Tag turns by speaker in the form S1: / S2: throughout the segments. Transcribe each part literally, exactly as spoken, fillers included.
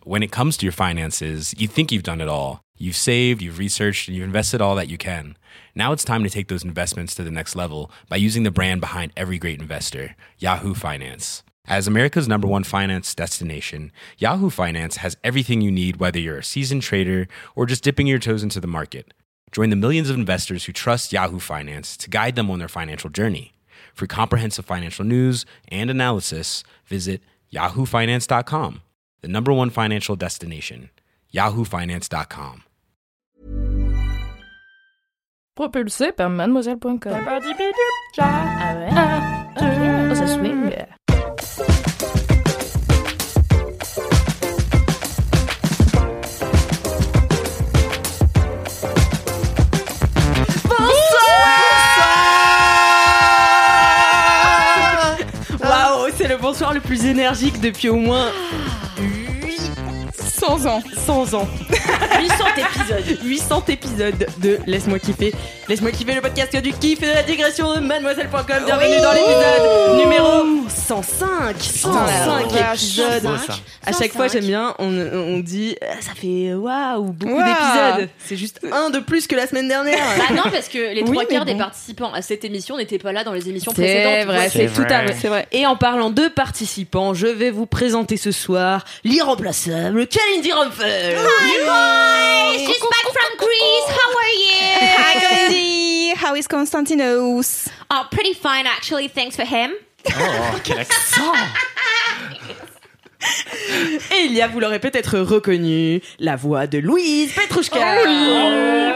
S1: when it comes to your finances, you think you've done it all. You've saved, you've researched, and you've invested all that you can. Now it's time to take those investments to the next level by using the brand behind every great investor, Yahoo Finance. As America's number one finance destination, Yahoo Finance has everything you need, whether you're a seasoned trader or just dipping your toes into the market. Join the millions of investors who trust Yahoo Finance to guide them on their financial journey. For comprehensive financial news and analysis, visit yahoo finance dot com, the number one financial destination, yahoo finance dot com.
S2: Propulsé par mademoiselle point com. Ah ouais. Oh, ça swing.
S3: C'est le bonsoir le plus énergique depuis au moins
S4: huit cents ans.
S3: cent ans. huit cents épisodes. huit cents épisodes de Laisse-moi kiffer. Laisse-moi kiffer, le podcast du kiff et de la digression de mademoiselle point com. Bienvenue oui dans l'épisode numéro cent cinq. cent cinq oh, épisodes.
S4: Beau,
S3: à chaque fois, j'aime bien, on, on dit ça fait waouh, beaucoup wow. d'épisodes. C'est juste un de plus que la semaine dernière.
S5: Bah non, parce que les
S4: oui,
S5: trois quarts
S4: bon.
S5: des participants à cette émission n'étaient pas là dans les émissions
S3: c'est
S5: précédentes.
S3: Vrai, c'est, c'est tout à fait.
S4: C'est vrai.
S3: Et en parlant de participants, je vais vous présenter ce soir l'irremplaçable Kalindi Rumpel.
S6: Hi, she's back from Greece. How are you?
S4: Hi, Kalindi. How is Konstantinos?
S6: Oh, pretty fine actually. Thanks for him.
S7: Oh, quel accent!
S3: Et il y a, vous l'aurez peut-être reconnu, la voix de Louise Petrouchka.
S4: Oh,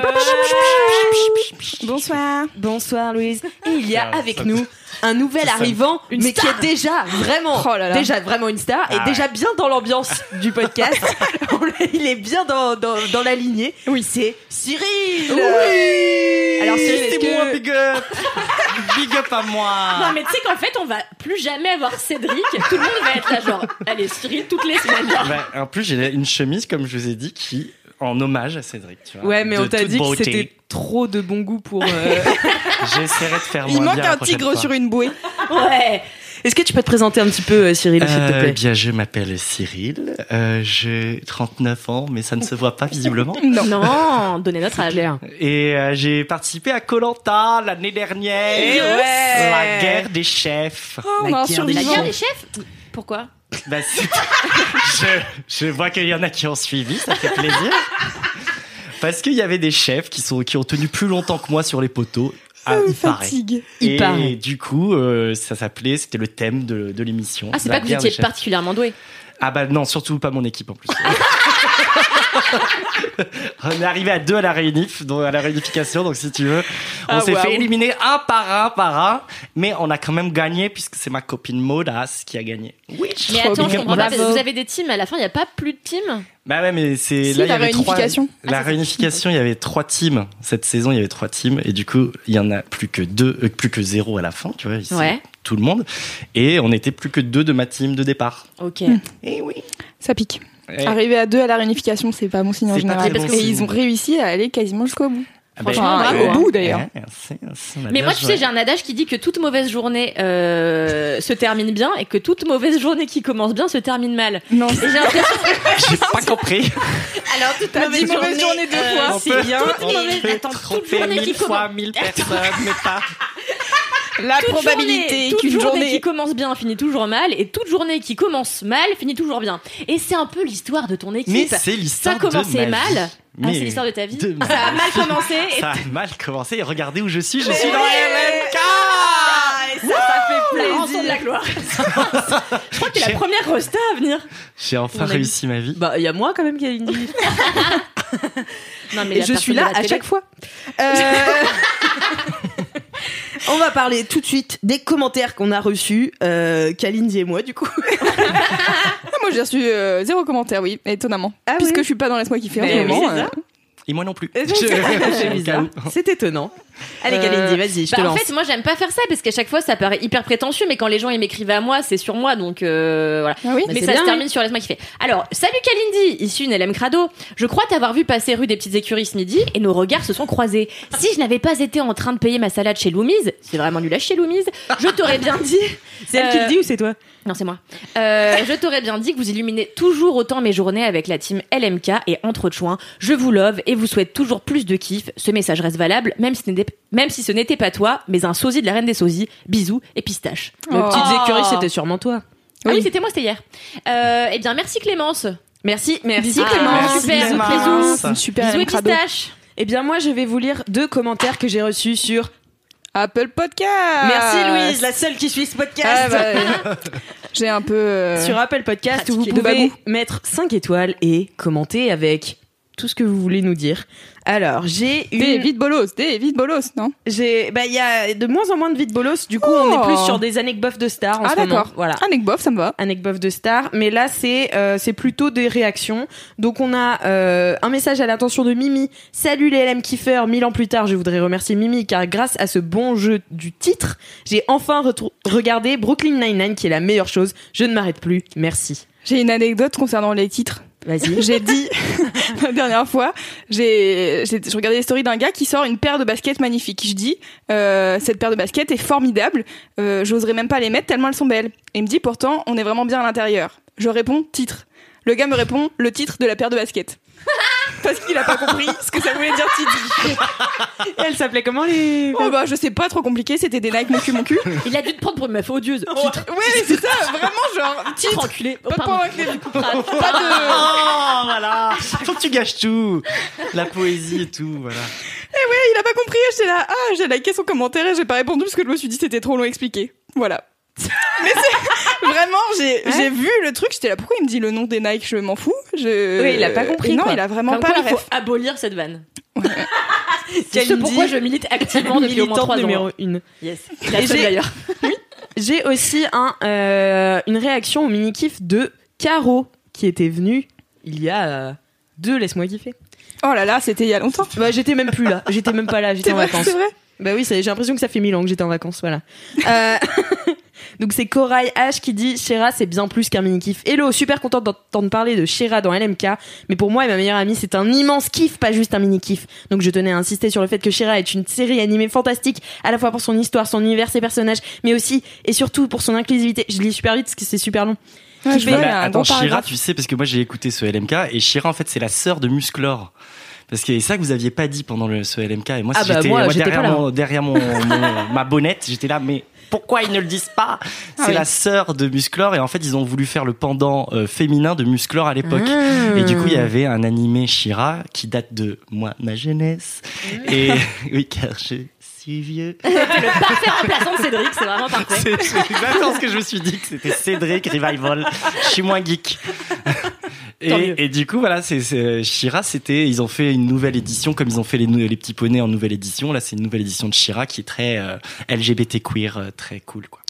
S4: bonsoir.
S3: Bonsoir Louise. Et il y a
S7: Ah,
S3: avec
S7: ça,
S3: nous un nouvel
S7: ça,
S3: arrivant,
S5: une
S3: mais
S5: star.
S3: qui est déjà vraiment,
S4: Oh là là.
S3: déjà vraiment une star et
S7: Ah
S3: déjà
S7: ouais.
S3: bien dans l'ambiance du podcast. Il est bien dans, dans, dans la lignée. Oui, c'est Cyril.
S4: Oui.
S3: Alors Cyril, est-ce
S7: C'est
S3: que...
S7: moi, big up! Big up à moi!
S5: Non mais tu sais qu'en fait on va plus jamais avoir Cédric. Tout le monde va être là genre allez Cyril toutes les semaines.
S7: Bah, en plus, j'ai une chemise, comme je vous ai dit, qui en hommage à Cédric. Tu vois,
S3: Ouais, mais
S7: de
S3: on t'a
S7: toute
S3: dit
S7: beauté.
S3: que c'était trop de bon goût pour... Euh...
S7: J'essaierai de faire
S4: Il
S7: moins
S4: manque
S7: bien la
S4: un
S7: prochaine
S4: tigre
S7: fois.
S4: sur une bouée.
S3: Ouais. Est-ce que tu peux te présenter un petit peu, euh, Cyril, s'il te
S7: Euh,
S3: plaît?
S7: bien, je m'appelle Cyril, euh, j'ai trente-neuf ans, mais ça ne se voit pas visiblement.
S4: Non.
S5: Non, donnez notre âge.
S7: Et euh, j'ai participé à Koh-Lanta l'année dernière.
S3: Et ouais.
S7: La guerre des chefs.
S4: Oh, on a un
S5: La
S4: survivant.
S5: guerre des chefs. Pourquoi?
S7: Bah, c'est- je, je vois qu'il y en a qui ont suivi, ça fait plaisir. Parce qu'il y avait des chefs qui, sont, qui ont tenu plus longtemps que moi sur les poteaux. Ah,
S4: Oh,
S7: il paraît.
S4: fatigue.
S3: Il
S7: et
S3: paraît.
S7: du coup, euh, ça s'appelait, c'était le thème de, de l'émission.
S5: Ah c'est
S7: La
S5: pas que vous
S7: guerre
S5: étiez
S7: des chefs.
S5: particulièrement doué.
S7: Ah bah non, surtout pas mon équipe en plus. On est arrivé à deux à la réunif, donc à la réunification, donc si tu veux, on
S3: Ah,
S7: s'est
S3: waouh.
S7: fait éliminer un par un par un, mais on a quand même gagné puisque c'est ma copine Maudas qui a gagné. Oui.
S5: Mais
S4: Trop
S5: attends,
S4: bien.
S5: je comprends pas. parce que
S4: Bravo.
S5: Vous avez des teams à la fin, il y a pas plus de teams.
S7: Bah ouais, mais c'est
S4: Si,
S7: là il y
S4: la
S7: avait
S4: réunification.
S7: trois. La réunification, il y avait trois teams. Cette saison, il y avait trois teams et du coup, il y en a plus que deux, euh, plus que zéro à la fin, tu vois. Ici,
S5: Ouais.
S7: tout le monde. Et on était plus que deux de ma team de départ.
S5: Ok.
S7: Et oui.
S4: Ça pique.
S7: Et-
S4: Arriver à deux à la réunification, c'est pas bon signe en
S7: C'est pas
S4: général.
S7: très bon
S4: Et
S7: signe.
S4: ils ont réussi à aller quasiment jusqu'au bout.
S7: Ah bah,
S5: Franchement,
S4: Enfin,
S5: bravo,
S4: au
S5: hein.
S4: bout d'ailleurs.
S7: Ouais, merci, merci, on a
S5: Mais
S7: bien
S5: moi, tu
S7: joué.
S5: sais, j'ai un adage qui dit que toute mauvaise journée euh, se termine bien et que toute mauvaise journée qui commence bien se termine mal.
S4: Non,
S5: Et j'ai l'impression
S7: J'ai pas compris.
S5: alors toute
S4: T'as dit mauvaise journée deux fois.
S7: On
S5: c'est
S7: peut-
S5: bien.
S7: on
S5: Toute
S7: peut
S5: mauvaise, attends, toute
S7: tromper
S5: journée qui
S7: mille fois
S5: commence.
S7: mille personnes, mais pas.
S4: la
S5: Toute
S4: probabilité
S5: journée, toute
S4: qu'une
S5: journée
S4: journée.
S5: qui commence bien finit toujours mal et toute journée qui commence mal finit toujours bien. Et c'est un peu l'histoire de ton équipe.
S7: Mais c'est l'histoire
S5: Ça commençait
S7: de ma
S5: mal.
S7: vie.
S5: Ah,
S7: Mais
S5: c'est l'histoire de ta vie.
S7: de ma
S5: Ça a
S7: vie.
S5: mal commencé. Et
S7: Ça a mal commencé et regardez où je suis, je
S3: Mais
S7: suis dans
S3: ouais.
S7: la M K.
S3: Ça, ça fait
S5: la rançon de
S3: plaisir.
S5: la gloire. Je crois que t'es la
S7: J'ai-
S5: première rosta à venir.
S7: J'ai enfin
S5: On a dit-
S7: réussi ma vie.
S3: Bah, il y a moi quand même qui a une dit.
S5: Non, mais
S3: Et
S5: la
S3: je suis
S5: personne
S3: là
S5: de la
S3: à
S5: télé.
S3: chaque fois. Euh, On va parler tout de suite des commentaires qu'on a reçus, euh, Kalindi et moi, du coup.
S4: Ah, moi j'ai reçu euh, zéro commentaire, oui, étonnamment.
S3: Ah
S4: Puisque
S3: oui.
S4: je suis pas dans Laisse-moi kiffer en
S3: Mais
S4: ce
S3: oui,
S4: moment.
S3: c'est ça.
S4: euh,
S7: Et moi non plus.
S3: C'est
S7: Je-
S3: bizarre. C'est étonnant. Allez, Kalindi, vas-y, je te
S5: Bah, en
S3: lance.
S5: fait, moi, j'aime pas faire ça parce qu'à chaque fois, ça paraît hyper prétentieux, mais quand les gens ils m'écrivent à moi, c'est sur moi, donc euh, voilà.
S4: Ah oui,
S5: mais
S3: mais
S5: ça
S3: c'est
S5: se
S3: bien,
S5: termine sur Laisse-moi kiffer. Alors, salut Kalindi, issue une L M Crado. Je crois t'avoir vu passer rue des Petites Écuries ce midi et nos regards se sont croisés. Si je n'avais pas été en train de payer ma salade chez Loumise, c'est vraiment nul à chier Loumise, je t'aurais bien dit.
S3: C'est elle qui
S5: Euh,
S3: le dit ou c'est toi?
S5: Non, c'est moi. Euh, je t'aurais bien dit que vous illuminez toujours autant mes journées avec la team L M K et entre autres choix. Je vous love et vous souhaite toujours plus de kiff. Ce message reste valable, même si ce n'était, même si ce n'était pas toi, mais un sosie de la reine des sosies. Bisous et pistache.
S3: Les
S4: Oh.
S3: petites écuries, c'était sûrement toi.
S5: Ah oui, c'était moi, c'était hier. Euh, eh bien, merci Clémence.
S3: Merci, merci
S4: Bisous,
S3: Clémence.
S5: Clémence. Super,
S3: Bisous,
S5: Clémence.
S3: Clémence.
S4: Une super
S5: Bisous et
S4: L M Crado.
S5: pistache.
S3: Eh bien, moi, je vais vous lire deux commentaires que j'ai reçus sur.
S4: Apple Podcast.
S3: Merci Louise, la seule qui suit ce podcast.
S4: Ah, bah, euh, j'ai un peu. euh,
S3: Sur Apple Podcast, où vous
S4: pratiqué. De
S3: pouvez
S4: bagou.
S3: mettre cinq étoiles et commenter avec tout ce que vous voulez nous dire. Alors, j'ai une.
S4: Des vides bolos, des vides bolos, non?
S3: J'ai, bah, il y a de moins en moins de vides bolos. Du coup, on
S4: Oh.
S3: est plus sur des anecdotes de stars en
S4: Ah,
S3: ce moment.
S4: d'accord.
S3: Voilà.
S4: Un bof, ça me va.
S3: Anecdote de stars. Mais là, c'est, euh, c'est plutôt des réactions. Donc, on a, euh, un message à l'attention de Mimi. Salut les L M kiffeurs. Mille ans plus tard, je voudrais remercier Mimi car grâce à ce bon jeu du titre, j'ai enfin retrou- regardé Brooklyn Nine-Nine qui est la meilleure chose. Je ne m'arrête plus. Merci.
S4: J'ai une anecdote concernant les titres.
S3: Vas-y.
S4: J'ai dit la dernière fois, j'ai, j'ai je regardais les stories d'un gars qui sort une paire de baskets magnifiques. Je dis, euh, cette paire de baskets est formidable. Euh, j'oserais même pas les mettre tellement elles sont belles. Et il me dit pourtant, on est vraiment bien à l'intérieur. Je réponds titre. Le gars me répond le titre de la paire de baskets. Parce qu'il a pas compris ce que ça voulait dire titre.
S3: Et elle s'appelait comment les.
S4: Oh bah je sais pas, trop compliqué. C'était des Nike mon cul mon cul.
S5: Il a dû te prendre pour une meuf odieuse. Titre.
S4: Ouais mais c'est ça, vraiment genre
S5: Titre
S4: titre.
S5: enculé.
S4: Pas de
S5: Pardon.
S4: point inclus.
S5: Pas de-
S7: Oh, voilà. Faut que tu gâches tout. La poésie et tout, voilà.
S4: Il a pas compris. J'étais là, ah j'ai liké son commentaire et j'ai pas répondu parce que je me suis dit c'était trop long à expliquer. Voilà. Mais c'est vraiment, j'ai
S3: Ouais.
S4: j'ai vu le truc, j'étais là, pourquoi il me dit le nom des Nike, je m'en fous. Je...
S3: Oui, il a pas compris,
S4: Et non,
S3: quoi.
S4: il a vraiment
S5: Comme
S4: pas
S5: quoi,
S4: la
S5: il faut
S4: ref.
S5: abolir cette vanne. C'est
S3: Kalindi,
S5: ce pourquoi je milite activement depuis au moins
S3: militante
S5: trois
S3: numéro
S5: ans.
S3: une.
S5: Yes. La
S3: Et
S5: seule
S3: j'ai-
S5: d'ailleurs.
S3: J'ai aussi un, euh, une réaction au mini-kiff de Caro, qui était venue il y a euh, deux Laisse-moi kiffer.
S4: Oh là là, c'était il y a longtemps.
S3: Bah, j'étais même plus là, j'étais même pas là, j'étais
S4: C'est
S3: en
S4: vrai,
S3: vacances.
S4: c'est vrai.
S3: Bah oui, ça- j'ai l'impression que ça fait mille ans que j'étais en vacances, voilà. Euh, Donc c'est Corail H qui dit Shira c'est bien plus qu'un mini-kiff. Hello, super contente d'entendre parler de Shira dans L M K, mais pour moi et ma meilleure amie c'est un immense kiff, pas juste un mini-kiff. Donc je tenais à insister sur le fait que Shira est une série animée fantastique, à la fois pour son histoire, son univers, ses personnages, mais aussi et surtout pour son inclusivité. Je lis super vite parce que c'est super long.
S4: Ouais,
S3: Qui
S4: je
S3: fait-
S4: vois, il y
S7: Voilà,
S4: a un
S7: attends,
S4: gros
S7: Shira,
S4: paragraphe.
S7: tu sais, parce que moi j'ai écouté ce L M K et Shira en fait c'est la sœur de Musclor. Parce que c'est ça que vous aviez pas dit pendant le, ce L M K et moi,
S3: Ah
S7: si
S3: bah,
S7: j'étais
S3: moi, j'étais
S7: derrière,
S3: pas là.
S7: mon, derrière mon, mon- ma bonnette, j'étais là, mais pourquoi ils ne le disent pas? C'est
S4: Ah oui.
S7: la sœur de Musclor et en fait ils ont voulu faire le pendant euh, féminin de Musclor à l'époque.
S3: Ah.
S7: Et du coup il y avait un animé Shira qui date de moi, ma jeunesse. Et oui, car je suis vieux.
S5: Le parfait remplaçant de Cédric, c'est vraiment parfait.
S7: C'est c'est exactement ce que je me suis dit, que c'était Cédric Revival. Je suis moins geek.
S3: Tant mieux.
S7: Et, et du coup, voilà, c'est, c'est Shira, c'était, ils ont fait une nouvelle édition, comme ils ont fait les, nou- les petits poneys en nouvelle édition. Là, c'est une nouvelle édition de Shira qui est très euh, L G B T queer, euh, très cool, quoi.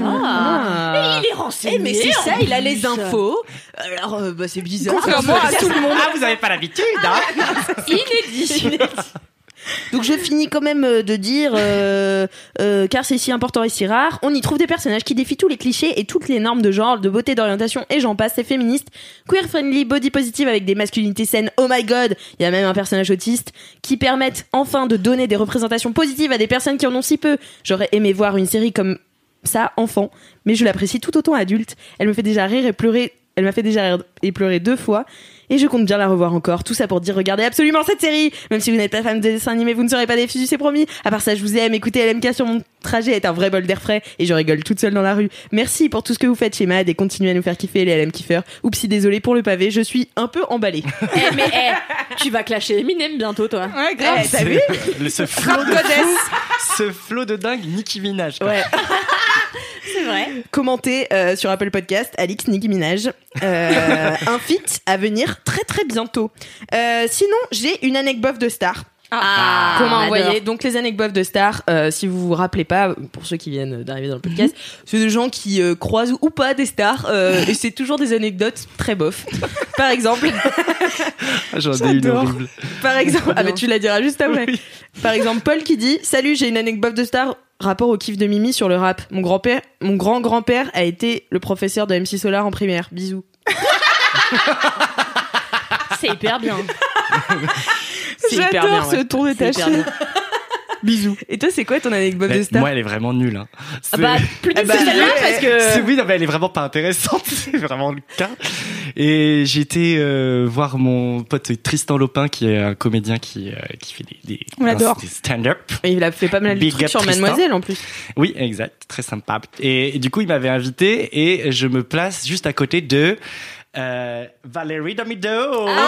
S5: Ah. Il est renseigné.
S3: Eh mais c'est ça,
S5: en
S3: il a les
S5: plus.
S3: infos. Alors euh, bah c'est bizarre.
S4: Contrairement à tout le monde.
S7: Ah, vous avez pas l'habitude, hein?
S5: Inédit.
S3: Donc je finis quand même euh, de dire, euh, euh, car c'est si important et si rare, on y trouve des personnages qui défient tous les clichés et toutes les normes de genre, de beauté, d'orientation et j'en passe, c'est féministe, queer friendly, body positive avec des masculinités saines, oh my god, il y a même un personnage autiste, qui permettent enfin de donner des représentations positives à des personnes qui en ont si peu. J'aurais aimé voir une série comme ça, enfant, mais je l'apprécie tout autant adulte. Elle me fait déjà rire et pleurer, elle m'a fait déjà rire et pleurer deux fois. Et je compte bien la revoir encore. Tout ça pour dire, regardez absolument cette série. Même si vous n'êtes pas fan de dessins animés, vous ne serez pas déçus, c'est promis. À part ça, je vous aime. Écoutez L M K sur mon trajet est un vrai bol d'air frais. Et je rigole toute seule dans la rue. Merci pour tout ce que vous faites chez Mad et continuez à nous faire kiffer les L M kiffeurs. Oupsie, désolé pour le pavé. Je suis un peu emballée.
S5: Eh, mais eh, tu vas clasher Eminem bientôt, toi.
S4: Ouais, grave.
S3: Eh, t'as vu?
S7: Le, ce flot de fou, ce flot de dingue, Nicki Minaj, quoi.
S3: Ouais.
S5: C'est vrai.
S3: Commentez euh, sur Apple Podcast, Alix Nicki Minaj. Euh, un feat à venir très très bientôt. Euh, sinon, j'ai une anecdote de star.
S5: Ah,
S3: qu'on m'a
S5: on
S3: envoyé.
S5: adore.
S3: Donc les anecdotes de stars, euh, si vous vous rappelez pas, pour ceux qui viennent d'arriver dans le podcast, c'est des gens qui euh, croisent ou pas des stars euh, et c'est toujours des anecdotes très bof. Par exemple,
S7: J'en ai une horrible.
S3: par exemple, ah bah tu la diras juste après.
S7: Oui.
S3: Par exemple, Paul qui dit "Salut, j'ai une anecdote de star rapport au kiff de Mimi sur le rap. Mon grand-père, mon grand-grand-père a été le professeur de M C Solar en primaire. Bisous."
S5: C'est hyper bien.
S3: C'est hyper
S4: J'adore
S3: bien,
S4: ce
S3: ouais.
S4: ton
S3: C'est
S4: détaché.
S3: hyper bien. Bisous. Et toi, c'est quoi ton anecdote
S7: Mais
S3: de star?
S7: moi, elle est vraiment nulle. Hein.
S5: Ah
S7: C'est-
S5: bah, plutôt
S3: Ah bah,
S5: que celle-là,
S3: ouais.
S5: parce que.
S7: C'est- oui, non, mais elle est vraiment pas intéressante. C'est vraiment le cas. Et j'ai été euh, voir mon pote Tristan Lopin, qui est un comédien qui, euh, qui fait des, des,
S4: On l'adore.
S7: des stand-up.
S3: Et il a fait pas mal de
S7: Big
S3: trucs
S7: up
S3: sur
S7: Tristan.
S3: Mademoiselle en plus.
S7: Oui, exact. Très sympa. Et, et du coup, il m'avait invité et je me place juste à côté de euh, Valérie Damido.
S5: Oh my god!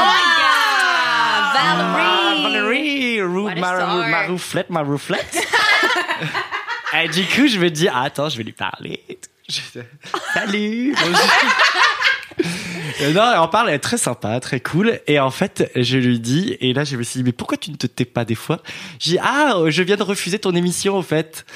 S7: Ah,
S5: Valerie!
S7: Valérie, Rou-
S5: What a
S7: ma,
S5: star.
S7: ma rouflette, ma rouflette. Et du coup, je me dis, ah, attends, je vais lui parler. Je- Salut. bonjour. Euh, non, elle en parle, elle est très sympa, très cool. Et en fait, je lui dis, et là, je me suis dit, mais pourquoi tu ne te tais pas des fois? J'ai dit, ah, je viens de refuser ton émission, en fait.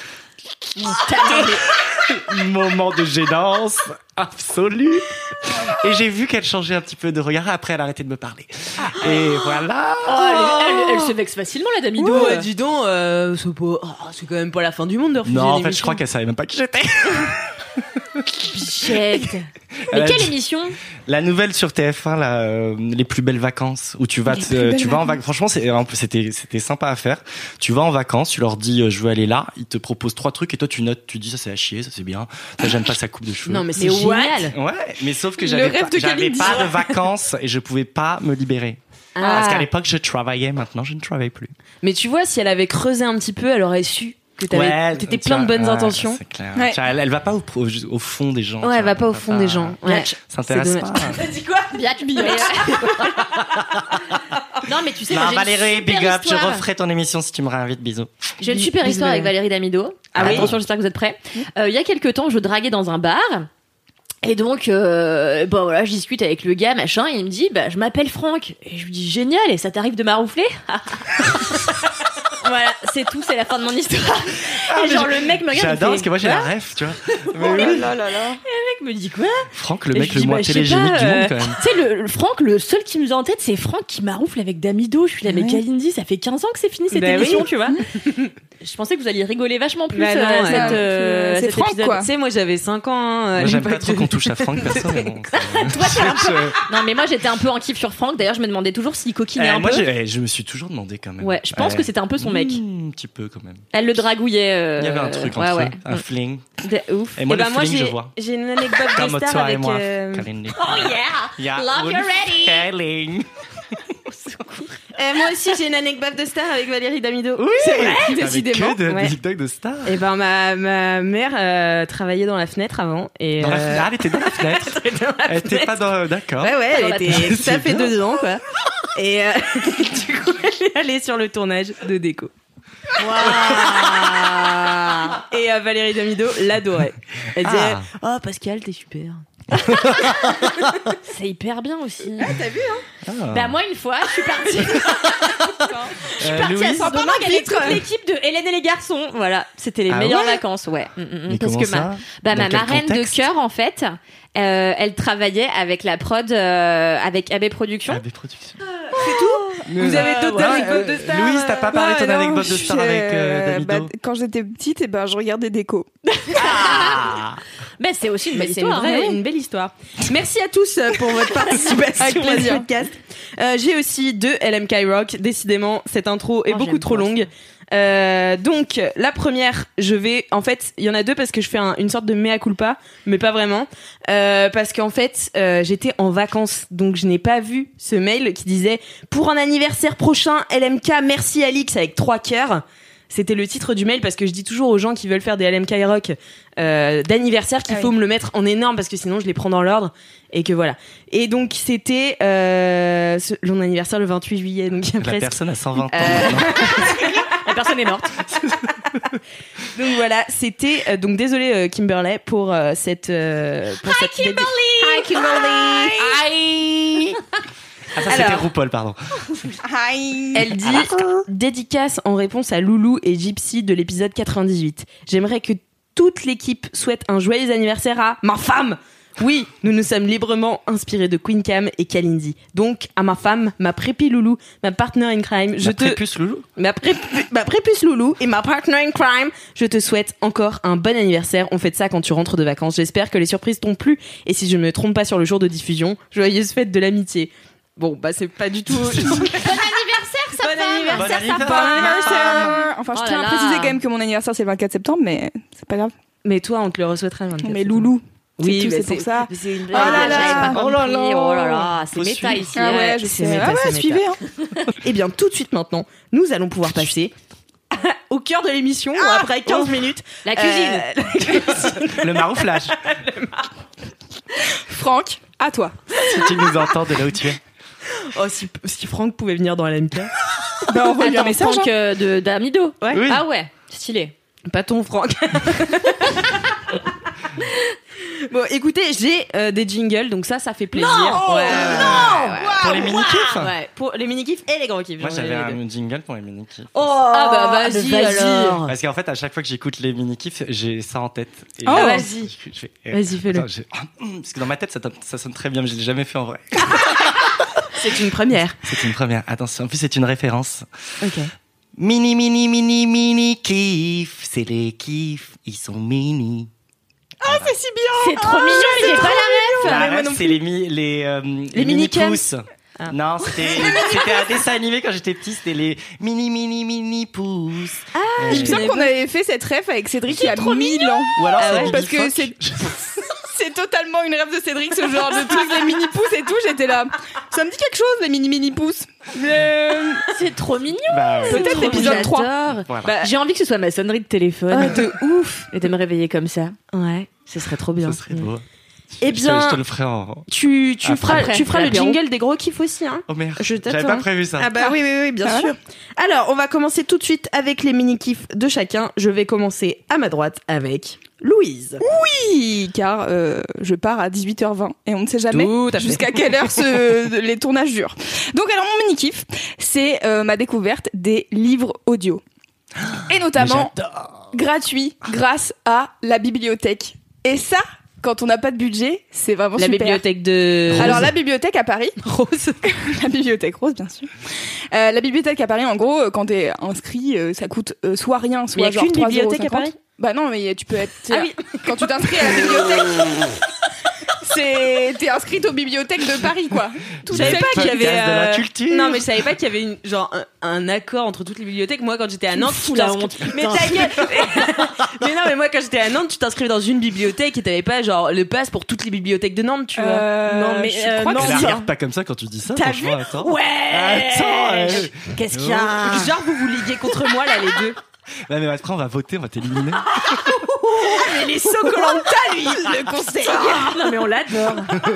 S7: Moment de gênance absolue. Et j'ai vu qu'elle changeait un petit peu de regard. Après, elle a arrêté de me parler. Et voilà.
S5: Oh, elle, elle- elle se vexe facilement, la Damido.
S3: Ouais, dis donc, euh, c'est pas, oh, c'est quand même pas la fin du monde de refuser
S7: Non,
S3: une
S7: en fait, je
S3: émission.
S7: crois qu'elle savait même pas qui j'étais.
S5: Bichette.
S7: Elle
S5: Mais
S7: a
S5: quelle
S7: dit-
S5: émission?
S7: La nouvelle sur T F un, là, euh, les plus belles vacances, où tu vas,
S4: Les
S7: te-
S4: plus
S7: euh,
S4: belles
S7: tu vas en
S4: vacances.
S7: vacances. Franchement, c'est, en plus, c'était, c'était sympa à faire. Tu vas en vacances, tu leur dis, euh, je veux aller là. Ils te proposent trois trucs et toi, tu notes, tu dis, ça c'est à chier, ça c'est bien. Ça, j'aime pas sa coupe de cheveux.
S3: Non, mais c'est
S5: Mais what?
S3: génial.
S7: Ouais, mais sauf que
S4: Le
S7: j'avais
S4: rêve
S7: pas,
S4: de
S7: j'avais
S4: Kalindi.
S7: pas de vacances et je pouvais pas me libérer. Parce qu'à l'époque, je travaillais, maintenant, je ne travaille plus.
S3: Mais tu vois, si elle avait creusé un petit peu, elle aurait su que t'avais, t'étais
S7: tu
S3: plein de
S7: vois,
S3: bonnes
S7: ouais,
S3: intentions.
S7: C'est clair.
S4: Ouais.
S7: Tu vois, Elle, elle va pas au, au, au fond des gens.
S3: Ouais,
S7: tu
S3: elle va
S7: vois,
S3: pas au fond des gens. Ouais.
S7: S'intéresse
S3: C'est
S7: pas.
S3: dommage.
S5: T'as dit quoi? Biatch, biatch. Non, mais tu sais, moi,
S7: Non,
S5: j'ai
S7: Valérie,
S5: une super
S7: big up, je
S5: histoire.
S7: referai ton émission si tu me réinvites, bisous.
S5: J'ai une super
S3: Bisous,
S5: histoire avec
S3: Valérie.
S5: Valérie Damido.
S3: Ah oui
S5: Attention, j'espère que vous êtes prêts. Euh, Il y a quelques temps, je draguais dans un bar. Et donc, euh, bon voilà, je discute avec le gars, machin, et il me dit, bah, je m'appelle Franck. Et je lui dis, génial, et ça t'arrive de m'aroufler? Voilà, c'est tout, c'est la fin de mon histoire. et genre, le mec me regarde, il
S7: J'adore
S5: fait,
S7: parce que moi j'ai
S5: quoi?
S7: la ref, tu vois.
S4: Oh là là là là.
S5: Le mec me dit quoi?
S7: Franck, le
S5: Et
S7: mec
S5: je
S7: le
S5: dis,
S7: moins
S5: bah, je sais
S7: télégénique
S5: pas,
S7: du monde
S5: euh,
S7: quand même.
S5: Tu sais, le, le Franck, le seul qui me vient en tête, c'est Franck qui m'aroufle avec Damido. Je suis là, mais
S4: Ouais.
S5: Kalindi, ça fait quinze ans que c'est fini cette
S3: Bah
S5: émission,
S3: oui.
S5: tu vois. Je pensais que vous alliez rigoler vachement plus
S3: Bah non,
S5: euh,
S3: ouais.
S5: cette, euh,
S4: C'est
S5: cet
S4: Franck,
S5: épisode.
S4: quoi.
S3: Tu sais, moi j'avais cinq ans. Hein, à
S7: Moi j'aime pas
S3: l'époque.
S7: trop qu'on touche à Franck perso, mais bon. c'est-
S5: Toi, t'es un peu-
S7: Je-
S5: Non, mais moi j'étais un peu en kiff sur Franck. D'ailleurs, je me demandais toujours s'il coquinait
S7: Eh,
S5: un
S7: moi
S5: peu.
S7: j'ai- je me suis toujours demandé quand même.
S5: Ouais, je pense
S7: Ouais.
S5: que c'était un peu son mec.
S7: Mmh, un petit peu quand même.
S5: Elle le dragouillait. euh,
S7: Il y avait un truc
S5: ouais,
S7: entre
S5: ouais.
S7: eux, un fling.
S5: De ouf.
S7: Et moi
S3: Eh
S7: le
S3: ben, moi
S7: fling, je
S3: j'ai,
S7: vois.
S3: j'ai une anecdote de
S7: Comme
S3: star
S7: toi et
S3: avec.
S7: moi,
S3: euh,
S7: Kalindi.
S5: Oh yeah!
S7: Yeah,
S5: Love, you're ready!
S7: feeling.
S3: eh, moi aussi j'ai une anecdote de star avec Valérie Damido.
S7: Oui,
S3: C'est vrai.
S7: Avec
S3: Décidément.
S7: que de,
S3: Ouais.
S7: des TikTok de star.
S3: Et ben ma, ma mère euh, travaillait dans la fenêtre avant et
S7: Dans la
S3: euh,
S7: fenêtre. Ah, elle était dans la fenêtre. Elle était pas dans. D'accord.
S3: ouais ouais
S5: Dans
S3: elle
S5: la
S3: était
S7: fenêtre.
S3: tout à
S7: C'est
S3: fait
S7: bien.
S3: dedans quoi. Et euh, du coup elle est allée sur le tournage de Déco. Et euh, Valérie Damido l'adorait. Elle disait
S7: Ah.
S3: oh Pascal t'es super.
S5: C'est hyper bien aussi.
S7: Ah.
S5: Bah, moi, une fois, je suis partie. Je suis
S7: Euh,
S5: partie à
S7: Louise
S5: Saint-Domingue avec toute l'équipe de Hélène et les garçons. Voilà, c'était les
S7: Ah
S5: meilleures
S7: ouais
S5: vacances, ouais. Mm, mm, mm,
S7: Mais
S5: parce
S7: comment
S5: que ma,
S7: ça
S5: bah,
S7: Dans
S5: ma
S7: quel
S5: marraine
S7: contexte
S5: de cœur, en fait, euh, elle travaillait avec la prod, euh, avec A B Productions.
S7: A B Productions.
S3: Vous avez d'autres
S7: Ouais,
S3: anecdotes
S7: euh,
S3: de star
S7: Louise, t'as pas parlé de ton
S4: Ouais, non,
S7: anecdote de
S4: je
S7: star
S4: suis,
S7: avec euh,
S4: euh,
S7: Damido
S4: bah, quand j'étais petite, et ben, je regardais Déco.
S7: Ah.
S5: Mais c'est aussi une
S3: Mais
S5: belle
S3: c'est une,
S5: histoire.
S3: vraie-
S5: hein.
S3: une belle histoire. Merci à tous euh, pour votre participation
S4: Avec
S3: à ce
S4: plaisir.
S3: podcast. Euh, j'ai aussi deux L M K Rock. Décidément, cette intro est
S5: Oh,
S3: beaucoup
S5: j'aime
S3: trop
S5: trop
S3: longue. Euh, donc, la première, je vais... En fait, il y en a deux parce que je fais un- une sorte de mea culpa, mais pas vraiment. Euh, parce qu'en fait, euh, j'étais en vacances, donc je n'ai pas vu ce mail qui disait « Pour un anniversaire prochain, L M K, merci Alix » avec trois cœurs. C'était le titre du mail parce que je dis toujours aux gens qui veulent faire des L M K Rock euh, d'anniversaire qu'il
S4: Ah
S3: faut
S4: oui.
S3: me le mettre en énorme parce que sinon je les prends dans l'ordre et que voilà. Et donc c'était euh, ce- mon anniversaire le vingt-huit juillet, donc il y a
S7: La
S3: presque.
S7: personne a cent vingt ans
S3: Euh,
S7: maintenant.
S5: La personne est morte.
S3: Donc voilà, c'était euh, donc désolé euh, Kimberley pour euh, cette euh, pour cette Kimberly. Hi Kimberly.
S5: Aïe.
S7: Ah, ça c'était
S3: Alors.
S7: RuPaul, pardon.
S4: Aïe.
S3: Elle dit dédicace en réponse à Loulou et Gypsy de l'épisode quatre-vingt-dix-huit. J'aimerais que toute l'équipe souhaite un joyeux anniversaire à ma femme. Oui, nous nous sommes librement inspirés de Queen Cam et Kalindi. Donc, à ma femme, ma prépi Loulou, ma partner in crime, je
S7: Ma
S3: te...
S7: prépuce Loulou.
S3: Ma, pré... ma prépuce Loulou et ma partner in crime, je te souhaite encore un bon anniversaire. On fait ça quand tu rentres de vacances. J'espère que les surprises t'ont plu. Et si je ne me trompe pas sur le jour de diffusion, joyeuse fête de l'amitié. Bon, bah c'est pas du tout...
S6: Bon anniversaire, sa
S3: Bon
S6: femme.
S3: anniversaire,
S7: Bon
S3: sa
S7: anniversaire.
S3: femme.
S4: Anniversaire. Enfin, je
S5: Oh
S4: tiens
S5: là
S4: à préciser
S5: là.
S4: quand même que mon anniversaire c'est le vingt-quatre septembre, mais c'est pas grave.
S3: Mais toi, on te le reçoitera le vingt-quatre.
S4: Mais Loulou.
S3: Oui,
S4: c'est tout,
S3: bah,
S4: c'est pour ça.
S5: C'est une
S4: Oh là là.
S5: j'avais pas
S3: Oh
S5: compris.
S3: là là.
S5: Oh là là, c'est
S7: Faut
S5: méta
S7: suivre.
S5: ici.
S4: Ah ouais, je
S3: c'est
S4: sais.
S3: méta,
S4: Ah
S3: c'est
S4: ouais,
S3: méta.
S4: suivez. Hein.
S3: Eh bien, tout de suite maintenant, nous allons pouvoir passer au cœur de l'émission, après quinze minutes.
S5: La cuisine.
S3: Euh, la cuisine.
S7: Le marouflage.
S4: Franck, à toi.
S7: Si tu nous entends de là où tu es.
S3: Oh, si, si Franck pouvait venir dans l'M K.
S4: Bah, envoie lui un
S5: Attends,
S4: message.
S5: Franck
S4: hein.
S5: euh, de d'Amido.
S3: Ouais.
S7: Oui.
S5: Ah ouais, stylé.
S3: Pas ton Franck. Bon, écoutez, j'ai euh, des jingles, donc ça, ça fait plaisir.
S4: Non
S3: ouais, ouais, ouais, ouais,
S7: Pour les mini-kifs.
S3: ouais. Ouais, pour les mini-kifs et les gros kiffs.
S7: Moi,
S3: j'en ai
S7: j'avais
S3: les deux.
S7: un jingle pour les mini-kifs.
S3: Oh,
S5: Ah bah vas-y,
S3: vas-y.
S5: alors.
S7: Parce qu'en fait, à chaque fois que j'écoute les mini-kifs, j'ai ça en tête. Et
S4: Oh,
S7: je-
S3: vas-y.
S7: je- je fais- eh,
S3: Vas-y, fais-le.
S7: attends, j'ai- Parce que dans ma tête, ça, donne- ça sonne très bien, mais je l'ai jamais fait en vrai.
S3: C'est une première.
S7: C'est une première. Attention, en plus, c'est une référence.
S3: Ok.
S7: Mini, mini, mini, mini kiff. C'est les kiffs, ils sont mini.
S4: C'est si bien.
S5: C'est trop mignon, mais j'ai pas la ref.
S7: La ref, c'est les, mi- les, euh, les
S3: mini-cams.
S7: mini-pousses. Non, c'était c'était un dessin animé quand j'étais petit, c'était les mini, mini, mini pousses. Ah,
S4: Il me semble qu'on avait fait cette ref avec Cédric il y a mille ans.
S7: Ou alors
S3: Ah
S7: c'est
S3: ouais,
S7: Bibi
S4: parce que
S7: Fock.
S4: c'est- C'est totalement une rêve de Cédric, ce genre de truc, les mini-pousses et tout. J'étais là. Ça me dit quelque chose, les mini-mini-pousses. Euh,
S5: C'est trop mignon.
S7: Bah, ouais.
S4: Peut-être
S5: Trop
S4: l'épisode
S5: mignon,
S4: trois.
S5: j'adore.
S7: Voilà.
S3: Bah,
S5: J'ai envie que ce soit ma sonnerie de téléphone.
S3: Ah, de ouf.
S5: Et de me réveiller comme ça. Ouais, ce serait trop bien.
S7: Ça serait beau.
S3: Eh
S7: Je te-
S3: bien,
S7: je te le ferai en.
S3: tu, tu
S7: Après.
S3: feras,
S5: Après,
S3: tu feras le
S5: l'apéro.
S3: jingle des gros kiffs aussi, hein.
S7: Oh merde,
S3: Je
S7: j'avais
S3: t'attends.
S7: pas prévu ça.
S3: Ah bah oui, oui, oui, bien
S4: Ah
S3: sûr. Alors, on va commencer tout de suite avec les mini-kifs de chacun. Je vais commencer à ma droite avec Louise.
S4: Oui, car euh, je pars à dix-huit heures vingt et on ne sait jamais
S3: Tout à fait.
S4: jusqu'à quelle heure ce, les tournages durent. Donc alors mon mini-kiff, c'est euh, ma découverte des livres audio. Et notamment gratuits grâce à la bibliothèque. Et ça, quand on n'a pas de budget, c'est vraiment
S3: La
S4: super.
S3: bibliothèque de...
S4: Alors la bibliothèque à Paris,
S3: Rose.
S4: la bibliothèque rose bien sûr. Euh, la bibliothèque à Paris, en gros, euh, quand t'es inscrit, euh, ça coûte euh, soit rien, soit
S3: Mais y a
S4: genre
S3: qu'une
S4: trois euros
S3: bibliothèque à
S4: cinquante.
S3: Paris
S4: Bah non, mais tu peux être.
S3: Ah oui.
S4: Quand tu t'inscris à la bibliothèque, c'est t'es inscrite aux bibliothèques de Paris, quoi. Tout
S3: Je savais
S4: seul.
S3: pas qu'il y avait...
S7: Podcast de la
S3: euh,
S7: culture.
S3: Non, mais je savais pas qu'il y avait une, genre, un, un accord entre toutes les bibliothèques. Moi, quand j'étais à Nantes,
S5: fous
S3: tu
S5: la
S3: t'inscris-
S5: honte,
S3: Mais ta gueule Mais non, mais moi, quand j'étais à Nantes, tu t'inscrivais dans une bibliothèque et t'avais pas, genre, le pass pour toutes les bibliothèques de Nantes, tu vois.
S4: Euh,
S3: non, mais
S4: je
S3: euh,
S4: crois
S3: non,
S4: que
S7: Elle
S4: si.
S7: regarde pas comme ça quand tu dis ça,
S3: T'as
S7: franchement, attends.
S3: Ouais
S7: Attends, euh,
S3: Qu'est-ce qu'il y a Genre, vous vous liguez contre moi, là, les deux.
S7: Ouais, mais après, on va voter, on va t'éliminer.
S3: Mais les Sokolanta, lui, le conseil.
S5: Non mais on l'adore.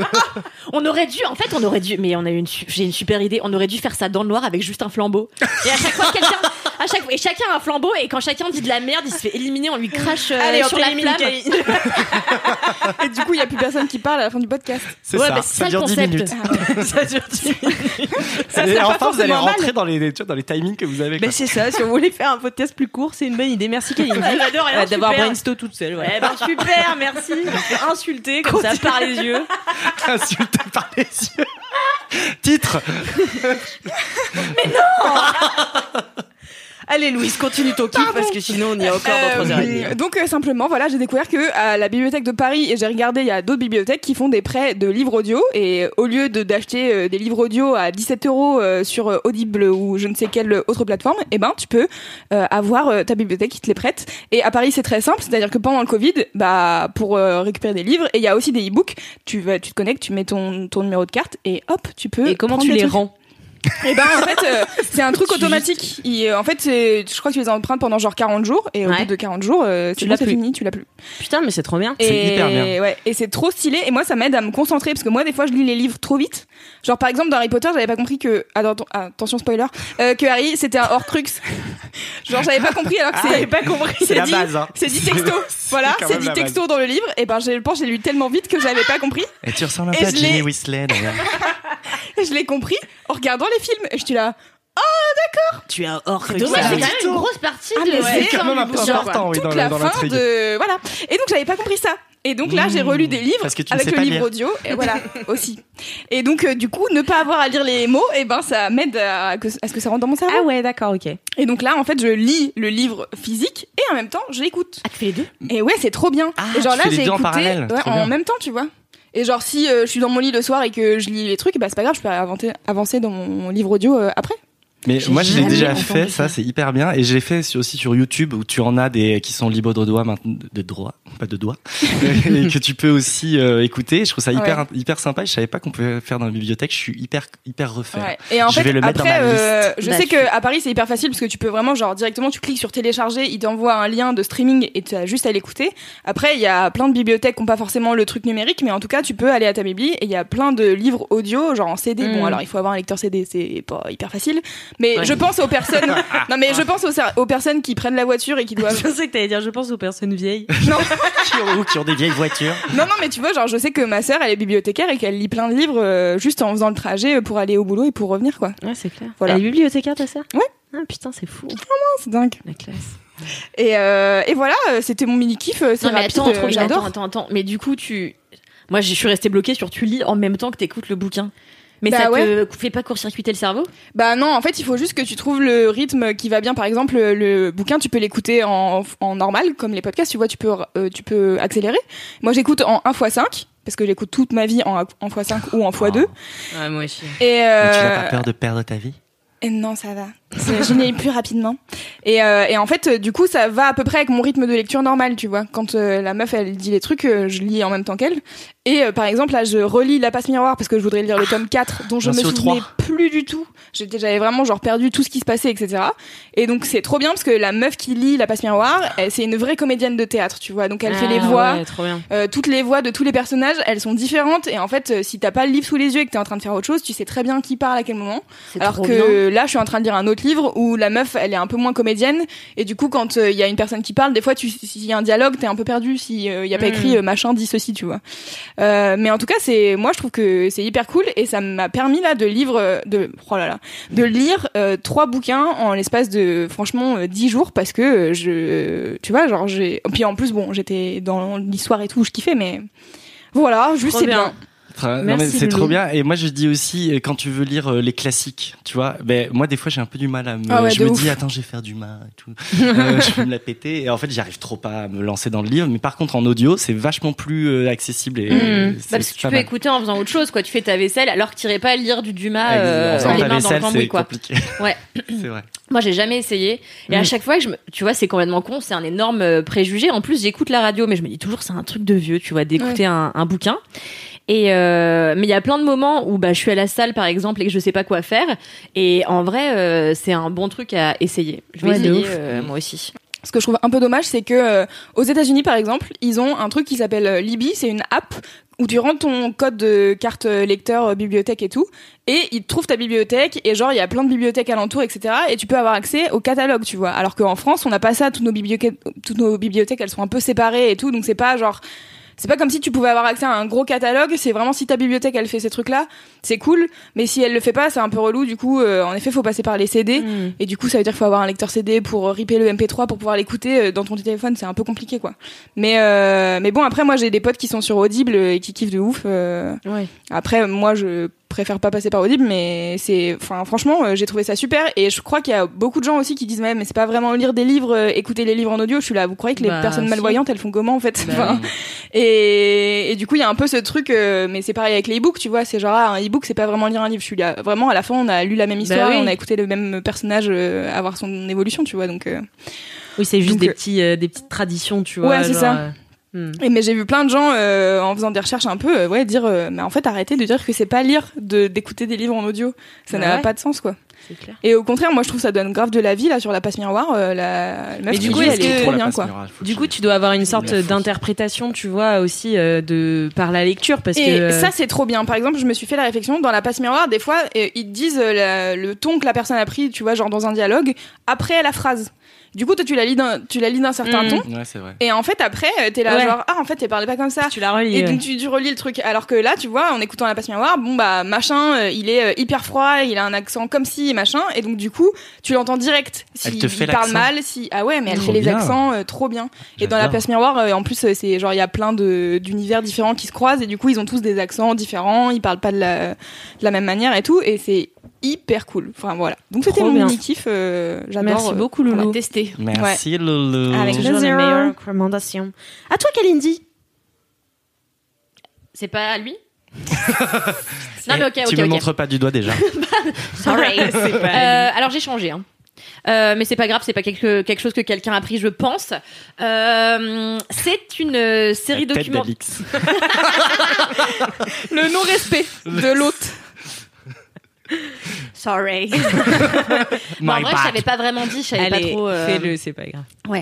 S5: On aurait dû, en fait, on aurait dû, mais on a eu une, su- j'ai une super idée. On aurait dû faire ça dans le noir avec juste un flambeau. Et à chaque fois, quelqu'un, à chaque, et chacun a un flambeau. Et quand chacun dit de la merde, il se fait éliminer. On lui crache euh,
S3: Allez, on
S5: sur la
S3: t'élimine,
S5: flamme.
S3: Kali.
S4: Et du coup, il y a plus personne qui parle à la fin du podcast.
S7: C'est
S5: Ouais,
S7: ça,
S5: bah,
S7: ça,
S5: c'est ça le
S7: dure dix
S5: concept.
S7: minutes.
S3: Ça dure dix minutes. Ça
S7: Et
S3: serait pas
S7: enfin, vous allez
S3: forcément mal.
S7: rentrer dans les, tu vois, dans les timings que vous avez.
S3: Mais
S7: quoi.
S3: c'est ça, si on voulait faire un podcast plus court, c'est une bonne idée. Merci Kalindi.
S5: J'adore,
S3: Euh, D'avoir
S5: super.
S3: brainstorm toute seule. Ouais.
S5: Eh ben super, merci. On fait insulter comme ça par les yeux.
S7: Insulté par les yeux. Titre.
S3: Allez Louise, continue ton kiff parce que sinon on y est encore dans trois heures trente.
S4: Euh, donc euh, simplement, voilà, j'ai découvert que à la bibliothèque de Paris, et j'ai regardé, il y a d'autres bibliothèques qui font des prêts de livres audio, et au lieu de d'acheter euh, des livres audio à dix-sept euros euh, sur euh, Audible ou je ne sais quelle autre plateforme, eh ben tu peux euh, avoir euh, ta bibliothèque qui te les prête. Et à Paris, c'est très simple, c'est-à-dire que pendant le Covid, bah pour euh, récupérer des livres, et il y a aussi des e-books, tu vas, tu te connectes, tu mets ton ton numéro de carte, et hop, tu peux.
S3: Et comment
S4: prendre
S3: tu
S4: des
S3: les
S4: trucs.
S3: rends?
S4: Et ben en fait euh, c'est un truc automatique. Il, euh, en fait c'est, je crois que tu les empruntes pendant genre quarante jours et au
S3: Ouais.
S4: bout de quarante jours euh, c'est
S3: Tu
S4: bon,
S3: l'as
S4: c'est
S3: plus.
S4: fini, tu l'as plus.
S3: Putain, mais c'est trop bien.
S7: C'est
S4: et,
S7: hyper bien.
S4: Ouais, et c'est trop stylé et moi ça m'aide à me concentrer parce que moi des fois je lis les livres trop vite. Genre par exemple dans Harry Potter, j'avais pas compris que attends, attention spoiler, euh, que Harry c'était un Horcrux. Genre j'avais pas compris alors que c'est
S3: J'avais pas compris.
S7: C'est la
S4: dit-
S7: base, hein.
S4: c'est dit texto. Voilà,
S7: quand
S4: c'est
S7: même
S4: dit
S7: la
S4: texto dans le livre et ben j'ai- je pense que j'ai lu tellement vite que j'avais pas compris.
S7: Et tu ressembles un
S4: Et
S7: peu à
S4: je
S7: Ginny
S4: l'ai-
S7: Weasley, d'ailleurs.
S4: Je l'ai compris en regardant les films. Et je suis là.
S7: Tu es un hors
S5: C'est dommage, c'est quand même une grosse partie
S4: Ah,
S5: de
S4: mais c'est
S7: quand même un peu
S5: bouquin.
S7: important, oui,
S4: toute
S7: dans,
S4: la
S7: dans
S4: fin
S7: l'intrigue.
S4: de voilà. Et donc j'avais pas compris ça. Et donc là, j'ai relu des livres
S7: Parce que tu ne
S4: avec
S7: sais
S4: le
S7: pas
S4: livre
S7: lire.
S4: audio, et voilà aussi. Et donc euh, du coup, ne pas avoir à lire les mots, et ben ça m'aide à, que- à ce que ça rentre dans mon cerveau.
S3: Ah ouais, d'accord, ok.
S4: Et donc là, en fait, je lis le livre physique et en même temps, je l'écoute.
S5: Ah, tu fais les deux?
S4: Et ouais, c'est trop bien.
S7: Ah,
S4: et genre
S7: tu
S4: là,
S7: fais les
S4: j'ai
S7: deux en
S4: écouté
S7: parallèle,
S4: ouais,
S7: trop
S4: en
S7: bien.
S4: même temps, tu vois. Et genre si euh, je suis dans mon lit le soir et que je lis les trucs, bah c'est pas grave, je peux avancer, avancer dans mon livre audio euh, après.
S7: Mais
S5: J'ai
S7: moi, je l'ai
S5: jamais
S7: déjà
S5: entendu
S7: fait,
S5: ça.
S7: ça, c'est hyper bien. Et j'ai fait sur- aussi sur YouTube où tu en as des qui sont libres de doigts maintenant, de droit, pas de doigts, et que tu peux aussi euh, écouter. Je trouve ça hyper
S4: Ouais.
S7: hyper sympa. Et je savais pas qu'on pouvait faire dans la bibliothèque. Je suis hyper hyper refait.
S4: Ouais. Et en
S7: Je
S4: fait,
S7: vais le mettre
S4: après,
S7: dans ma
S4: euh, je
S5: Bah,
S4: sais
S5: tu-
S4: que à Paris c'est hyper facile parce que tu peux vraiment genre directement tu cliques sur télécharger, il t'envoie un lien de streaming et tu as juste à l'écouter. Après, il y a plein de bibliothèques qui ont pas forcément le truc numérique, mais en tout cas, tu peux aller à ta bibli et il y a plein de livres audio genre en C D.
S5: Mm.
S4: Bon, alors il faut avoir un lecteur C D, c'est pas hyper facile, mais
S5: Ouais.
S4: je pense aux personnes. Non, mais je pense aux, aux personnes qui prennent la voiture et qui doivent.
S3: Je pensais que t'allais dire, je pense aux personnes vieilles.
S4: Non,
S7: Qui ont, ou qui ont des vieilles voitures.
S4: non, non, mais tu vois, genre je sais que ma sœur elle est bibliothécaire et qu'elle lit plein de livres euh, juste en faisant le trajet pour aller au boulot et pour revenir quoi.
S3: Ouais, c'est clair.
S4: Voilà.
S3: Elle est bibliothécaire, ta sœur?
S4: Ouais.
S3: Ah putain, c'est fou.
S4: C'est dingue.
S3: La classe.
S4: Et, euh, et voilà, euh, c'était mon mini kiff. C'est
S5: Non, mais
S4: rapide,
S5: attends,
S4: euh,
S5: attends,
S4: j'adore.
S5: attends, attends. Mais du coup, tu. Moi, je suis restée bloquée sur tu lis en même temps que t'écoutes le bouquin. Mais
S4: Bah
S5: ça
S4: ouais.
S5: te fait pas court-circuiter le cerveau?
S4: Bah non, en fait, il faut juste que tu trouves le rythme qui va bien. Par exemple, le, le bouquin, tu peux l'écouter en, en normal, comme les podcasts, tu vois, tu peux, euh, tu peux accélérer. Moi, j'écoute en un fois cinq, parce que j'écoute toute ma vie en, en fois cinq ou en fois deux.
S3: Ouais, moi aussi.
S4: Et, euh,
S7: Mais tu n'as pas peur de perdre ta vie?
S4: et non, ça va. C'est- Je n'ai plus rapidement. Et, euh, et en fait, euh, du coup, ça va à peu près avec mon rythme de lecture normal, tu vois. Quand euh, la meuf, elle dit les trucs, euh, je lis en même temps qu'elle. Et euh, par exemple, là, je relis La Passe Miroir parce que je voudrais lire le tome quatre, dont je
S7: J'en
S4: me
S7: suis au
S4: souvenais
S7: trois.
S4: plus du tout. J'étais, j'avais vraiment genre perdu tout ce qui se passait, et cetera. Et donc, c'est trop bien parce que la meuf qui lit La Passe Miroir, elle, c'est une vraie comédienne de théâtre, tu vois. Donc, elle fait les
S3: Ah,
S4: voix.
S3: Ouais, trop bien.
S4: Euh, toutes les voix de tous les personnages, elles sont différentes. Et en fait, euh, si t'as pas le livre sous les yeux et que t'es en train de faire autre chose, tu sais très bien qui parle à quel moment.
S5: C'est
S4: Alors
S5: trop
S4: que
S5: bien.
S4: là, je suis en train de lire un autre livre où la meuf, elle est un peu moins comédienne. Et du coup, quand il y a une personne qui parle, des fois, tu- s'il y a un dialogue, t'es un peu perdu. S'il y a pas
S5: Mm.
S4: écrit euh, machin dit ceci, tu vois. Euh, mais en tout cas, c'est moi, je trouve que c'est hyper cool et ça m'a permis là de lire, euh, de oh là là, de lire euh, trois bouquins en l'espace de franchement euh, dix jours parce que euh, je, tu vois, genre j'ai. Puis en plus, bon, j'étais dans l'histoire et tout, je kiffais, mais voilà, juste
S3: Trop
S4: c'est
S3: bien.
S4: bien.
S7: Tra- Non,
S3: Merci,
S7: mais c'est
S3: Loulou.
S7: trop bien. Et moi, je dis aussi, euh, quand tu veux lire euh, les classiques, tu vois, ben, moi, des fois, j'ai un peu du mal à me.
S4: Ah ouais,
S7: je
S4: de
S7: me
S4: ouf.
S7: dis, attends, je vais faire du mal et tout. Euh, je vais me la péter. Et en fait, j'y arrive trop pas à me lancer dans le livre. Mais par contre, en audio, c'est vachement plus euh, accessible. Et,
S5: Mmh.
S7: euh,
S5: Bah,
S7: c'est-
S5: parce
S7: c'est
S5: que tu
S7: pas
S5: peux
S7: mal.
S5: écouter en faisant autre chose, quoi. Tu fais ta vaisselle alors que t'irais pas lire du Dumas euh,
S7: En faisant
S5: les
S7: ta
S5: mains dans le
S7: vaisselle,
S5: cambouis,
S7: c'est
S5: quoi.
S7: compliqué.
S5: Ouais.
S7: C'est vrai.
S5: Moi, j'ai jamais essayé. Et à
S3: Mm.
S5: chaque fois que je me, tu vois, c'est complètement con, c'est un énorme euh, préjugé. En plus, j'écoute la radio, mais je me dis toujours, c'est un truc de vieux, tu vois, d'écouter un, un bouquin. Et euh, mais il y a plein de moments où bah je suis à la salle par exemple et que je sais pas quoi faire. Et en vrai, euh, c'est un bon truc à essayer. Je vais
S3: Ouais, de
S5: essayer
S3: ouf.
S5: euh, moi aussi.
S4: Ce que je trouve un peu dommage, c'est que euh, aux États-Unis, par exemple, ils ont un truc qui s'appelle euh, Libby. C'est une app où tu rentres ton code de carte euh, lecteur, euh, bibliothèque et tout, et ils te trouvent ta bibliothèque. Et genre, il y a plein de bibliothèques alentours, et cetera. Et tu peux avoir accès au catalogue, tu vois. Alors qu'en France, on n'a pas ça. Toutes nos bibliothèques, toutes nos bibliothèques, elles sont un peu séparées et tout. Donc c'est pas genre. C'est pas comme si tu pouvais avoir accès à un gros catalogue, c'est vraiment si ta bibliothèque elle fait ces trucs-là, c'est cool, mais si elle le fait pas, c'est un peu relou, du coup, euh, en effet, faut passer par les C D,
S3: Mm.
S4: et du coup, ça veut dire qu'il faut avoir un lecteur C D pour euh, ripper le M P trois pour pouvoir l'écouter euh, dans ton téléphone, c'est un peu compliqué, quoi. Mais, euh, mais bon, après, moi, j'ai des potes qui sont sur Audible et qui kiffent de ouf. euh.
S3: Ouais.
S4: Après, moi, je préfère pas passer par Audible, mais c'est, enfin, franchement, euh, j'ai trouvé ça super, et je crois qu'il y a beaucoup de gens aussi qui disent, ouais, mais c'est pas vraiment lire des livres, euh, écouter les livres en audio, je suis là, vous croyez que les
S3: Bah,
S4: personnes
S3: si.
S4: malvoyantes, elles font comment, en fait?
S3: Bah,
S4: Enfin, et, et du coup, il y a un peu ce truc, euh, mais c'est pareil avec les e-books, tu vois, c'est genre, ah, un e-book, c'est pas vraiment lire un livre. Je suis là, vraiment, à la fin, on a lu la même histoire,
S3: oui.
S4: et on a écouté le même personnage euh, avoir son évolution, tu vois, donc. euh.
S3: Oui, c'est juste
S4: Donc,
S3: des
S4: euh,
S3: petits, euh, des petites traditions, tu vois.
S4: Ouais, c'est
S3: genre,
S4: ça.
S3: euh, hmm.
S4: Et mais j'ai vu plein de gens euh, en faisant des recherches un peu, euh, ouais, dire, euh, mais en fait, arrêtez de dire que c'est pas lire, de d'écouter des livres en audio, ça
S3: Bah
S4: n'a
S3: ouais.
S4: pas de sens, quoi.
S3: C'est clair.
S4: Et au contraire, moi, je trouve que ça donne grave de la vie là sur la passe miroir. Euh, la meuf
S3: Mais du
S4: qui
S3: coup,
S4: lit,
S3: est-ce
S4: elle est
S3: que-
S4: trop
S7: la
S4: bien,
S7: passe
S4: quoi.
S7: miroir, faut que
S3: Du
S7: je-
S3: coup, tu dois avoir une sorte
S7: la fausse.
S3: d'interprétation, tu vois, aussi euh, de par la lecture, parce
S4: Et
S3: que euh,
S4: ça, c'est trop bien. Par exemple, je me suis fait la réflexion dans la passe miroir. Des fois, euh, ils te disent euh, la- le ton que la personne a pris, tu vois, genre dans un dialogue, après la phrase. Du coup, toi, tu la lis d'un, tu la lis d'un certain
S3: Mm.
S4: ton.
S7: Ouais, c'est vrai.
S4: Et en fait, après, euh, t'es là
S3: Ouais.
S4: genre, ah, en fait, elle parlait pas comme ça.
S3: Tu la relis.
S4: Et
S3: ouais.
S4: donc tu, tu relis le truc. Alors que là, tu vois, en écoutant la passe miroir, bon bah machin, euh, il est euh, hyper froid, il a un accent comme si machin, et donc du coup, tu l'entends direct. Si
S7: Elle te fait
S4: il parle
S7: l'accent.
S4: mal, si ah ouais, mais elle
S7: Trop
S4: fait les
S7: bien.
S4: accents euh, trop bien. Et dans la
S7: J'adore.
S4: passe miroir, euh, en plus, euh, c'est genre il y a plein de d'univers différents qui se croisent, et du coup, ils ont tous des accents différents, ils parlent pas de la de la même manière et tout, et c'est hyper cool. Enfin voilà. Donc c'était
S3: Trop
S4: mon
S3: bien.
S4: mini kiff. Euh, j'adore.
S3: Merci
S4: euh,
S3: beaucoup,
S4: voilà.
S3: Loulou.
S5: Tester.
S7: Merci, Loulou.
S4: Avec
S3: Toujours les
S4: plaisir.
S3: meilleures recommandations. À toi, Kalindi.
S5: C'est pas à lui Non, mais ok, ok,
S7: Tu me
S5: ok.
S7: montres pas du doigt déjà.
S5: Sorry. Euh, alors j'ai changé. Hein. Euh, mais c'est pas grave, c'est pas quelque, quelque chose que quelqu'un a pris, je pense. Euh, c'est une euh, série
S7: La tête
S5: documentaire.
S7: d'Alix.
S4: Le non-respect de l'autre.
S5: Sorry. Bon, en
S7: My
S5: vrai, je
S7: bad.
S5: savais pas vraiment dit, je savais pas
S3: Allez,
S5: trop. euh,
S3: fais-le, c'est pas grave.
S5: Ouais.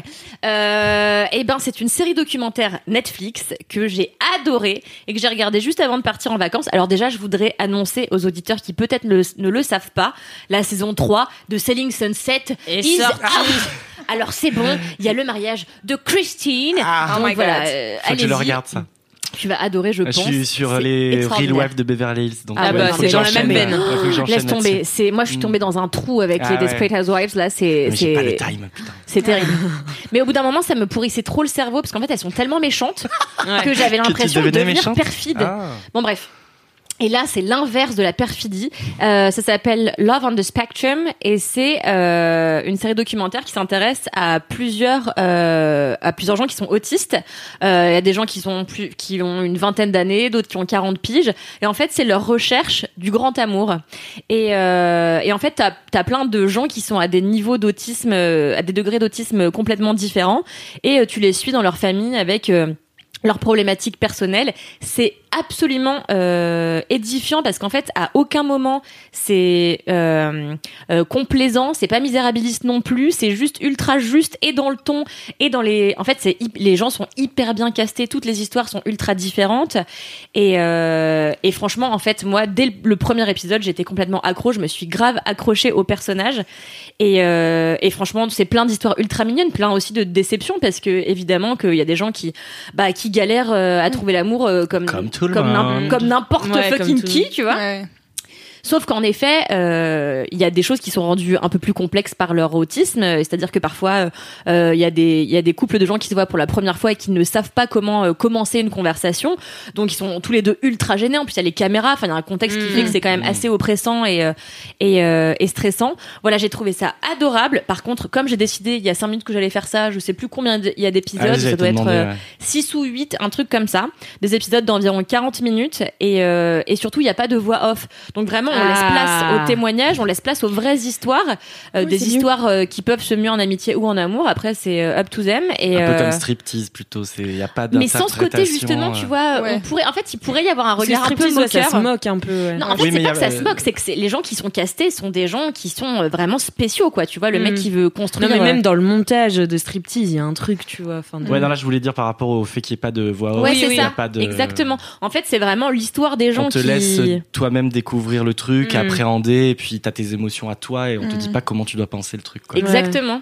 S5: Euh, et ben, c'est une série documentaire Netflix que j'ai adorée et que j'ai regardée juste avant de partir en vacances. Alors déjà, je voudrais annoncer aux auditeurs qui peut-être le- ne le savent pas, la saison trois de Selling Sunset
S3: Et
S5: is
S3: sorti.
S5: out. Alors c'est bon, il y a le mariage de Christine.
S7: Ah.
S5: Donc
S4: Oh my
S5: voilà,
S4: God.
S5: euh,
S7: Faut que je le
S5: allez-y.
S7: regarde, ça.
S5: Tu vas adorer, je
S7: Je
S5: pense.
S7: suis sur
S5: C'est
S7: les Real
S5: extraordinaire.
S7: Wives de Beverly Hills. Donc
S5: Ah
S7: ouais,
S5: bah,
S7: faut
S5: c'est
S7: que
S5: dans la
S7: j'enchaîne,
S5: même veine.
S7: euh, faut que j'enchaîne
S5: Laisse tomber.
S7: là-dessus.
S5: C'est moi, je suis tombée dans un trou avec
S7: Ah
S5: les
S7: ouais.
S5: Desperate Housewives. Là, c'est
S7: Mais j'ai pas le
S5: c'est
S7: time, putain.
S5: c'est terrible. Mais au bout d'un moment, ça me pourrissait trop le cerveau parce qu'en fait, elles sont tellement méchantes que j'avais
S7: tu
S5: l'impression de
S7: devenais
S5: devenir
S7: méchante
S5: perfide.
S7: Ah.
S5: Bon bref. Et là, c'est l'inverse de la perfidie. Euh, ça s'appelle Love on the Spectrum et c'est euh, une série documentaire qui s'intéresse à plusieurs euh, à plusieurs gens qui sont autistes. Euh, Il y a des gens qui sont plus qui ont une vingtaine d'années, d'autres qui ont quarante piges. Et en fait, c'est leur recherche du grand amour. Et, euh, et en fait, t'as t'as plein de gens qui sont à des niveaux d'autisme, euh, à des degrés d'autisme complètement différents. Et euh, tu les suis dans leur famille avec euh, leurs problématiques personnelles. C'est absolument euh, édifiant parce qu'en fait à aucun moment c'est euh, euh, complaisant, c'est pas misérabiliste non plus, c'est juste ultra juste et dans le ton et dans les en fait c'est les gens sont hyper bien castés, toutes les histoires sont ultra différentes et euh, et franchement en fait moi dès le premier épisode j'étais complètement accro, je me suis grave accrochée au personnage et euh, et franchement c'est plein d'histoires ultra mignonnes, plein aussi de déceptions parce que évidemment qu'il y a des gens qui bah qui galèrent euh, à trouver l'amour euh, comme
S7: Comme tout le
S5: comme n'im-
S7: monde.
S5: comme n'importe
S3: Ouais, comme
S5: fucking
S3: tout.
S5: qui, tu vois.
S4: Ouais.
S5: Sauf qu'en effet, euh, il y a des choses qui sont rendues un peu plus complexes par leur autisme. C'est-à-dire que parfois, euh, il y a des il y a des couples de gens qui se voient pour la première fois et qui ne savent pas comment euh, commencer une conversation. Donc ils sont tous les deux ultra gênés. En plus, il y a les caméras. Enfin, il y a un contexte qui
S3: Mmh.
S5: fait que c'est quand même assez oppressant et euh, et, euh, et stressant. Voilà, j'ai trouvé ça adorable. Par contre, comme j'ai décidé il y a cinq minutes que j'allais faire ça, je sais plus combien il y a d'épisodes.
S7: Ah,
S5: ça
S7: j'allais
S5: doit
S7: te
S5: être
S7: demander,
S5: euh,
S7: ouais.
S5: six ou huit, un truc comme ça. Des épisodes d'environ quarante minutes et, euh, et surtout, il n'y a pas de voix off. Donc vraiment, on
S3: Ah.
S5: laisse place aux témoignages, on laisse place aux vraies histoires, euh,
S4: Oui,
S5: des
S4: c'est mieux.
S5: histoires euh, qui peuvent se muer en amitié ou en amour. Après, c'est euh, up to them. Et,
S7: Un peu
S5: euh,
S7: comme striptease plutôt, c'est y a pas
S5: mais sans ce côté
S7: d'interprétation,
S5: justement,
S7: euh.
S5: tu vois,
S4: Ouais.
S5: on pourrait, en fait, il pourrait y avoir un
S3: Parce que
S5: regard un peu
S3: striptease, ouais, ça
S5: moqueur.
S3: se moque un peu. ouais.
S5: Non, en fait,
S7: Oui,
S5: c'est
S7: mais
S5: pas
S7: y a-
S5: que ça se
S7: euh,
S5: moque, c'est que c'est- les gens qui sont castés sont des gens qui sont euh, vraiment spéciaux, quoi. Tu vois, le
S3: Mm.
S5: mec qui veut
S3: Non,
S5: construire.
S3: mais
S5: euh,
S3: même dans le montage de striptease, il y a un truc, tu vois. Enfin, de-
S7: Ouais, non, là, je voulais dire par rapport au fait qu'il n'y ait pas de voix off.
S5: Ouais,
S3: Oui,
S5: c'est
S3: oui,
S7: y a
S5: ça.
S7: pas de-
S5: Exactement. En fait, c'est vraiment l'histoire des gens
S7: On te
S5: qui.
S7: laisse toi-même découvrir le truc,
S3: Mm.
S7: appréhender, et puis t'as tes émotions à toi, et on te
S4: Mm.
S7: dit pas comment tu dois penser le truc. Quoi.
S5: Exactement.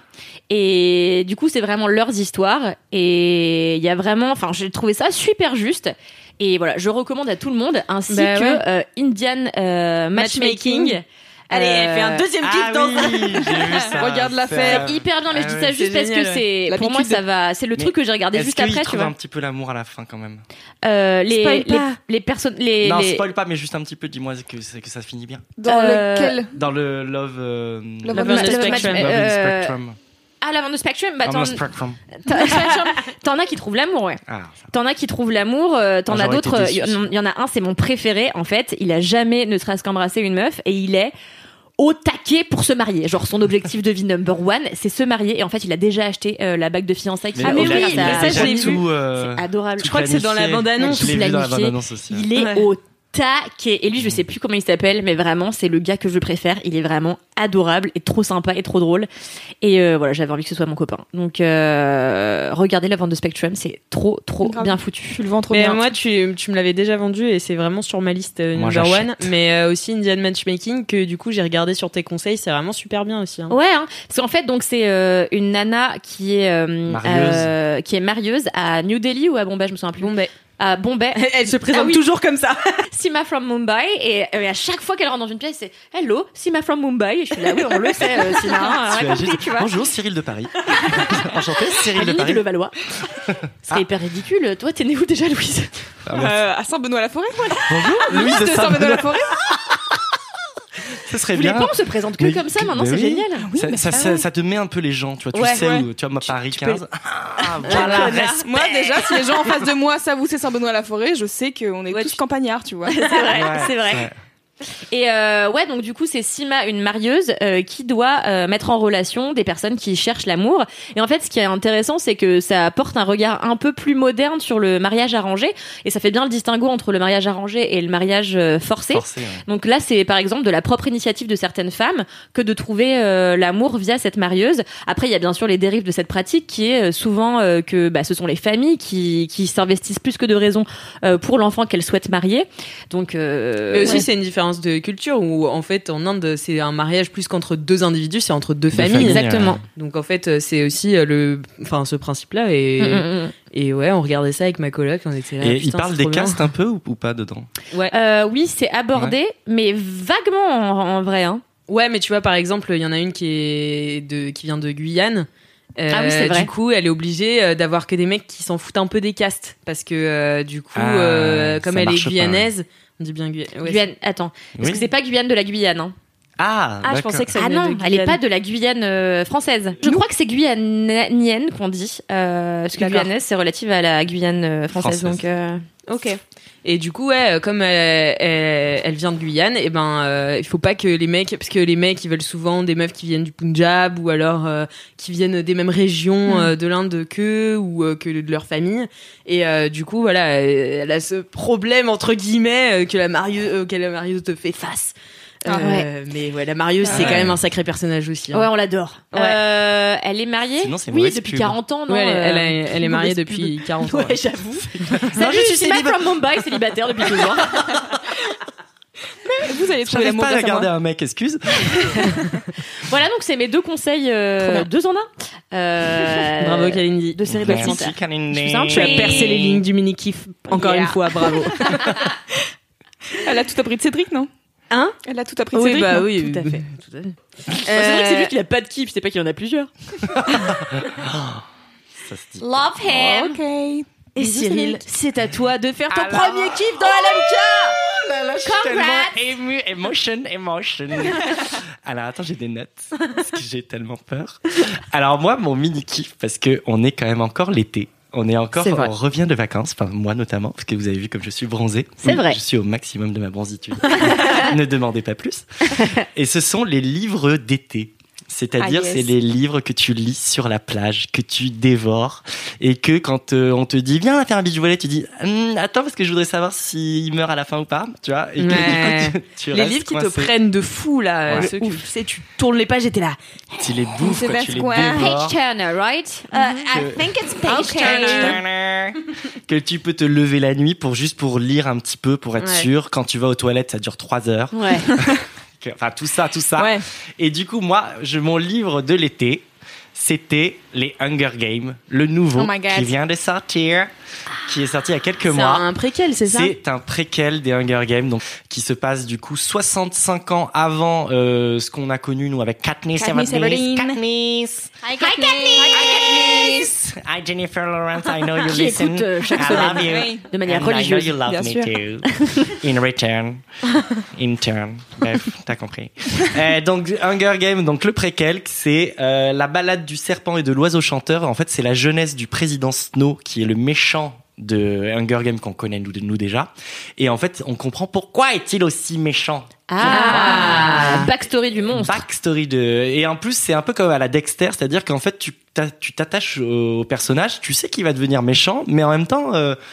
S5: Et du coup, c'est vraiment leurs histoires. Et il y a vraiment, enfin, j'ai trouvé ça super juste. Et voilà, je recommande à tout le monde, ainsi
S3: Bah
S5: que
S3: ouais.
S5: euh, Indian euh, Matchmaking.
S3: Matchmaking. Allez, elle fait un deuxième kiff
S7: Ah
S3: dans
S7: oui,
S3: ça.
S7: j'ai vu ça.
S4: Regarde la
S7: C'est,
S4: faire.
S7: euh,
S5: Hyper bien, mais
S7: Ah
S5: je dis
S7: ouais.
S5: ça juste
S3: C'est
S5: parce
S3: génial,
S5: que c'est, pour moi,
S4: L'habitude.
S5: ça va, c'est le
S7: Mais
S5: truc que j'ai regardé
S7: Est-ce
S5: juste
S7: qu'il
S5: après, tu
S7: trouve
S5: vois.
S7: un petit peu l'amour à la fin quand même?
S5: Euh, les,
S3: Spoil
S5: les,
S3: pas.
S5: les personnes, les,
S7: Non,
S5: les-
S7: spoil pas, mais juste un petit peu, dis-moi que, c'est- que ça finit bien.
S4: Dans
S5: Euh,
S4: lequel
S7: Dans le Love... euh,
S4: Love
S3: on the
S5: Love
S3: Spectrum.
S5: Match-
S7: Love in the
S5: euh,
S7: Spectrum.
S5: Ah, Love on the Spectrum, bah,
S7: On
S5: t'en,
S7: the Spectrum.
S5: t'en, t'en as qui trouvent l'amour, ouais.
S7: Ah, ça.
S5: T'en as qui trouvent l'amour, euh, t'en
S7: Ah,
S5: as
S7: j'aurais
S5: d'autres.
S7: été
S5: Il
S7: déçu.
S5: y, y en a un, c'est mon préféré. En fait, il a jamais, ne serait-ce qu'embrassé une meuf, et il est au taquet pour se marier. Genre son objectif de vie number one, c'est se marier. Et en fait, il a déjà acheté euh, la bague de fiançailles. qu'il
S7: Mais
S5: va
S3: mais
S7: il a-
S5: offrir
S3: oui,
S5: à
S7: il a
S5: sa-
S3: mais ça,
S7: déjà
S3: je l'ai vu.
S7: tout, euh,
S5: C'est adorable.
S7: tout
S3: Je crois que c'est dans la
S7: planifié.
S3: bande-annonce.
S7: Je l'ai vu dans la
S5: planifié.
S7: bande-annonce aussi.
S5: Il est
S3: Ouais.
S5: au taquet. Et lui, je sais plus comment il s'appelle, mais vraiment, c'est le gars que je préfère. Il est vraiment adorable et trop sympa et trop drôle. Et euh, voilà, j'avais envie que ce soit mon copain. Donc euh, regardez la vente de Spectrum, c'est trop trop
S4: Grave.
S5: bien foutu.
S4: Tu le vends trop
S3: Mais
S4: bien.
S3: moi, tu, tu me l'avais déjà vendu et c'est vraiment sur ma liste euh,
S7: Moi,
S3: number
S7: j'achète.
S3: one. Mais euh, aussi Indian Matchmaking que du coup j'ai regardé sur tes conseils, c'est vraiment super bien aussi. Hein.
S5: Ouais, hein, parce qu'en fait, donc c'est euh, une nana qui est euh,
S7: Marieuse.
S5: euh, qui est marieuse à New Delhi ou à Bombay, je me souviens plus.
S3: Bombay.
S5: À Bombay.
S3: Elle se présente
S5: Ah oui.
S3: toujours comme ça.
S5: Sima from Mumbai, et, et à chaque fois qu'elle rentre dans une pièce, c'est Hello, Sima from Mumbai. Et je suis là, oui, on le sait, euh, Sima, hein, on
S7: Tu
S5: a
S7: as
S5: compris,
S7: juste-
S5: tu vois.
S7: Bonjour, Cyril de Paris. Enchanté, Cyril de
S5: Amélie
S7: Paris.
S5: de Levallois. Ce serait
S7: Ah.
S5: hyper ridicule. Toi, t'es née où déjà, Louise?
S7: Ah, merci.
S4: Euh, à Saint-Benoît-la-Forêt.
S7: Bonjour, Louise de
S4: De
S7: Saint-Benoît.
S4: Saint-Benoît-la-Forêt.
S7: Ce serait
S5: Vous voulez
S7: bien.
S5: pas, on se présente que
S7: Mais-
S5: comme ça, maintenant,
S7: mais
S5: c'est
S7: oui.
S5: génial.
S7: ça,
S4: mais
S7: ça,
S4: ça,
S7: ça-
S4: ouais.
S7: ça te met un peu les gens, tu vois. Tu
S5: Ouais,
S7: sais
S5: ouais.
S7: où, tu vois, moi, Paris
S5: tu
S7: quinze. Ah, voilà,
S5: connard.
S7: respect.
S4: Moi, déjà, si les gens en face de moi savent où c'est Saint-Benoît-la-Forêt, je sais qu'on est
S5: Ouais,
S4: tous
S5: tu-
S4: campagnards, tu vois.
S5: C'est vrai,
S7: Ouais,
S5: c'est vrai.
S7: ouais.
S5: Et euh, ouais, donc du coup, c'est Sima, une marieuse, euh, qui doit euh, mettre en relation des personnes qui cherchent l'amour. Et en fait, ce qui est intéressant, c'est que ça apporte un regard un peu plus moderne sur le mariage arrangé. Et ça fait bien le distinguo entre le mariage arrangé et le mariage euh, forcé.
S7: Forcé, ouais.
S5: Donc là, c'est par exemple de la propre initiative de certaines femmes que de trouver euh, l'amour via cette marieuse. Après, il y a bien sûr les dérives de cette pratique qui est euh, souvent euh, que bah, ce sont les familles qui, qui s'investissent plus que de raison euh, pour l'enfant qu'elles souhaitent marier. Donc, euh,
S3: Mais aussi,
S5: ouais.
S3: c'est une différence de culture où, en fait, en Inde, c'est un mariage plus qu'entre deux individus, c'est entre deux,
S7: Deux
S3: familles.
S7: familles,
S5: Exactement.
S7: ouais.
S3: Donc, en fait, c'est aussi euh, le, enfin, ce principe-là. Et,
S5: Mm, mm, mm.
S3: et ouais, on regardait ça avec ma coloc, on était là.
S7: Et
S3: putain,
S7: il parle
S3: c'est
S7: des
S3: trop bien.
S7: castes un peu ou, ou pas dedans?
S3: Ouais.
S5: Euh, oui, c'est abordé, mais vaguement en, en vrai. Hein.
S3: Ouais, mais tu vois, par exemple, il y en a une qui est de, qui vient de Guyane. Euh,
S5: Ah oui, c'est vrai.
S3: Du coup, elle est obligée euh, d'avoir que des mecs qui s'en foutent un peu des castes. Parce que, euh, du coup,
S7: Ah,
S3: euh, comme
S7: ça
S3: elle est
S7: marche pas,
S3: guyanaise, on dit bien Guyane. ouais,
S5: Guyane, attends, parce
S7: Oui.
S5: que c'est pas Guyane de la Guyane. Hein.
S7: Ah,
S3: Ah, je
S7: d'accord.
S3: pensais que ça
S5: Ah
S3: venait
S5: non,
S3: de
S5: elle est
S3: Guyane.
S5: pas de la Guyane euh, française. Je crois que c'est guyanienne qu'on dit, euh, parce que
S3: D'accord.
S5: guyanaise c'est relative à la Guyane euh, française.
S7: Française.
S5: Donc, euh,
S3: Ok. Et du coup, ouais, comme elle, elle, elle vient de Guyane, et ben, euh, il faut pas que les mecs, parce que les mecs, ils veulent souvent des meufs qui viennent du Punjab ou alors euh, qui viennent des mêmes régions euh, de l'Inde qu'eux ou euh, que de leur famille. Et euh, du coup, voilà, elle, elle a ce problème entre guillemets euh, que la marieuse, euh, que la marieuse te fait face.
S5: Ah,
S3: Euh, Mais ouais, la marieuse, c'est
S7: Ouais.
S3: quand même un sacré personnage aussi. hein.
S5: ouais, on l'adore.
S3: Ouais.
S5: Euh, elle est mariée.
S7: Sinon, c'est
S5: oui,
S7: mauvaise
S5: depuis
S7: pub.
S5: quarante ans, non
S3: Ouais, elle,
S5: euh,
S3: elle, est- elle est mariée
S5: mauvaise
S3: depuis
S5: pub.
S3: quarante ans.
S5: Ouais,
S3: ouais.
S5: j'avoue.
S7: Non,
S5: Salut,
S7: je suis
S5: Sima
S7: célibataire.
S5: from Mumbai, célibataire depuis toujours.
S4: Vous allez trouver
S7: J'arrive
S4: l'amour
S7: pas à
S4: grâce à
S7: garder
S4: moi.
S7: un mec, excuse.
S5: Voilà, donc c'est mes deux conseils, euh, deux en un. Euh,
S3: Bravo, Kalindi.
S5: de série
S7: Merci,
S5: documentaire.
S7: Kalindi.
S5: Je fais un
S3: Tu as
S5: Oui.
S3: percé les lignes du mini-kiff. Encore
S5: Yeah.
S3: une fois, bravo.
S4: Elle a tout appris de Cédric, non?
S3: Hein?
S4: Elle a tout appris de
S3: Oui,
S4: Cédric,
S3: bah
S4: non?
S3: oui.
S5: Tout à fait.
S3: Tout à fait.
S5: C'est vrai que c'est lui qui a pas de kiff, c'est pas qu'il y en a plusieurs.
S7: Ça se dit.
S5: Love him.
S4: Ok.
S5: Et
S4: Bisous,
S5: Cyril,
S4: Cédric.
S5: c'est à toi de faire ton
S7: Alors-
S5: premier kiff dans L M K.
S7: Oh là là, je suis
S5: Congrats.
S7: tellement ému, emotion, emotion. Alors attends, j'ai des notes parce que j'ai tellement peur. Alors moi, mon mini kiff, parce que on est quand même encore l'été. On est encore,
S3: C'est vrai.
S7: on revient de vacances, enfin moi notamment, parce que vous avez vu comme je suis bronzé.
S5: C'est
S7: Oui,
S5: vrai.
S7: Je suis au maximum de ma bronzitude. Ne demandez pas plus. Et ce sont les livres d'été. C'est-à-dire,
S4: Ah, yes.
S7: c'est les livres que tu lis sur la plage, que tu dévores, et que quand euh, on te dit viens on va faire un beach volley, tu dis Hum, attends parce que je voudrais savoir s'il meurt à la fin ou pas, tu vois. Et que,
S3: Ouais.
S7: du coup, tu, tu
S3: Les
S7: restes
S3: livres qui te
S7: coincé.
S3: prennent de fou, là.
S7: Ouais.
S3: Ceux que, tu sais, tu tournes les pages et t'es là.
S7: Tu les bouffes,
S4: C'est
S7: quoi, tu les
S4: Vascoin.
S7: dévores.
S5: Page Turner, right?
S6: Uh, I think it's page turner.
S7: Que tu peux te lever la nuit pour juste pour lire un petit peu, pour être
S3: Ouais.
S7: sûr. Quand tu vas aux toilettes, ça dure trois heures.
S5: Ouais.
S7: Que- Enfin, tout ça, tout ça.
S4: Ouais.
S7: Et du coup, moi, je, mon livre de l'été, c'était les Hunger Games, le nouveau,
S4: Oh my God.
S7: qui vient de sortir, qui est sorti il y a quelques
S3: C'est
S7: mois.
S3: un préquel, c'est ça?
S7: C'est un préquel des Hunger Games, donc qui se passe du coup soixante-cinq ans avant euh, ce qu'on a connu nous avec Katniss
S4: Katniss
S7: Everdeen.
S4: Everdeen.
S7: Katniss.
S6: Hi, Katniss.
S7: Hi Jennifer Lawrence, I know you
S5: Qui
S7: listen.
S5: écoute, euh, chaque
S7: I
S5: semaine.
S7: love you.
S4: Oui.
S5: De manière
S7: And
S5: religieuse.
S7: I know you love
S4: bien
S7: me
S4: sûr.
S7: too. In return. In turn. Bref, t'as compris. Euh, donc Hunger Games, donc le préquel, c'est euh, la balade du serpent et de l'oiseau chanteur. En fait, c'est la jeunesse du président Snow qui est le méchant de Hunger Games qu'on connaît nous, nous déjà. Et en fait, on comprend pourquoi est-il aussi méchant.
S5: Ah, backstory du monstre.
S7: Backstory de et en plus c'est un peu comme à la Dexter, c'est-à-dire qu'en fait tu t'a- tu t'attaches au personnage, tu sais qu'il va devenir méchant, mais en même temps euh,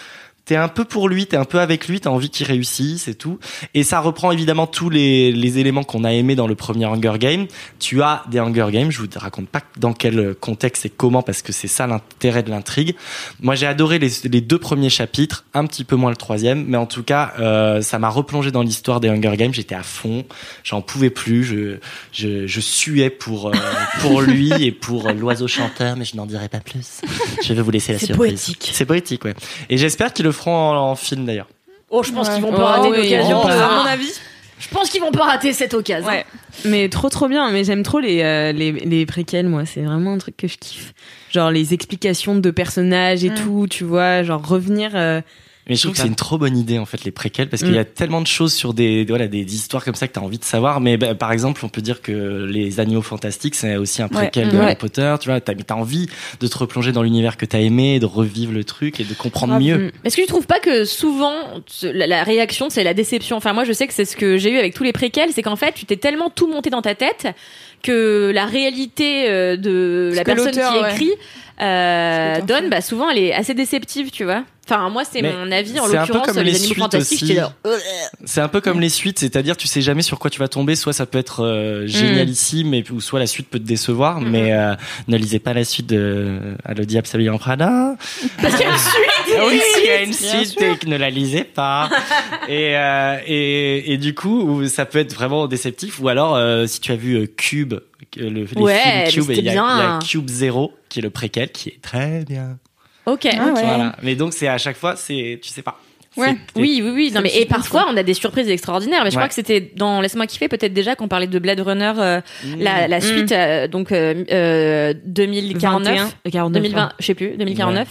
S7: t'es un peu pour lui, t'es un peu avec lui, t'as envie qu'il réussisse et tout. Et ça reprend évidemment tous les, les éléments qu'on a aimés dans le premier Hunger Games. Tu as des Hunger Games, je vous raconte pas dans quel contexte et comment, parce que c'est ça l'intérêt de l'intrigue. Moi, j'ai adoré les, les deux premiers chapitres, un petit peu moins le troisième, mais en tout cas, euh, ça m'a replongé dans l'histoire des Hunger Games. J'étais à fond, j'en pouvais plus, je, je, je suais pour, euh, pour lui et pour l'oiseau chanteur, mais je n'en dirai pas plus. Je vais vous laisser la
S3: C'est
S7: surprise.
S3: poétique.
S7: C'est poétique, ouais. Et j'espère qu'ils le feront en, en film d'ailleurs.
S5: Oh, je pense
S4: Ouais.
S5: qu'ils vont
S3: Oh,
S5: pas rater
S3: oui,
S5: l'occasion.
S3: oh,
S5: Enfin,
S3: à mon avis.
S5: Je pense qu'ils vont pas rater cette occasion.
S4: Ouais.
S3: Mais trop trop bien, mais j'aime trop les, euh, les, les préquels, moi, c'est vraiment un truc que je kiffe. Genre les explications de personnages et
S4: Mm.
S3: tout, tu vois, genre revenir... euh,
S7: Mais je trouve que
S3: pas.
S7: c'est une trop bonne idée en fait les préquels parce qu'il
S3: Mm.
S7: y a tellement de choses sur des voilà des histoires comme ça que t'as envie de savoir. Mais bah, par exemple, on peut dire que les Animaux Fantastiques c'est aussi un préquel
S4: Ouais.
S7: de
S4: Ouais.
S7: Harry Potter. Tu vois, t'as t'as envie de te replonger dans l'univers que t'as aimé, de revivre le truc et de comprendre mieux.
S3: mm.
S5: Est-ce que tu trouves pas que souvent la, la réaction c'est la déception? Enfin moi je sais que c'est ce que j'ai eu avec tous les préquels, c'est qu'en fait tu t'es tellement tout monté dans ta tête que la réalité euh, de
S4: Ce
S5: la
S4: que
S5: personne qui
S4: l'auteur, ouais.
S5: écrit euh,
S4: Ce que l'auteur
S5: donne,
S4: fait.
S5: bah souvent elle est assez déceptive, tu vois. Enfin moi c'est
S7: Mais
S5: mon avis en
S7: c'est un peu
S5: l'occurrence
S7: comme
S5: les
S7: les
S5: Animaux
S7: suites
S5: Fantastiques.
S7: aussi.
S5: J'étais là, euh,
S7: C'est un peu comme les suites, c'est-à-dire tu sais jamais sur quoi tu vas tomber. Soit ça peut être euh, génialissime, et, ou soit la suite peut te décevoir. Mais euh, ne lisez pas la suite de À le diable s'habille en Prada.
S5: Parce qu'il y a une suite.
S7: Ah oui, il y a une
S4: Bien
S7: suite et que ne la lisez pas. et, euh, et, et du coup, ça peut être vraiment déceptif. Ou alors, euh, si tu as vu euh, Cube, euh, le, les
S5: Ouais,
S7: films
S5: mais
S7: Cube,
S5: c'était
S7: il y, a- il y
S5: bien.
S7: a Cube Zero, qui est le préquel, qui est très bien.
S5: Ok.
S4: Ah ouais.
S7: Voilà. Mais donc, c'est à chaque fois, c'est, tu sais pas.
S4: Ouais.
S7: C'est-
S5: Oui, oui, oui. Non, mais, et
S4: suspense,
S5: parfois, on a des surprises extraordinaires. Mais je
S7: Ouais.
S5: crois que c'était dans Laisse-moi kiffer, peut-être déjà, qu'on parlait de Blade Runner, euh,
S7: Mmh.
S5: la, la suite, euh, donc euh, euh, deux mille quarante-neuf.
S3: vingt et un, quarante-neuf,
S5: deux mille vingt, je sais plus, deux mille quarante-neuf,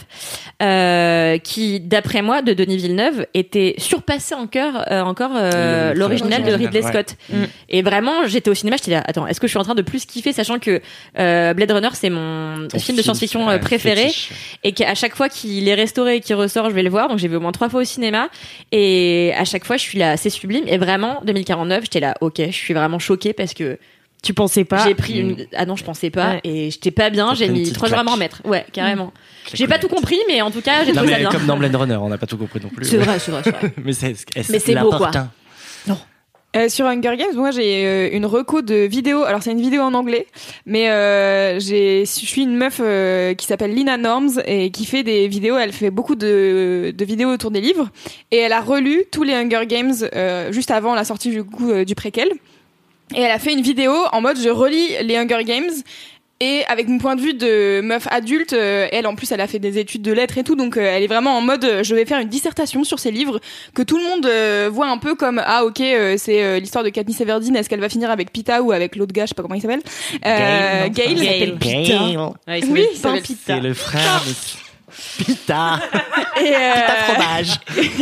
S5: euh, qui, d'après moi, de Denis Villeneuve, était surpassé encore, euh, encore euh,
S7: Le-
S5: l'original de
S7: l'original,
S5: Ridley
S7: ouais.
S5: Scott.
S3: Mm.
S5: Et vraiment, j'étais au cinéma, j'étais là, attends, est-ce que je suis en train de plus kiffer, sachant que euh, Blade Runner, c'est mon
S7: Ton
S5: film de science-fiction
S7: ouais,
S5: euh, préféré,
S7: fétiche.
S5: et qu'à chaque fois qu'il est restauré et qu'il ressort, je vais le voir. Donc j'ai vu au moins trois fois au cinéma, et à chaque fois, je suis là, c'est sublime. Et vraiment, deux mille quarante-neuf, j'étais là, ok, je suis vraiment choquée parce que
S3: Tu pensais pas
S5: j'ai pris une. Ah non, je pensais pas.
S3: Ouais.
S5: Et j'étais pas bien.
S7: T'as
S5: J'ai
S7: pris une
S5: mis
S7: petite
S5: trois jours à
S7: claque.
S5: m'en remettre. Ouais, carrément.
S7: Claque
S5: J'ai pas
S7: honnête.
S5: tout compris, mais en tout cas, j'ai
S7: Non,
S5: trouvé ça
S7: mais
S5: bien.
S7: comme dans Blade Runner, on n'a pas tout compris non plus.
S5: C'est vrai, c'est vrai, c'est vrai.
S7: mais c'est,
S5: Mais c'est beau, quoi.
S7: l'important.
S4: Euh, sur Hunger Games, moi j'ai euh, une reco de vidéo. Alors c'est une vidéo en anglais, mais euh, j'ai, je suis une meuf euh, qui s'appelle Lina Norms et qui fait des vidéos. Elle fait beaucoup de, de vidéos autour des livres et elle a relu tous les Hunger Games euh, juste avant la sortie du coup euh, du préquel. Et elle a fait une vidéo en mode je relis les Hunger Games. Et avec mon point de vue de meuf adulte, euh, elle en plus elle a fait des études de lettres et tout, donc euh, elle est vraiment en mode euh, je vais faire une dissertation sur ces livres que tout le monde euh, voit un peu comme ah ok euh, c'est euh, l'histoire de Katniss Everdeen, est-ce qu'elle va finir avec Pita ou avec l'autre gars, je sais pas comment il s'appelle. Euh,
S7: Gail,
S4: Gail.
S7: non,
S5: Gail.
S7: Gail.
S5: Ouais, il
S4: Oui,
S5: s'appelle-
S4: il s'appelle
S5: Pita.
S7: C'est le frère de Pita.
S4: Et, euh,
S7: Pita fromage.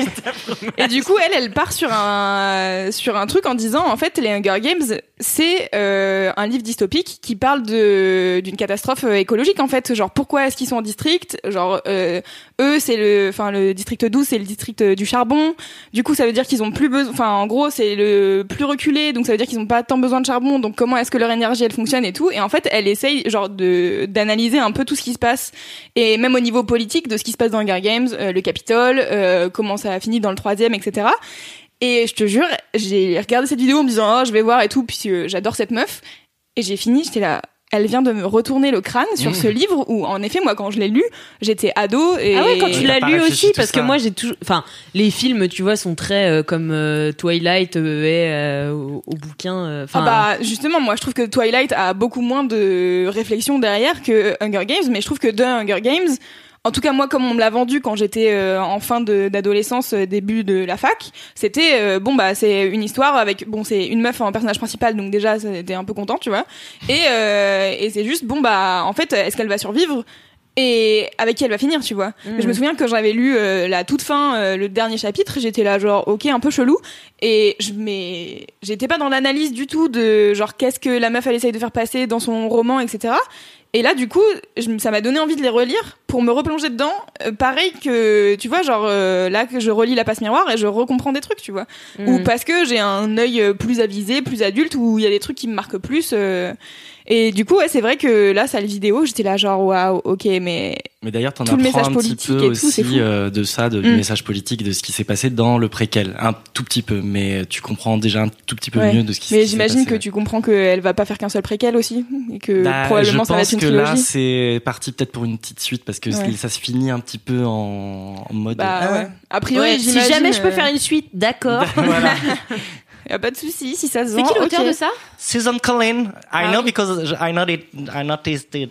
S4: et du coup, elle, elle part sur un sur un truc en disant en fait les Hunger Games c'est euh, un livre dystopique qui parle de d'une catastrophe euh, écologique en fait. Genre pourquoi est-ce qu'ils sont en district? Genre euh, eux c'est le enfin le district douze c'est le district euh, du charbon. Du coup ça veut dire qu'ils ont plus besoin. Enfin en gros c'est le plus reculé donc ça veut dire qu'ils ont pas tant besoin de charbon. Donc comment est-ce que leur énergie elle fonctionne et tout. Et en fait elle essaye genre de d'analyser un peu tout ce qui se passe et même au niveau politique de ce qui se passe dans Hunger Games, euh, le Capitole, euh, comment ça a fini dans le troisième, et cetera. Et je te jure, j'ai regardé cette vidéo en me disant oh je vais voir et tout, puis euh, j'adore cette meuf. Et j'ai fini, j'étais là. Elle vient de me retourner le crâne sur
S7: Mmh.
S4: ce livre où, en effet, moi, quand je l'ai lu, j'étais ado et.
S3: Ah ouais, quand
S7: Et
S3: tu
S7: t'as
S3: l'as
S7: pas
S3: lu
S7: réfléchi
S3: aussi,
S7: tout
S3: parce que
S7: ça.
S3: moi j'ai toujours, enfin, les films, tu vois, sont très euh, comme euh, Twilight euh, est euh, au, au bouquin. euh, Enfin,
S4: Ah bah justement, moi je trouve que Twilight a beaucoup moins de réflexion derrière que Hunger Games, mais je trouve que de Hunger Games, en tout cas moi comme on me l'a vendu quand j'étais euh, en fin de, d'adolescence, euh, début de la fac, c'était euh, bon bah c'est une histoire avec bon c'est une meuf en personnage principal donc déjà c'était un peu content tu vois et euh, et c'est juste bon bah en fait est-ce qu'elle va survivre et avec qui elle va finir tu vois. Mais je me souviens que j'avais lu euh, la toute fin euh, le dernier chapitre, j'étais là genre ok un peu chelou et je mais j'étais pas dans l'analyse du tout de genre qu'est-ce que la meuf elle essaye de faire passer dans son roman etc. Et là, du coup, je, ça m'a donné envie de les relire pour me replonger dedans. Euh, pareil que, tu vois, genre euh, là que je relis La Passe Miroir et je recomprends des trucs, tu vois.
S5: Mm.
S4: Ou parce que j'ai un œil plus avisé, plus adulte, où il y a des trucs qui me marquent plus. Euh, et du coup, ouais, c'est vrai que là, ça le vidéo, j'étais là genre waouh, ok, mais
S7: Mais d'ailleurs, t'en
S4: Tout le
S7: apprends
S4: message
S7: un petit
S4: politique
S7: peu
S4: et tout, c'est
S7: aussi
S4: fou.
S7: euh, de ça, de, du
S4: Mm.
S7: message politique, de ce qui s'est passé dans le préquel. Un tout petit peu, mais tu comprends déjà un tout petit peu
S4: Ouais.
S7: mieux de ce qui, ce
S4: mais
S7: qui s'est
S4: j'imagine
S7: passé.
S4: que tu comprends qu'elle va pas faire qu'un seul préquel aussi, et que
S7: Bah,
S4: probablement
S7: je
S4: ça va
S7: pense
S4: être une
S7: que
S4: trilogie.
S7: là, c'est parti peut-être pour une petite suite parce que
S4: Ouais.
S7: ça se finit un petit peu en, en mode.
S4: Bah
S7: Ah,
S4: ouais. A priori,
S5: Ouais, si
S4: j'imagine,
S5: jamais je peux
S4: euh,
S5: faire une suite, d'accord.
S7: voilà.
S4: y a pas de souci si ça se
S5: C'est
S4: vend.
S5: qui l'auteur
S4: ok.
S5: de ça?
S7: Susan Collin, I
S5: Ah
S7: know
S5: oui.
S7: because I know it, I noticed it.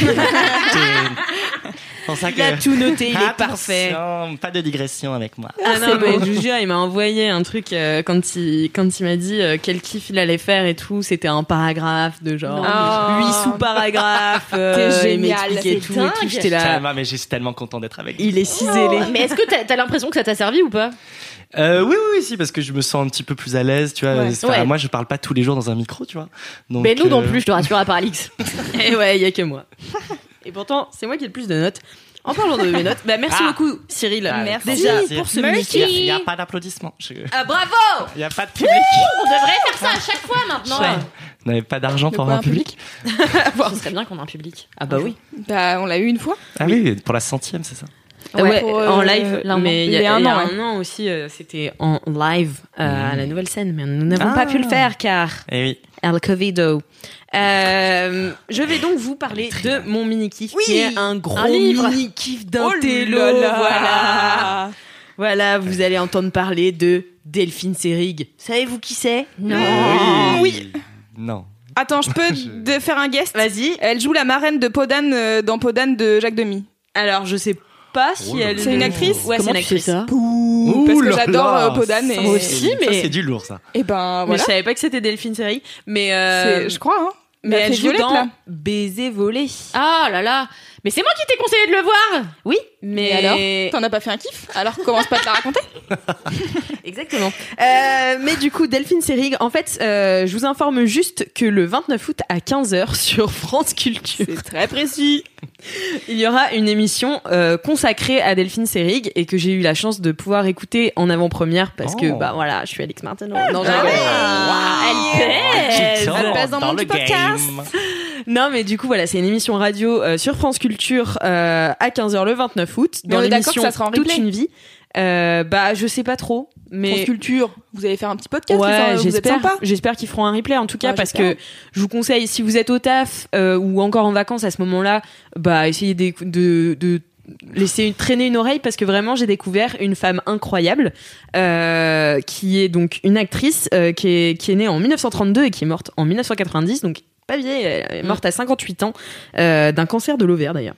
S7: C'est pour ça que.
S5: Il a tout noté, il est
S7: Attention,
S5: parfait.
S7: Pas de digression avec moi.
S3: Ah non, mais je vous jure, il m'a envoyé un truc euh, quand il quand il m'a dit euh, quel kiff il allait faire et tout. C'était un paragraphe de genre
S4: Non.
S3: huit sous-paragraphes. euh,
S4: T'es
S3: il
S4: génial,
S3: m'expliquait
S4: c'est
S3: tout
S4: dingue.
S3: et tout. J'étais là.
S7: Tellement, mais je suis tellement content d'être avec vous.
S3: Il est ciselé.
S5: Mais est-ce que t'as, t'as l'impression que ça t'a servi ou pas?
S7: Euh, oui, oui, oui, si, parce que je me sens un petit peu plus à l'aise, tu vois.
S4: Ouais.
S7: Enfin,
S5: Ouais.
S7: Moi, je parle pas tous les jours dans un micro, tu vois. Donc,
S5: Mais nous non
S7: euh,
S5: plus, je te rassure, à part Alix.
S3: Et ouais, il y a que moi. Et pourtant, c'est moi qui ai le plus de notes. En parlant de mes notes, bah merci
S7: Ah.
S3: beaucoup Cyril.
S7: Ah,
S4: Merci.
S3: Déjà
S7: merci.
S3: pour ce
S7: Merci.
S3: mini-kiff.
S7: Il n'y a pas d'applaudissements. Je-
S5: Ah bravo!
S7: Il n'y a pas de public.
S5: On devrait faire ça à chaque fois maintenant.
S7: Ouais. Vous n'avez pas d'argent
S4: De
S7: pour
S4: quoi,
S7: avoir un
S4: un
S7: public,
S5: Ce serait bien qu'on ait un public.
S3: Ah bah oui.
S4: Bah, on l'a eu une fois.
S7: Ah oui, pour la centième, c'est ça.
S3: Ouais,
S4: Ouais, pour, euh,
S3: en live,
S4: l'un
S3: mais il y a,
S4: il y a un
S3: il y a
S4: an,
S3: un an aussi, euh, c'était en live euh, à la nouvelle scène, mais nous n'avons
S7: Ah.
S3: pas pu le faire car
S7: Eh oui.
S3: El Covido. Euh, je vais donc vous parler de mon mini kiff, qui est un gros
S5: un livre.
S3: mini kiff d'un
S4: Oh
S3: télo.
S4: là là.
S3: Voilà, voilà, vous allez entendre parler de Delphine Seyrig. Savez-vous qui c'est?
S5: Non.
S7: Oui. Non.
S4: Attends, je peux de faire un guest.
S3: Vas-y.
S4: Elle joue la marraine de Podane euh, dans Podane de Jacques Demy.
S3: Alors, je sais pas si
S7: Oh là
S3: elle.
S7: là.
S4: C'est une actrice
S3: Ouais, c'est
S5: Comment
S3: une
S5: tu sais
S3: actrice.
S5: ça?
S7: Ouh
S4: parce que
S7: là
S4: j'adore
S7: là,
S4: euh, Podane.
S7: ça
S4: Et,
S3: aussi,
S7: Ça,
S3: mais-
S7: c'est du lourd, ça.
S4: et ben
S3: Mais
S4: voilà.
S3: je savais pas que c'était Delphine Seyrig, mais euh,
S4: C'est- je crois, hein.
S3: mais
S4: elle
S3: elle
S4: fait
S3: joue
S4: Violette,
S3: dans
S4: là.
S3: Baiser volé.
S5: Ah là là. Mais c'est moi qui t'ai conseillé de le voir.
S3: Oui, mais
S4: Et alors T'en as pas fait un kiff? Alors commence pas à te la raconter.
S3: Exactement. Euh, mais du coup, Delphine Seyrig, en fait, euh, je vous informe juste que le vingt-neuf août à quinze heures sur France Culture,
S4: C'est très précis.
S3: il y aura une émission euh, consacrée à Delphine Seyrig et que j'ai eu la chance de pouvoir écouter en avant-première parce que
S7: Oh.
S3: bah voilà, je suis Alex Martineau. Non,
S5: Ah
S3: je
S5: ouais.
S3: rigole. Elle pèse.
S4: Elle pèse dans mon
S7: le
S4: petit podcast.
S7: game.
S3: Non, mais du coup, voilà, c'est une émission radio euh, sur France Culture euh, à quinze heures le vingt-neuf août.
S4: Mais
S3: Dans
S4: on est d'accord
S3: l'émission
S4: que ça sera en
S3: Toute
S4: replay.
S3: une vie. Euh, bah, je sais pas trop, mais
S4: France Culture, vous allez faire un petit podcast,
S3: ouais,
S4: enfin, vous êtes
S3: j'espère.
S4: sympa.
S3: J'espère qu'ils feront un replay en tout cas
S4: Ouais,
S3: parce
S4: j'espère.
S3: que je vous conseille si vous êtes au taf euh, ou encore en vacances à ce moment-là, bah essayez de, de, de laisser traîner une oreille parce que vraiment j'ai découvert une femme incroyable euh, qui est donc une actrice euh, qui est qui est née en mille neuf cent trente-deux et qui est morte en mille neuf cent quatre-vingt-dix, donc pas vieille, elle est morte à cinquante-huit ans euh, d'un cancer de l'ovaire d'ailleurs.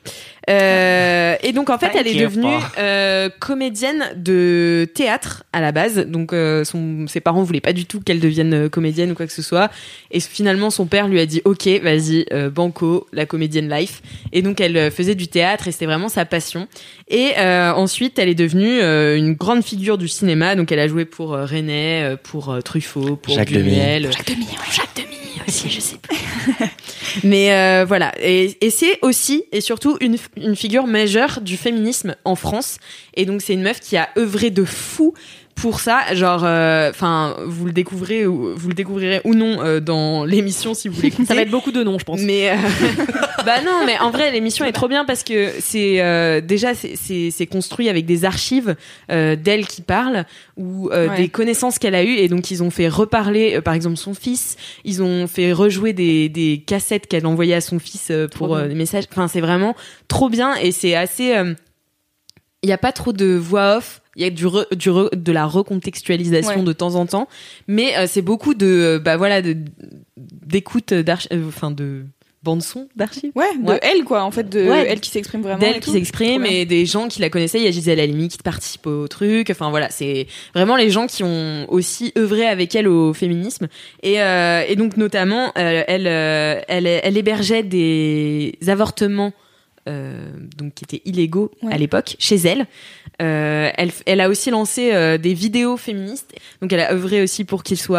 S3: Euh, et donc en fait,
S7: Thank
S3: elle est
S7: you,
S3: devenue
S7: pa.
S3: euh, comédienne de théâtre à la base. Donc euh, son, ses parents voulaient pas du tout qu'elle devienne euh, comédienne ou quoi que ce soit. Et finalement, son père lui a dit OK, vas-y, euh, banco, la comédienne life. Et donc elle euh, faisait du théâtre et c'était vraiment sa passion. Et euh, ensuite, elle est devenue euh, une grande figure du cinéma. Donc elle a joué pour euh, René, euh, pour euh, Truffaut, pour
S7: Jacques Demy.
S3: Buñuel. Jacques Demy, Jacques Demy aussi, je sais plus. Mais euh, voilà, et, et c'est aussi et surtout une, une figure majeure du féminisme en France. Et donc c'est une meuf qui a œuvré de fou pour ça. Genre, enfin, vous le découvrez, ou- vous le découvrirez ou non euh, dans l'émission si vous l'écoutez.
S5: Ça va être beaucoup de noms, je pense.
S3: Mais euh, bah non, mais en vrai l'émission est trop bien parce que c'est euh, déjà c'est, c'est, c'est construit avec des archives euh, d'elle qui parle ou euh,
S4: Ouais.
S3: des connaissances qu'elle a eues et donc ils ont fait reparler euh, par exemple son fils, ils ont fait rejouer des, des cassettes qu'elle envoyait à son fils euh, pour
S5: Trop bien.
S3: euh, des messages. Enfin c'est vraiment trop bien et c'est assez. euh, Il y a pas trop de voix off. Il y a du, re, du re, de la recontextualisation
S4: Ouais.
S3: de temps en temps, mais euh, c'est beaucoup de euh, bah voilà de d'écoute d'archives, euh, enfin de bande son d'archives.
S4: Ouais, de
S3: Ouais.
S4: elle, quoi, en fait, de
S3: Ouais.
S4: elle qui s'exprime vraiment.
S3: D'elle
S4: et
S3: qui
S4: tout.
S3: s'exprime
S4: Trop bien.
S3: et des gens qui la connaissaient. Il y a Gisèle Halimi qui participe au truc. Enfin voilà, c'est vraiment les gens qui ont aussi œuvré avec elle au féminisme. Et, euh, et donc notamment, euh, elle, euh, elle, elle hébergeait des avortements. Euh, donc qui étaient illégaux
S4: Ouais.
S3: à l'époque chez elle. Euh, elle elle a aussi lancé euh, des vidéos féministes, donc elle a œuvré aussi pour qu'ils soient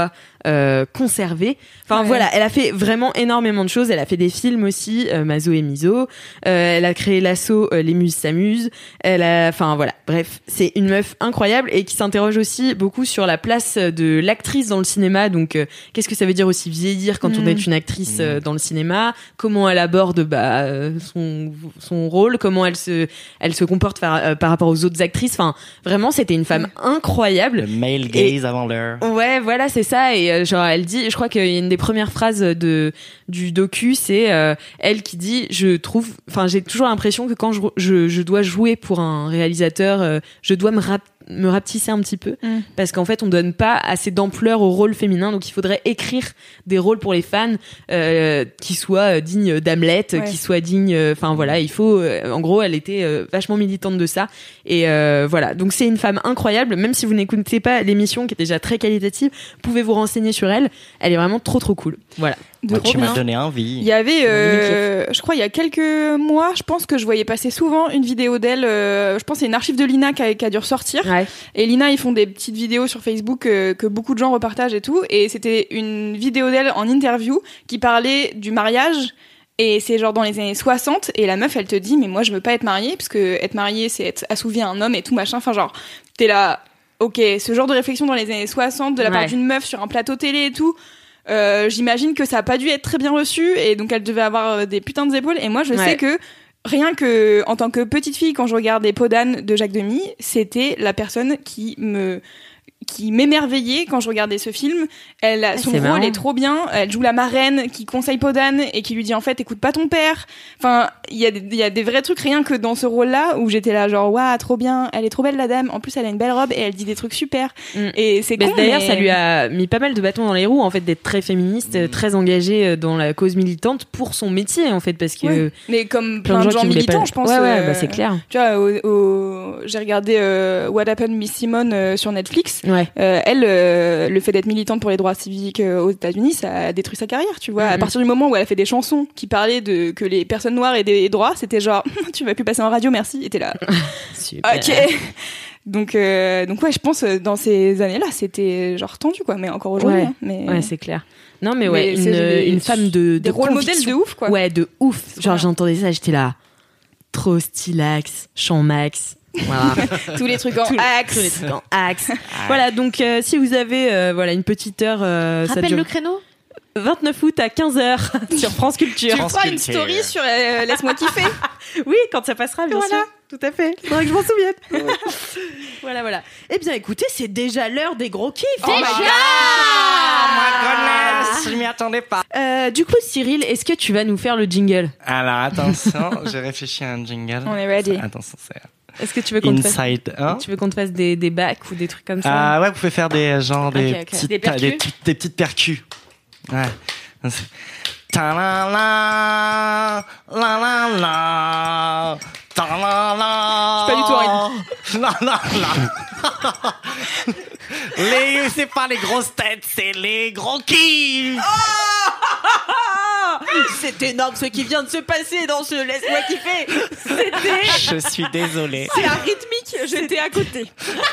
S3: euh, conservée. Enfin
S4: Ouais.
S3: voilà, elle a fait vraiment énormément de choses. Elle a fait des films aussi, euh, Mazo et Miso. Euh, elle a créé l'asso euh, Les Muses s'amusent. Elle a, enfin voilà, bref, c'est une meuf incroyable et qui s'interroge aussi beaucoup sur la place de l'actrice dans le cinéma. Donc, euh, qu'est-ce que ça veut dire aussi vieillir quand on
S4: Mm.
S3: est une actrice euh, dans le cinéma? Comment elle aborde bah, euh, son son rôle? Comment elle se elle se comporte par, euh, par rapport aux autres actrices? Enfin, vraiment, c'était une femme incroyable.
S7: Le male gaze avant l'heure.
S3: Ouais, voilà, c'est ça. Et euh, genre, elle dit, je crois qu'il y a une des premières phrases de du docu, c'est euh, elle qui dit, je trouve, enfin, j'ai toujours l'impression que quand je, je je dois jouer pour un réalisateur, euh, je dois me rap- me rapetisser un petit peu
S4: Mm.
S3: parce qu'en fait on donne pas assez d'ampleur au rôle féminin, donc il faudrait écrire des rôles pour les fans euh, qui soient dignes d'Hamlet,
S4: Ouais.
S3: qui soient dignes, enfin voilà, il faut euh, en gros elle était euh, vachement militante de ça et euh, voilà, donc c'est une femme incroyable. Même si vous n'écoutez pas l'émission qui est déjà très qualitative, vous pouvez vous renseigner sur elle, elle est vraiment trop trop cool. Voilà.
S4: De
S7: Ouais, tu m'as
S4: bien.
S7: donné envie.
S4: Il y avait, euh, je crois, il y a quelques mois, je pense que je voyais passer souvent une vidéo d'elle. euh, je pense que c'est une archive de Lina qui a, qui a dû ressortir.
S3: Ouais.
S4: Et Lina, ils font des petites vidéos sur Facebook euh, que beaucoup de gens repartagent et tout. Et c'était une vidéo d'elle en interview qui parlait du mariage. Et c'est genre dans les années soixante. Et la meuf, elle te dit, mais moi, je veux pas être mariée, parce que être mariée, c'est être assouvi à un homme et tout machin. Enfin, genre, t'es là, ok, ce genre de réflexion dans les années soixante de la part
S3: Ouais.
S4: d'une meuf sur un plateau télé et tout. Euh, j'imagine que ça a pas dû être très bien reçu et donc elle devait avoir euh, des putains d'épaules. Et moi, je
S3: Ouais.
S4: sais que rien que en tant que petite fille, quand je regardais Podane de Jacques Demy, c'était la personne qui me qui m'émerveillait quand je regardais ce film. Elle, a- son
S3: c'est
S4: rôle
S3: marrant.
S4: est trop bien. Elle joue la marraine qui conseille Podane et qui lui dit en fait écoute pas ton père. Enfin, il y a des, il y a des vrais trucs rien que dans ce rôle-là où j'étais là genre waouh trop bien. Elle est trop belle la dame. En plus elle a une belle robe et elle dit des trucs super.
S3: Mm.
S4: Et c'est
S3: Mais
S4: con.
S3: d'ailleurs,
S4: mais-
S3: ça lui a mis pas mal de bâtons dans les roues, en fait, d'être très féministe, euh, très engagée euh, dans la cause militante pour son métier, en fait, parce que
S4: Ouais. Mais comme
S3: plein
S4: plein
S3: de
S4: de
S3: gens
S4: gens
S3: qui voulaient
S4: militants,
S3: pas.
S4: je pense.
S3: Ouais, ouais,
S4: euh,
S3: bah c'est clair.
S4: Tu vois, au, au- j'ai regardé euh, What Happened Miss Simone euh, sur Netflix.
S3: Ouais.
S4: Euh, elle, euh, le fait d'être militante pour les droits civiques euh, aux États-Unis, ça a détruit sa carrière, tu vois. À
S3: Mhm.
S4: partir du moment où elle a fait des chansons qui parlaient de que les personnes noires aient des droits, c'était genre tu vas plus passer en radio, merci. Et t'es là.
S3: Super.
S4: Ok. Donc, euh, donc ouais, je pense euh, dans ces années-là, c'était genre tendu quoi. Mais encore aujourd'hui.
S3: Ouais.
S4: hein, mais
S3: Ouais, c'est clair. Non, mais ouais,
S4: Mais c'est
S3: une,
S4: des-
S3: une femme de, de
S4: des rôles modèles
S3: conviction.
S4: de ouf quoi.
S3: Ouais, de ouf. Genre,
S4: bien.
S3: j'entendais ça, j'étais là. Trop stylax, champ max. Voilà.
S4: Tous les trucs en
S3: Tous les-
S4: axe.
S3: tous les trucs en axe. Voilà, donc euh, si vous avez euh, voilà, une petite heure, euh, ça
S5: Rappelle
S3: dure
S5: le créneau.
S3: vingt-neuf août à quinze heures sur France Culture.
S4: Tu
S7: France
S4: feras une
S7: Culture.
S4: story sur euh, Laisse-moi kiffer.
S3: Oui, quand ça passera, bien
S4: Voilà.
S3: sûr. Tout à fait. Faudrait que je m'en souvienne. Voilà, voilà. Eh bien, écoutez, c'est déjà l'heure des gros kiffs.
S4: Oh my God.
S7: Oh my goodness, je m'y attendais pas.
S3: Euh, du coup, Cyril, est-ce que tu vas nous faire le jingle?
S7: Alors attention, j'ai réfléchi à un jingle.
S4: On est ready.
S7: Attention, c'est
S3: Est-ce que tu veux qu'on te fasse,
S7: Inside un.
S3: tu veux qu'on te fasse des, des bacs ou des trucs comme ça?
S7: Ah ouais, vous pouvez faire des genre des
S3: Ok, ok.
S7: petites
S5: Des percus.
S7: des, petites- des petites percus. Ouais. C'est- Ta-la-la, la-la-la, ta-la-la.
S4: Je suis pas du tout
S7: La la la. Les c'est pas les grosses têtes, c'est les gros kiffs.
S3: C'est énorme ce qui vient de se passer dans ce Laisse-moi kiffer.
S7: Je suis désolé.
S4: C'est un rythmique, j'étais à côté.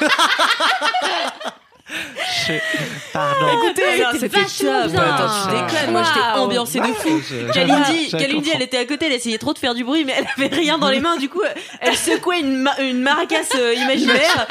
S7: Je- Pardon.
S3: Écoutez,
S5: c'était
S3: c'était
S5: vachement
S3: top.
S5: bien.
S3: Attends, tu déconnes, moi j'étais
S5: Waouh.
S3: ambiancée de fou.
S7: Je-
S3: Kalindi,
S7: je
S3: Kalindi,
S7: comprends.
S3: elle était à côté, elle essayait trop de faire du bruit, mais elle avait rien dans les mains. Du coup, elle secouait une, ma- une maracas euh, imaginaire.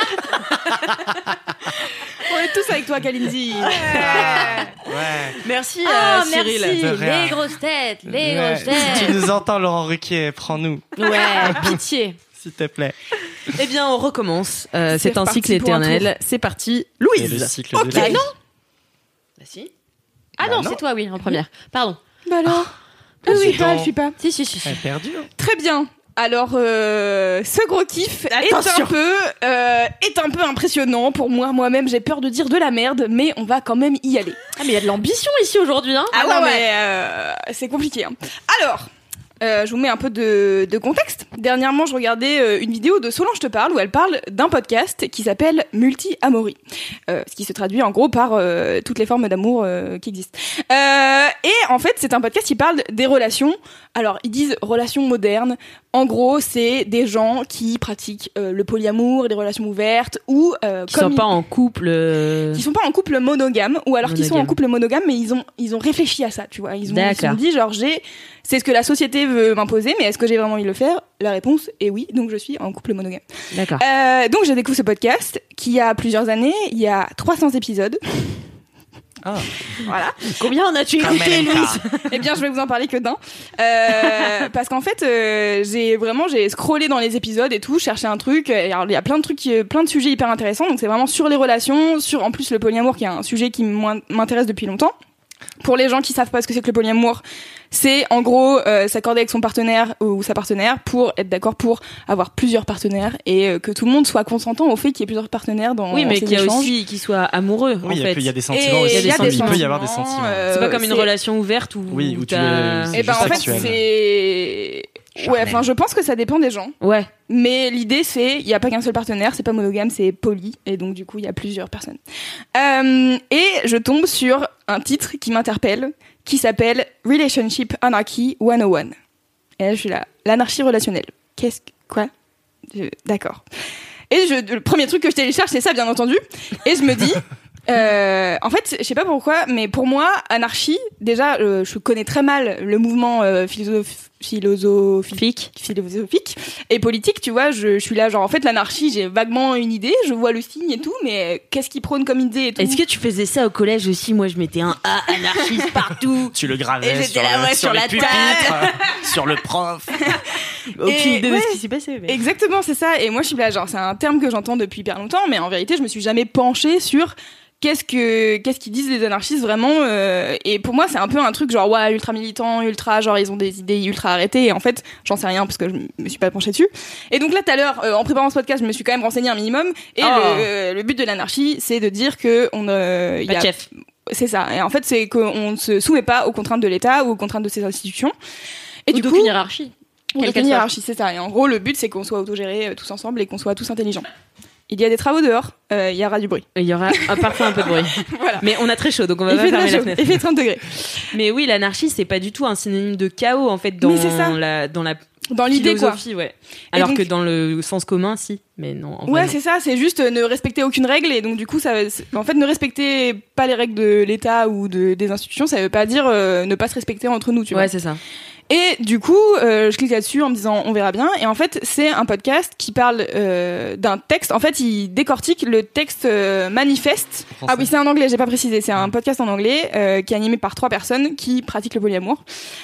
S4: On est tous avec toi, Kalindi.
S7: Ouais.
S3: Merci,
S5: Ah,
S3: euh, Cyril.
S5: merci.
S7: De rien.
S5: Les grosses têtes, les
S7: Ouais.
S5: grosses têtes.
S7: Si tu nous entends, Laurent Ruquier, prends-nous,
S5: Ouais, pitié.
S7: s'il te plaît.
S3: Eh bien, on recommence. Euh,
S4: C'est
S3: c'est un
S4: reparti
S3: cycle
S4: pour un
S3: éternel. C'est parti,
S7: Et le
S3: Louise.
S7: cycle
S3: Ok.
S7: de la vie.
S3: non. Bah si.
S5: Ah
S7: Bah
S5: non,
S7: non.
S5: c'est toi, oui, en première. Pardon.
S4: Bah alors
S7: Ah,
S4: Je suis
S7: dis
S4: pas,
S7: donc.
S4: je suis pas.
S5: Si, si, si. si.
S7: Elle est perdue. hein.
S4: Très bien. Alors, euh, ce gros kiff est
S3: Attention.
S4: un peu, euh, est un peu impressionnant pour moi. Moi-même, j'ai peur de dire de la merde, mais on va quand même y aller.
S5: Ah, mais il y a de l'ambition ici aujourd'hui, hein.
S4: Ah, ouais, mais euh, c'est compliqué. Hein. Alors, Euh, je vous mets un peu de, de contexte. Dernièrement, je regardais euh, une vidéo de Solange te parle où elle parle d'un podcast qui s'appelle Multi-Amorie, euh, ce qui se traduit en gros par euh, toutes les formes d'amour euh, qui existent. Euh, et en fait, c'est un podcast qui parle des relations. Alors, ils disent relations modernes. En gros, c'est des gens qui pratiquent euh, le polyamour, des relations ouvertes, ou euh,
S5: Qui sont
S4: ils...
S5: pas en couple. Euh...
S4: qui sont pas en couple monogame, ou alors qui sont en
S5: Monogame.
S4: couple monogame, mais ils ont ils ont réfléchi à ça, tu vois. Ils ont, ils se sont
S5: D'accord.
S4: dit genre j'ai, c'est ce que la société veut m'imposer, mais est-ce que j'ai vraiment envie de le faire? La réponse est oui, donc je suis en couple monogame.
S5: D'accord.
S4: Euh, donc j'ai découvert ce podcast qui a plusieurs années, il y a trois cents épisodes.
S7: Ah.
S4: Voilà.
S5: Combien en as-tu
S7: Comme
S5: écouté,
S7: L M K.
S5: Louise?
S4: Eh bien, je vais vous en parler que d'un. Euh, parce qu'en fait, euh, j'ai vraiment j'ai scrollé dans les épisodes et tout, cherché un truc. Et alors, il y a plein de trucs, euh, plein de sujets hyper intéressants. Donc, c'est vraiment sur les relations, sur en plus le polyamour, qui est un sujet qui m'in- m'intéresse depuis longtemps. Pour les gens qui savent pas ce que c'est que le polyamour, c'est en gros euh, s'accorder avec son partenaire ou sa partenaire pour être d'accord pour avoir plusieurs partenaires et euh, que tout le monde soit consentant au fait qu'il y ait plusieurs partenaires dans
S5: Oui, mais
S4: ces
S5: qu'il y a
S4: échanges.
S5: aussi qu'ils soient amoureux,
S7: Oui,
S5: en
S7: il y a-
S5: fait.
S7: il y a des
S4: Et
S7: sentiments aussi.
S5: il y a des
S7: Il peut y avoir des
S4: sentiments,
S7: sentiments.
S4: euh,
S5: C'est pas comme une
S4: c'est-
S5: relation ouverte où,
S7: Oui, où tu
S5: t'as-
S7: veux-
S4: Eh ben en fait
S7: sexuel.
S4: c'est ouais, enfin je pense que ça dépend des gens.
S5: Ouais.
S4: Mais l'idée, c'est, il n'y a pas qu'un seul partenaire, c'est pas monogame, c'est poly, et donc du coup, il y a plusieurs personnes. Euh, et je tombe sur un titre qui m'interpelle, qui s'appelle Relationship Anarchy cent un. Et là, je suis là, l'anarchie relationnelle. Qu'est-ce que... Quoi Je- D'accord. Et je, le premier truc que je télécharge, c'est ça, bien entendu. Et je me dis... Euh, en fait, je sais pas pourquoi, mais pour moi, anarchie, déjà, euh, je connais très mal le mouvement euh, philosoph- philosophique, philosophique et politique, tu vois. Je, je suis là, genre, en fait, l'anarchie, j'ai vaguement une idée, je vois le signe et tout, mais qu'est-ce qu'il prône comme idée et tout.
S5: Est-ce que tu faisais ça au collège aussi? Moi, je mettais un A anarchiste partout.
S7: Tu le
S4: Et
S7: gravais
S4: j'étais
S7: sur,
S4: là,
S7: le,
S4: ouais,
S7: sur
S4: sur
S7: les
S4: la
S7: pupitres, sur le prof.
S5: Aucune
S4: Et
S5: idée
S4: ouais.
S5: de ce qui s'y passait. Mais...
S4: Exactement, c'est ça. Et moi, je suis là, genre, c'est un terme que j'entends depuis hyper longtemps, mais en vérité, je me suis jamais penchée sur qu'est-ce que qu'est-ce qu'ils disent les anarchistes vraiment. Euh, et pour moi, c'est un peu un truc genre ouais, ultra militant, ultra genre ils ont des idées ultra arrêtées. Et en fait, j'en sais rien parce que je me suis pas penchée dessus. Et donc là, tout à l'heure, euh, en préparant ce podcast, je me suis quand même renseignée un minimum. Et
S5: Oh.
S4: le, euh, le but de l'anarchie, c'est de dire que on euh, il y
S5: Pas de
S4: a
S5: chef.
S4: c'est ça. Et en fait, c'est qu'on ne se soumet pas aux contraintes de l'État ou aux contraintes de ses institutions. Et
S5: Ou
S4: du
S5: d'aucune
S4: coup,
S5: hiérarchie.
S4: ou
S5: Quelle
S4: d'aucune
S5: qu'elle soit.
S4: hiérarchie, c'est ça. Et en gros, le but, c'est qu'on soit autogérés euh, tous ensemble et qu'on soit tous intelligents. Il y a des travaux dehors, euh, il y aura du bruit.
S5: Il y aura ah, parfois un peu de bruit.
S4: Voilà.
S5: Mais on a très chaud, donc on va
S4: Il
S5: pas
S4: fait
S5: fermer
S4: très
S5: la
S4: chaud,
S5: fenêtre.
S4: il fait trente degrés.
S5: Mais oui, l'anarchie, c'est pas du tout un synonyme de chaos, en fait, dans
S4: Mais c'est ça.
S5: la, dans la
S4: Dans l'idée, quoi.
S5: philosophie, ouais. Alors
S4: donc-
S5: que dans le sens commun, si. Mais non, en vrai,
S4: Ouais,
S5: non.
S4: c'est ça, c'est juste euh, ne respecter aucune règle et donc du coup, ça, c'est- en fait, ne respecter pas les règles de l'État ou de, des institutions, ça veut pas dire euh, ne pas se respecter entre nous, tu vois.
S5: Ouais, c'est ça.
S4: Et du coup, euh, je clique là-dessus en me disant on verra bien. Et en fait, c'est un podcast qui parle euh, d'un texte. En fait, il décortique le texte euh, manifeste.
S7: Français.
S4: Ah oui, c'est en anglais, j'ai pas précisé. C'est un podcast en anglais euh, qui est animé par trois personnes qui pratiquent le polyamour.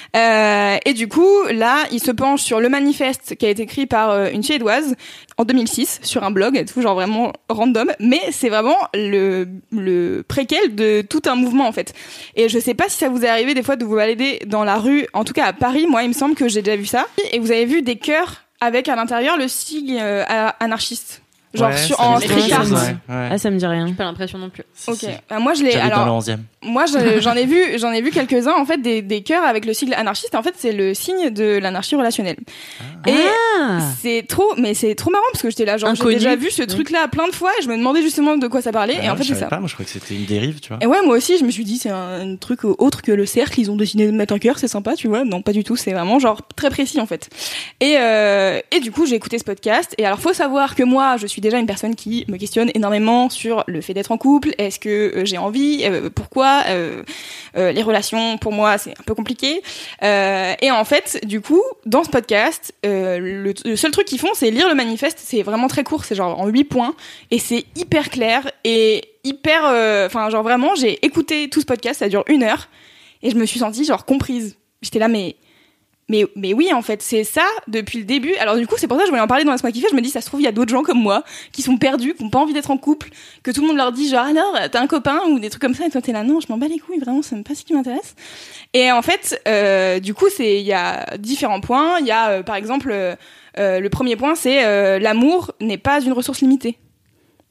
S4: Euh, et du coup, là, il se penche sur le manifeste qui a été écrit par euh, une Suédoise en deux mille six sur un blog, et tout genre vraiment random. Mais c'est vraiment le, le préquel de tout un mouvement en fait. Et je sais pas si ça vous est arrivé des fois de vous balader dans la rue, en tout cas à Paris. Moi, il me semble que j'ai déjà vu ça. Et vous avez vu des cœurs avec à l'intérieur le sigle euh, anarchiste. Genre
S7: Ouais,
S4: sur,
S7: ça
S4: en
S7: me dit
S4: street
S7: quelque
S4: art.
S7: chose, ouais, ouais.
S5: Ah, ça me dit rien.
S3: Pas l'impression non plus.
S7: Si,
S4: Ok.
S7: si.
S4: Ah, moi, je l'ai.
S7: J'habite dans le
S4: Alors,
S7: onzième.
S4: moi, je- j'en ai vu, j'en ai vu quelques-uns en fait des, des cœurs avec le sigle anarchiste. En fait, c'est le signe de l'anarchie relationnelle. Et
S5: Ah.
S4: c'est trop, mais c'est trop marrant parce que j'étais là, genre j'ai
S5: Inconnu.
S4: déjà vu ce truc-là plein de fois et je me demandais justement de quoi ça parlait. et
S7: Ah,
S4: en fait,
S7: je
S4: c'est
S7: savais
S4: ça.
S7: pas, moi je crois que c'était une dérive, tu vois.
S4: Et ouais, moi aussi, je me suis dit, c'est un, un truc autre que le cercle. Ils ont décidé de mettre un cœur, c'est sympa, tu vois. Non, pas du tout. C'est vraiment genre très précis en fait. Et euh, et du coup, j'ai écouté ce podcast. Et alors, faut savoir que moi, je suis déjà une personne qui me questionne énormément sur le fait d'être en couple. Est-ce que euh, j'ai envie euh, Pourquoi euh, euh, Les relations, pour moi, c'est un peu compliqué. Euh, et en fait, du coup, dans ce podcast, euh, le, le seul truc qu'ils font, c'est lire le manifeste. C'est vraiment très court. C'est genre en huit points. Et c'est hyper clair et hyper... Enfin, genre vraiment, j'ai écouté tout ce podcast. Ça dure une heure. Et je me suis sentie genre comprise. J'étais là, mais... Mais, mais oui, en fait, c'est ça depuis le début. Alors du coup, c'est pour ça que je voulais en parler dans Laisse-moi kiffer. Je me dis, ça se trouve, il y a d'autres gens comme moi qui sont perdus, qui n'ont pas envie d'être en couple, que tout le monde leur dit genre, alors, t'as un copain ou des trucs comme ça, et toi, t'es là, non, je m'en bats les couilles, vraiment, c'est même pas ce qui m'intéresse. Et en fait, euh, du coup, c'est, il y a différents points. Il y a, euh, par exemple, euh, euh, le premier point, c'est euh, l'amour n'est pas une ressource limitée.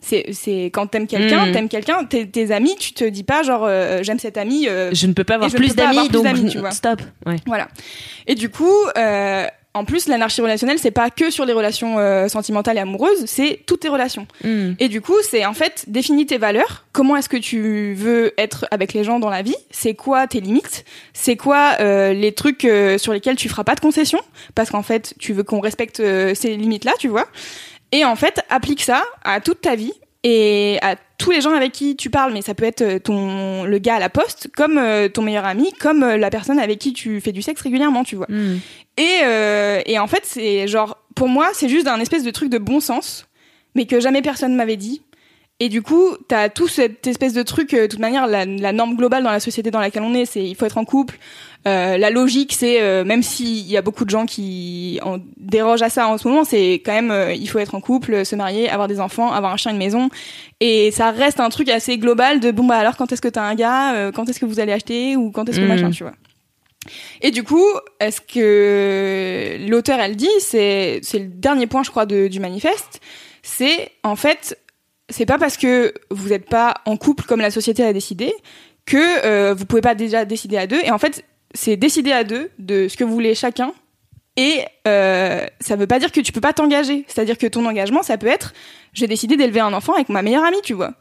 S4: c'est c'est quand t'aimes quelqu'un,
S5: Mm.
S4: t'aimes quelqu'un, tes, tes amis, tu te dis pas genre euh, j'aime cet ami. euh,
S5: Je ne peux pas avoir
S4: Et je ne
S5: plus
S4: peux pas avoir
S5: d'amis,
S4: plus
S5: donc
S4: d'amis, tu vois.
S5: stop. Ouais.
S4: Voilà. Et du coup, euh, en plus, l'anarchie relationnelle, c'est pas que sur les relations euh, sentimentales et amoureuses, c'est toutes tes relations.
S5: Mm.
S4: Et du coup, c'est en fait définis tes valeurs. Comment est-ce que tu veux être avec les gens dans la vie ? C'est quoi tes limites ? C'est quoi euh, les trucs euh, sur lesquels tu feras pas de concessions ? Parce qu'en fait, tu veux qu'on respecte euh, ces limites-là, tu vois. Et en fait, applique ça à toute ta vie et à tous les gens avec qui tu parles. Mais ça peut être ton le gars à la poste, comme euh, ton meilleur ami, comme euh, la personne avec qui tu fais du sexe régulièrement, tu vois.
S5: Mm.
S4: Et, euh, et en fait, c'est genre, pour moi, c'est juste un espèce de truc de bon sens, mais que jamais personne m'avait dit. Et du coup, t'as tout cette espèce de truc, euh, de toute manière, la, la norme globale dans la société dans laquelle on est, c'est il faut être en couple. Euh, la logique, c'est, euh, même s'il y a beaucoup de gens qui en dérogent à ça en ce moment, c'est quand même, euh, il faut être en couple, se marier, avoir des enfants, avoir un chien, une maison. Et ça reste un truc assez global de, bon bah alors, quand est-ce que t'as un gars, euh, quand est-ce que vous allez acheter, ou quand est-ce que
S5: Mm.
S4: machin, tu vois. Et du coup, est-ce que l'auteur, elle dit, c'est, c'est le dernier point, je crois, de, du manifeste, c'est, en fait, c'est pas parce que vous n'êtes pas en couple comme la société a décidé que euh, vous pouvez pas déjà décider à deux. Et en fait, c'est décider à deux de ce que vous voulez chacun. Et euh, ça veut pas dire que tu peux pas t'engager. C'est-à-dire que ton engagement, ça peut être, j'ai décidé d'élever un enfant avec ma meilleure amie, tu vois.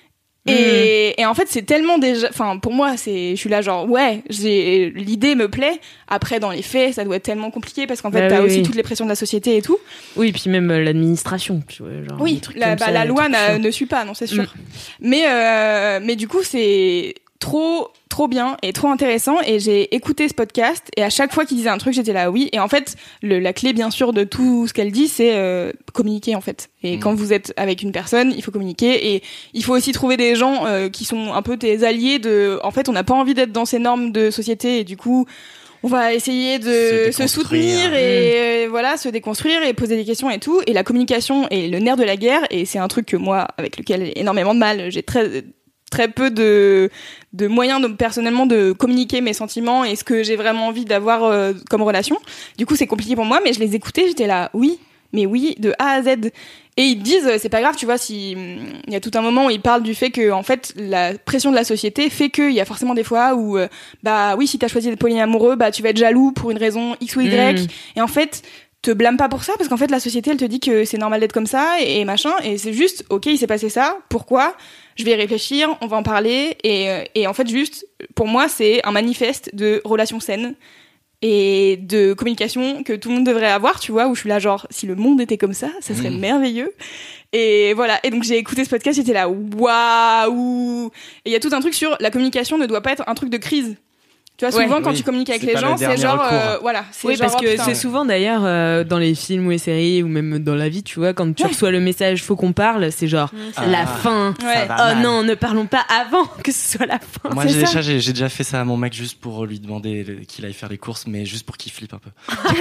S4: Et, et en fait, c'est tellement déjà, enfin, pour moi, c'est, je suis là genre, ouais, j'ai, l'idée me plaît. Après, dans les faits, ça doit être tellement compliqué parce qu'en fait,
S5: Bah
S4: t'as
S5: oui,
S4: aussi
S5: oui.
S4: toutes les pressions de la société et tout.
S5: Oui, puis même euh, l'administration, tu vois. Genre,
S4: Oui,
S5: des trucs
S4: la,
S5: comme
S4: bah,
S5: ça,
S4: la
S5: des
S4: loi
S5: trucs
S4: n'a-
S5: chiants.
S4: ne suit pas, non, c'est sûr. Mais, euh, mais du coup, c'est trop, trop bien et trop intéressant. Et j'ai écouté ce podcast et à chaque fois qu'il disait un truc, j'étais là, oui. Et en fait, le, la clé, bien sûr, de tout ce qu'elle dit, c'est euh, communiquer, en fait. Et
S7: Mm.
S4: quand vous êtes avec une personne, il faut communiquer. Et il faut aussi trouver des gens euh, qui sont un peu tes alliés de... En fait, on n'a pas envie d'être dans ces normes de société et du coup... On va essayer de
S7: Se
S4: se,
S7: déconstruire.
S4: soutenir et euh, voilà, se déconstruire et poser des questions et tout. Et la communication est le nerf de la guerre et c'est un truc que moi, avec lequel j'ai énormément de mal. J'ai très très peu de de moyens de, personnellement de communiquer mes sentiments et ce que j'ai vraiment envie d'avoir euh, comme relation. Du coup, c'est compliqué pour moi, mais je les écoutais, j'étais là, oui, mais oui, de A à Z. Et ils disent, c'est pas grave, tu vois, si il y a tout un moment où ils parlent du fait que en fait la pression de la société fait qu'il y a forcément des fois où euh, bah oui, si t'as choisi d'être polyamoureux, bah tu vas être jaloux pour une raison X ou Y.
S5: Mm.
S4: Et en fait, te blâme pas pour ça parce qu'en fait la société elle te dit que c'est normal d'être comme ça et, et machin. Et c'est juste, ok, il s'est passé ça, pourquoi ? Je vais y réfléchir, on va en parler. Et, euh, et en fait, juste, pour moi, c'est un manifeste de relations saines et de communication que tout le monde devrait avoir, tu vois, où je suis là genre, si le monde était comme ça, ça serait
S7: Mmh.
S4: merveilleux. Et voilà, et donc j'ai écouté ce podcast, j'étais là, waouh. Et il y a tout un truc sur la communication ne doit pas être un truc de crise. Tu vois,
S5: Ouais.
S4: souvent quand
S7: Oui,
S4: tu communiques avec
S7: c'est
S4: les
S7: pas le
S4: gens, c'est
S7: dernier
S4: genre,
S7: recours.
S4: euh, voilà, c'est
S5: Oui,
S4: genre,
S5: parce
S4: oh,
S5: que
S4: putain.
S5: c'est souvent d'ailleurs euh, dans les films ou les séries ou même dans la vie, tu vois, quand tu
S4: Ouais.
S5: reçois le message faut qu'on parle, c'est genre
S7: Ah,
S5: la fin.
S7: ça
S4: Ouais.
S7: va
S5: Oh
S7: mal.
S5: non, ne parlons pas avant que ce soit la fin.
S7: Moi,
S4: C'est
S7: j'ai
S4: ça.
S7: déjà, j'ai, j'ai déjà fait ça à mon mec juste pour lui demander le- qu'il aille faire les courses, mais juste pour qu'il flippe un peu.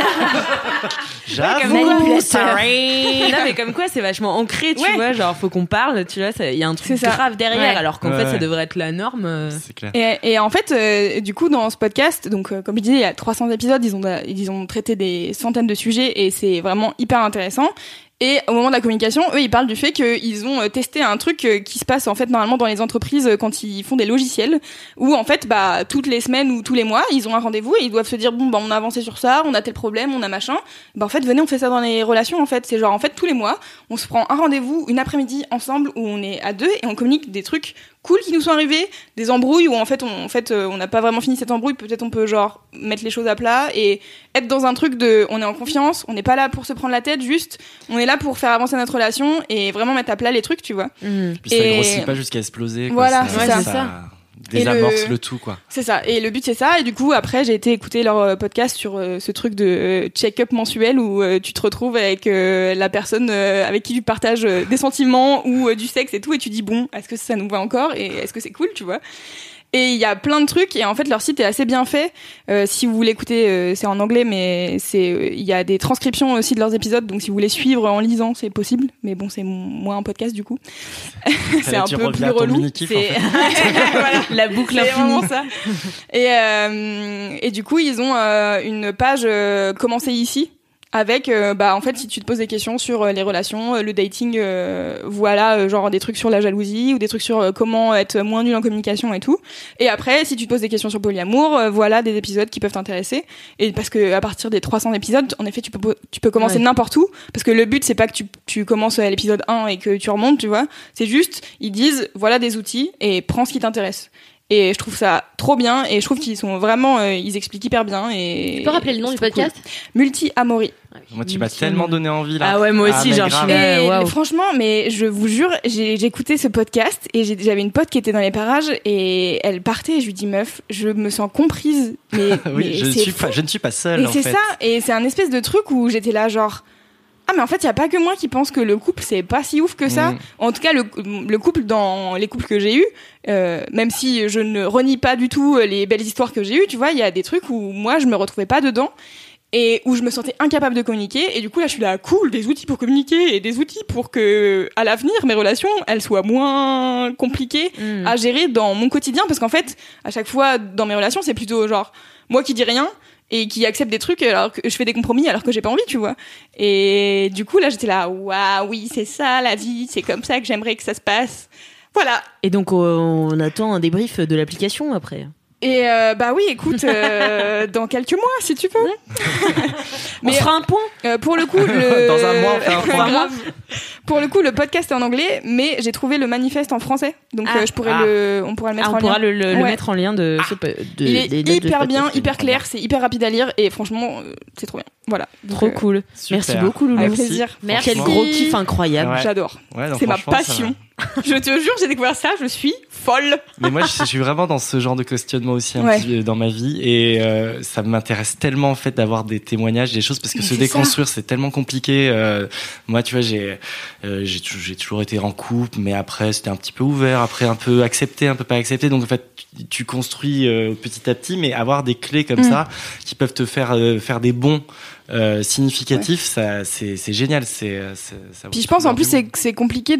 S7: J'avoue,
S5: Manipulateur.
S7: sorry.
S5: Non mais comme quoi c'est vachement ancré, tu
S4: Ouais.
S5: vois, genre faut qu'on parle, tu vois, ça- il y a un truc
S4: C'est ça.
S5: grave derrière,
S4: Ouais.
S5: alors qu'en
S7: Ouais,
S5: fait ça
S7: ouais.
S5: devrait être la norme. euh.
S7: C'est clair.
S4: Et, et en fait, euh, du coup, dans ce podcast, donc euh, comme je disais, il y a trois cents épisodes, ils ont, ils ont traité des centaines de sujets et c'est vraiment hyper intéressant. Et au moment de la communication, eux, ils parlent du fait qu'ils ont euh, testé un truc euh, qui se passe en fait normalement dans les entreprises euh, quand ils font des logiciels, où en fait, bah toutes les semaines ou tous les mois, ils ont un rendez-vous et ils doivent se dire bon, bah on a avancé sur ça, on a tel problème, on a machin. Bah en fait, venez, on fait ça dans les relations. En fait, c'est genre en fait tous les mois, on se prend un rendez-vous une après-midi ensemble où on est à deux et on communique des trucs cool qui nous sont arrivés, des embrouilles où en fait on en fait euh, on n'a pas vraiment fini cette embrouille, peut-être on peut genre mettre les choses à plat et être dans un truc de on est en confiance, on n'est pas là pour se prendre la tête, juste on est là pour faire avancer notre relation et vraiment mettre à plat les trucs, tu vois.
S5: Mhm.
S7: Puis ça
S4: Et-
S7: grossit pas jusqu'à exploser. Quoi.
S4: Voilà,
S7: ça,
S4: c'est
S7: ça,
S4: ça.
S7: ça
S4: Et
S7: désamorce
S4: le-
S7: le... tout, quoi.
S4: C'est ça. Et le but c'est ça. Et du coup après j'ai été écouter leur euh, podcast sur euh, ce truc de euh, check-up mensuel où euh, tu te retrouves avec euh, la personne euh, avec qui tu partages euh, des sentiments ou euh, du sexe et tout et tu dis bon est-ce que ça nous va encore et est-ce que c'est cool, tu vois. Et il y a plein de trucs et en fait leur site est assez bien fait. Euh, si vous voulez écouter, euh, c'est en anglais mais c'est euh, il y a des transcriptions aussi de leurs épisodes donc si vous voulez suivre en lisant c'est possible. Mais bon c'est m- moins un podcast du coup. c'est un
S7: Tu
S4: peu
S7: reviens
S4: plus
S7: à ton
S4: relou.
S7: mini-kiff, en
S5: C'est
S4: Voilà.
S5: la boucle
S4: C'est
S5: infinie.
S4: vraiment ça. Et, euh, et du coup, ils ont euh, une page euh, Commencez ici avec euh, bah en fait si tu te poses des questions sur euh, les relations, euh, le dating, euh, voilà euh, genre des trucs sur la jalousie ou des trucs sur euh, comment être moins nul en communication et tout. Et après si tu te poses des questions sur polyamour, euh, voilà des épisodes qui peuvent t'intéresser. Et parce que à partir des trois cents épisodes, en effet tu peux tu peux commencer
S5: Ouais.
S4: n'importe où, parce que le but c'est pas que tu tu commences à l'épisode un et que tu remontes, tu vois. C'est juste ils disent voilà des outils et prends ce qui t'intéresse. Et je trouve ça trop bien et je trouve qu'ils sont vraiment euh, ils expliquent hyper bien. Et
S5: Tu peux rappeler le nom
S4: c'est
S5: du
S4: trop
S5: podcast
S4: cool. Multi-Amory.
S7: Moi, tu m'as tellement donné envie là.
S3: Ah ouais, moi aussi,
S7: mais
S3: genre,
S7: grave.
S3: je suis là.
S4: Et
S3: waouh.
S4: franchement, mais je vous jure, j'ai j'ai écouté ce podcast et j'ai- j'avais une pote qui était dans les parages et elle partait et je lui dis meuf, je me sens comprise. Mais,
S7: Oui,
S4: mais
S7: je ne
S4: c'est
S7: suis
S4: fou.
S7: pas, je ne suis pas seule.
S4: Et
S7: en
S4: c'est
S7: fait.
S4: ça, et c'est un espèce de truc où j'étais là genre ah mais en fait il y a pas que moi qui pense que le couple c'est pas si ouf que ça.
S7: Mm.
S4: En tout cas le, le couple dans les couples que j'ai eu, euh, même si je ne renie pas du tout les belles histoires que j'ai eues, tu vois, il y a des trucs où moi je me retrouvais pas dedans. Et où je me sentais incapable de communiquer, et du coup là je suis là cool, des outils pour communiquer et des outils pour que à l'avenir mes relations elles soient moins compliquées
S5: Mm.
S4: à gérer dans mon quotidien, parce qu'en fait à chaque fois dans mes relations c'est plutôt genre moi qui dis rien et qui accepte des trucs alors que je fais des compromis alors que j'ai pas envie, tu vois. Et du coup là j'étais là waouh oui c'est ça la vie, c'est comme ça que j'aimerais que ça se passe, voilà.
S3: Et donc, on on attend un débrief de l'application après.
S4: Et euh, bah oui écoute euh, dans quelques mois si tu veux.
S3: On
S4: Mais-
S3: se fera un point.
S4: Euh, pour le coup, le...
S7: Dans un mois, on fait un point.
S4: Grave. Pour le coup, le podcast est en anglais, mais j'ai trouvé le manifeste en français, donc
S3: Ah.
S4: euh, je pourrais
S7: Ah.
S4: le, on pourra le mettre
S3: Ah, on
S4: en
S3: pourra
S4: lien.
S3: le, le- le
S4: Ouais.
S3: mettre en lien de ce po- de,
S4: Il est
S3: des dates de
S4: hyper
S3: ce
S4: bien,
S3: podcast.
S4: hyper clair, c'est hyper rapide à lire et franchement, euh, c'est trop bien. Voilà. Donc,
S3: Trop
S4: euh,
S3: cool.
S7: Super.
S3: Merci beaucoup, Loulou.
S4: Avec
S7: Merci.
S4: plaisir.
S5: Merci.
S3: Quel gros kiff incroyable.
S7: Ouais.
S4: J'adore.
S7: Ouais, non,
S4: C'est ma
S7: franchement, ça
S4: passion. Je te jure, j'ai découvert ça, je suis folle.
S7: Mais moi, je, je suis vraiment dans ce genre de questionnement aussi un
S4: Ouais.
S7: petit, euh, dans ma vie, et euh, ça m'intéresse tellement en fait d'avoir des témoignages, des choses, parce que
S4: Mais
S7: se
S4: c'est
S7: déconstruire, c'est tellement compliqué. Euh, moi, tu vois, j'ai euh, j'ai tou- j'ai toujours été en couple, mais après, c'était un petit peu ouvert, après un peu accepté, un peu pas accepté. Donc en fait, tu, tu construis euh, petit à petit, mais avoir des clés comme
S4: Mm.
S7: ça qui peuvent te faire euh, faire des bons euh, significatifs, ça, c'est c'est génial. C'est c'est- ça vaut
S4: Puis je
S7: tout
S4: pense en
S7: le
S4: plus
S7: monde.
S4: c'est que c'est compliqué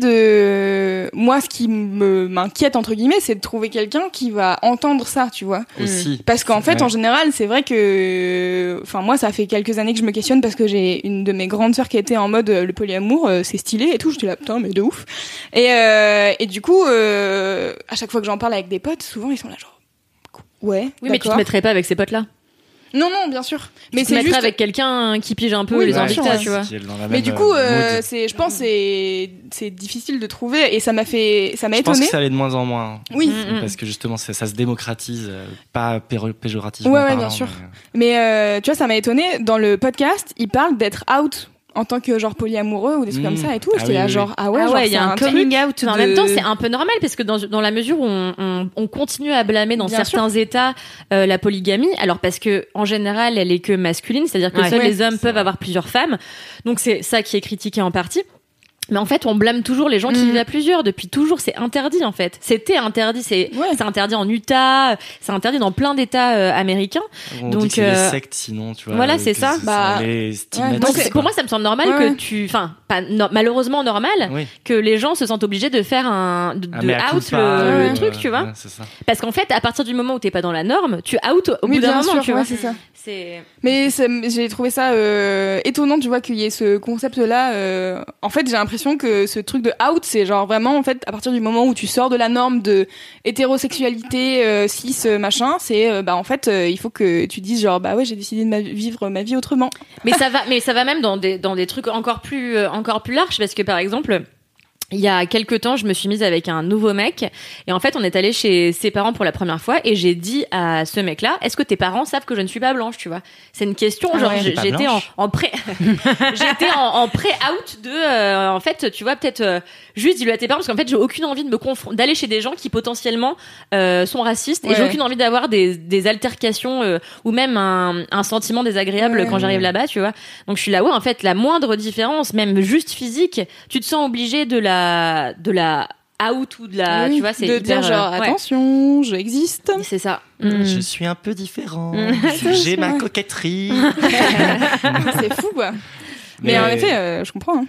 S4: de moi ce qui me m'inquiète entre guillemets c'est de trouver quelqu'un qui va entendre ça, tu vois.
S7: aussi.
S4: Parce qu'en fait,
S7: Ouais.
S4: en général, c'est vrai que, enfin, moi, ça fait quelques années que je me questionne parce que j'ai une de mes grandes sœurs qui était en mode euh, le polyamour, euh, c'est stylé et tout. J'étais là, putain, mais de ouf. Et euh, et du coup, euh, à chaque fois que j'en parle avec des potes, souvent ils sont là genre, ouais,
S5: Oui, mais tu te
S4: d'accord.
S5: mettrais pas avec ces potes-là.
S4: Non, non, bien sûr.
S5: Mais
S4: Mais
S5: tu te
S4: c'est
S5: mettrais
S4: juste.
S5: avec quelqu'un qui pige un peu
S4: Oui,
S5: les
S4: bien
S5: envies que
S4: sûr,
S5: t'as,
S4: ouais.
S5: tu vois.
S7: Qui est dans la
S4: Mais
S7: même,
S4: du coup,
S7: euh,
S4: euh,
S7: mood.
S4: c'est, je pense, c'est c'est difficile de trouver et ça m'a fait, ça m'a
S7: Je pense
S4: étonné.
S7: que ça allait de moins en moins.
S4: Oui.
S5: Mm, mm.
S7: Parce que justement, ça, ça se démocratise, euh, pas péro- péjorativement.
S4: Ouais, ouais,
S7: parlant,
S4: bien sûr.
S7: mais,
S4: Mais euh, tu vois, ça m'a étonné. Dans le podcast, ils parlent d'être out en tant que genre polyamoureux ou des trucs
S7: Mmh.
S4: comme ça et tout.
S7: Ah
S4: J'étais
S7: oui,
S4: là
S7: oui,
S4: genre
S7: oui.
S4: ah ouais,
S5: Ah
S4: genre,
S5: ouais, il y a
S4: c'est
S5: un
S4: truc.
S5: coming out. Mais en
S4: de-
S5: même temps, c'est un peu normal parce que dans, dans la mesure où on, on, on continue à blâmer dans
S4: Bien
S5: certains États euh, la polygamie, alors parce que en général, elle est que masculine, c'est-à-dire que
S3: Ouais.
S5: seuls
S4: Ouais,
S5: les hommes
S7: c'est
S5: peuvent
S7: vrai.
S5: avoir plusieurs femmes. Donc c'est ça qui est critiqué en partie. Mais en fait, on blâme toujours les gens qui
S4: Mhm.
S5: vivent à plusieurs. Depuis toujours, c'est interdit en fait. C'était interdit. C'est
S4: Ouais.
S5: c'est interdit en Utah. C'est interdit dans plein d'États euh, américains.
S7: On
S5: Donc,
S7: dit que c'est
S5: euh,
S7: des sectes, sinon, tu vois.
S5: voilà,
S7: euh,
S5: c'est
S7: que
S5: ça.
S4: Bah,
S7: les
S4: ouais,
S5: Donc
S4: c'est-
S5: c'est- pour moi, ça me semble normal
S4: Ouais,
S5: que
S4: ouais.
S5: tu, enfin, pas no- malheureusement normal
S7: Oui.
S5: que les gens se sentent obligés de faire un de,
S7: Ah,
S5: de
S7: mais à
S5: out
S7: culpa,
S5: le,
S7: euh,
S5: le truc, tu vois.
S7: ouais, c'est ça.
S5: Parce qu'en fait, à partir du moment où t'es pas dans la norme, tu out au
S4: Oui,
S5: bout d'un
S4: bien
S5: moment,
S4: sûr,
S5: tu
S4: ouais,
S5: vois.
S4: c'est ça.
S5: C'est
S4: Mais ça m- j'ai trouvé ça euh, étonnant, tu vois, qu'il y ait ce concept-là. euh, En fait, j'ai l'impression que ce truc de out, c'est genre vraiment, en fait, à partir du moment où tu sors de la norme de hétérosexualité, euh, cis, euh, machin, c'est, euh, bah, en fait, euh, il faut que tu dises genre, bah ouais, j'ai décidé de ma- vivre ma vie autrement.
S5: mais ça va, mais ça va même dans des dans des trucs encore plus euh, encore plus larges parce que par exemple. Il y a quelques temps, je me suis mise avec un nouveau mec et en fait, on est allé chez ses parents pour la première fois et j'ai dit à ce mec-là, est-ce que tes parents savent que je ne suis pas blanche, tu vois? C'est une question,
S4: Ah
S5: genre
S4: ouais.
S5: j'ai-
S7: T'es pas
S5: j'étais en,
S7: blanche
S5: en pré j'étais en, en pré-out de euh, en fait, tu vois, peut-être euh, juste dis-le à tes parents parce qu'en fait, j'ai aucune envie de me confron- d'aller chez des gens qui potentiellement euh, sont racistes et
S4: Ouais.
S5: j'ai aucune envie d'avoir des des altercations euh, ou même un un sentiment désagréable
S4: Ouais.
S5: quand j'arrive là-bas, tu vois. Donc je suis là ouais, en fait, la moindre différence, même juste physique, tu te sens obligé de la de la out ou de la
S4: Oui,
S5: tu vois, c'est
S4: de
S5: hyper,
S4: dire genre,
S5: euh, ouais.
S4: attention, j'existe.
S5: C'est ça.
S7: Je suis un peu différent.
S5: Mm.
S7: J'ai ma coquetterie.
S4: C'est fou, quoi. Mais,
S7: Mais-
S4: en effet, euh, je comprends. Hein.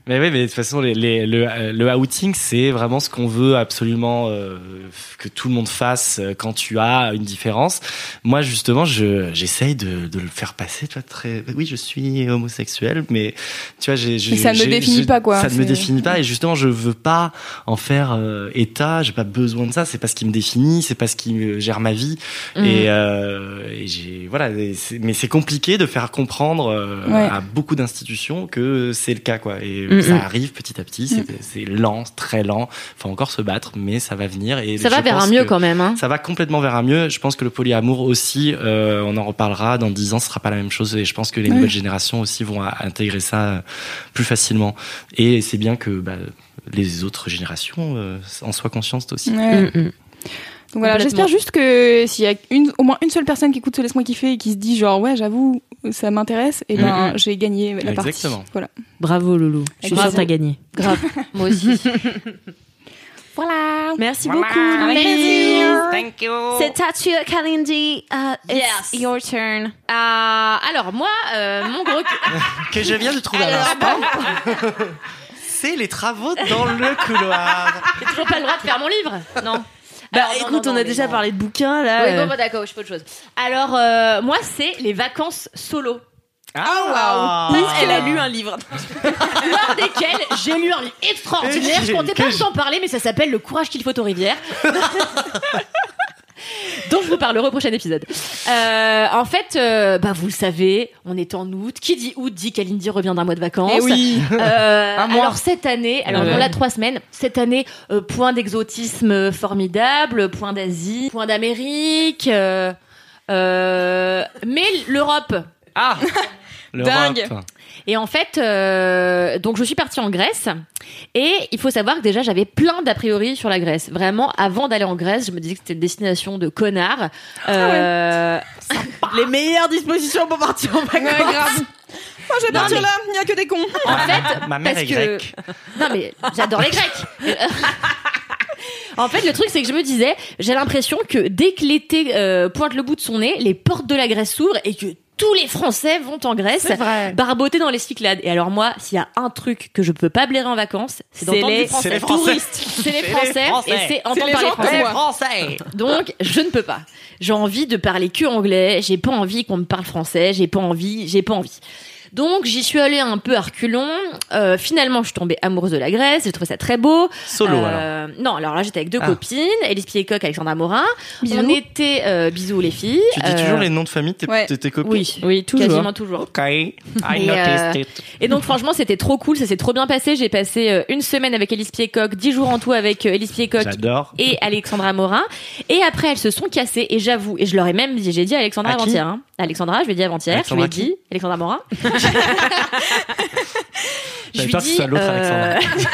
S7: Mais oui, mais de toute façon, les, les, le, le outing, c'est vraiment ce qu'on veut absolument euh, que tout le monde fasse quand tu as une différence. Moi, justement, je, j'essaye de, de le faire passer, tu vois, très. Oui, je suis homosexuel, mais tu vois, j'ai. j'ai
S4: mais ça ne
S7: j'ai,
S4: me définit
S7: j'ai,
S4: pas, quoi.
S7: Ça ne
S4: c'est...
S7: me définit pas, et justement, je veux pas en faire euh, état. J'ai pas besoin de ça. C'est pas ce qui me définit, c'est pas ce qui me gère ma vie. Mmh. Et, euh, et j'ai voilà. Et c'est, mais c'est compliqué de faire comprendre euh, ouais. à beaucoup d'institutions que c'est le cas, quoi. Et mmh. ça arrive petit à petit. C'est, mmh. c'est lent, très lent. Faut encore se battre, mais ça va venir. Et
S5: ça va vers un mieux quand même. Hein.
S7: Ça va complètement vers un mieux. Je pense que le polyamour aussi, euh, on en reparlera dans dix ans, ce sera pas la même chose. Et je pense que les mmh. nouvelles générations aussi vont à, intégrer ça plus facilement. Et c'est bien que bah, les autres générations euh, en soient conscientes aussi.
S4: Ouais. Mmh. Donc voilà, j'espère juste que s'il y a une, au moins une seule personne qui écoute ce Laisse-moi kiffer et qui se dit genre ouais j'avoue ça m'intéresse, et ben mmh. j'ai gagné la partie.
S7: Exactement.
S4: Voilà.
S5: Bravo Loulou, je suis sûre que t'as gagné.
S2: Grave, moi aussi.
S5: Voilà. Merci
S2: voilà.
S5: beaucoup.
S2: Merci.
S6: Thank you.
S5: C'est à toi, Kalindi. Uh, it's
S2: yes.
S5: your turn. Uh, alors moi, euh, mon gros
S7: que je viens de trouver à l'instant. C'est les travaux dans le couloir.
S5: J'ai toujours pas le droit de faire mon livre. Non.
S3: Bah
S5: Alors,
S3: écoute,
S5: non, non,
S3: on a
S5: non,
S3: déjà
S5: bon.
S3: parlé de bouquins là.
S5: Oui,
S3: euh...
S5: bon, bon d'accord, je fais autre chose. Alors euh, moi, c'est les vacances solo.
S7: Ah,
S3: waouh! Elle a lu un livre.
S5: Lors desquels j'ai lu un livre extraordinaire. Je comptais pas vous en parler, mais ça s'appelle Le courage qu'il faut aux rivières. dont je vous parlerai au prochain épisode. Euh, en fait, euh, bah vous le savez, on est en août. Qui dit août dit Kalindi revient d'un mois de vacances.
S4: Eh oui.
S5: Euh, alors cette année, alors
S7: ouais.
S5: on l'a trois semaines. Cette année, euh, point d'exotisme formidable, point d'Asie, point d'Amérique. Euh, euh, mais l'Europe.
S7: Ah.
S4: Dingue.
S5: Et en fait, euh, donc je suis partie en Grèce, et il faut savoir que déjà j'avais plein d'a priori sur la Grèce. Vraiment, avant d'aller en Grèce, je me disais que c'était une destination de connards. Euh,
S3: ah ouais. Les meilleures dispositions pour partir en vacances.
S4: Ouais, grave. Moi, je vais
S5: Non,
S4: partir
S5: mais...
S4: là, il n'y a que des cons.
S5: En fait,
S7: ma mère
S5: parce
S7: est
S5: que...
S7: grecque.
S5: Non mais j'adore les Grecs. En fait, le truc, c'est que je me disais, j'ai l'impression que dès que l'été euh, pointe le bout de son nez, les portes de la Grèce s'ouvrent et que tous les Français vont en Grèce, barboter dans les Cyclades. Et alors moi, s'il y a un truc que je peux pas blairer en vacances, c'est d'entendre
S3: les,
S5: des Français.
S7: C'est les Français.
S5: Touristes. C'est les Français, les Français. Et c'est entendre parler français.
S3: Français.
S5: Donc, je ne peux pas. J'ai envie de parler que anglais. J'ai pas envie qu'on me parle français. J'ai pas envie. J'ai pas envie. Donc j'y suis allée un peu à reculons. Euh, finalement, je suis tombée amoureuse de la Grèce. J'ai trouvé ça très beau.
S7: Solo
S5: euh,
S7: alors.
S5: Non, alors là j'étais avec deux
S7: ah.
S5: copines, Élise Piécoq, Alexandra Morin.
S4: Bisous.
S5: On était euh, bisous les filles.
S7: Tu dis
S5: euh,
S7: toujours les noms de famille de tes,
S4: ouais.
S7: de tes copines.
S5: Oui,
S3: oui, toujours.
S5: Quasiment toujours.
S7: Ok. I
S5: et,
S7: noticed
S5: euh,
S7: it.
S5: Et donc franchement, c'était trop cool. Ça s'est trop bien passé. J'ai passé euh, une semaine avec Élise Piécoq, dix jours en tout avec euh, Élise Piécoq.
S7: J'adore.
S5: Et Alexandra Morin. Et après, elles se sont cassées. Et j'avoue, et je leur ai même dit, j'ai dit à Alexandra
S7: à
S5: avant-hier. Hein. Alexandra, je lui ai dit avant-hier.
S7: Alexandra
S5: je lui ai dit Alexandra Morin.
S7: Je lui ai dit. L'autre
S5: euh...
S7: Alexandra.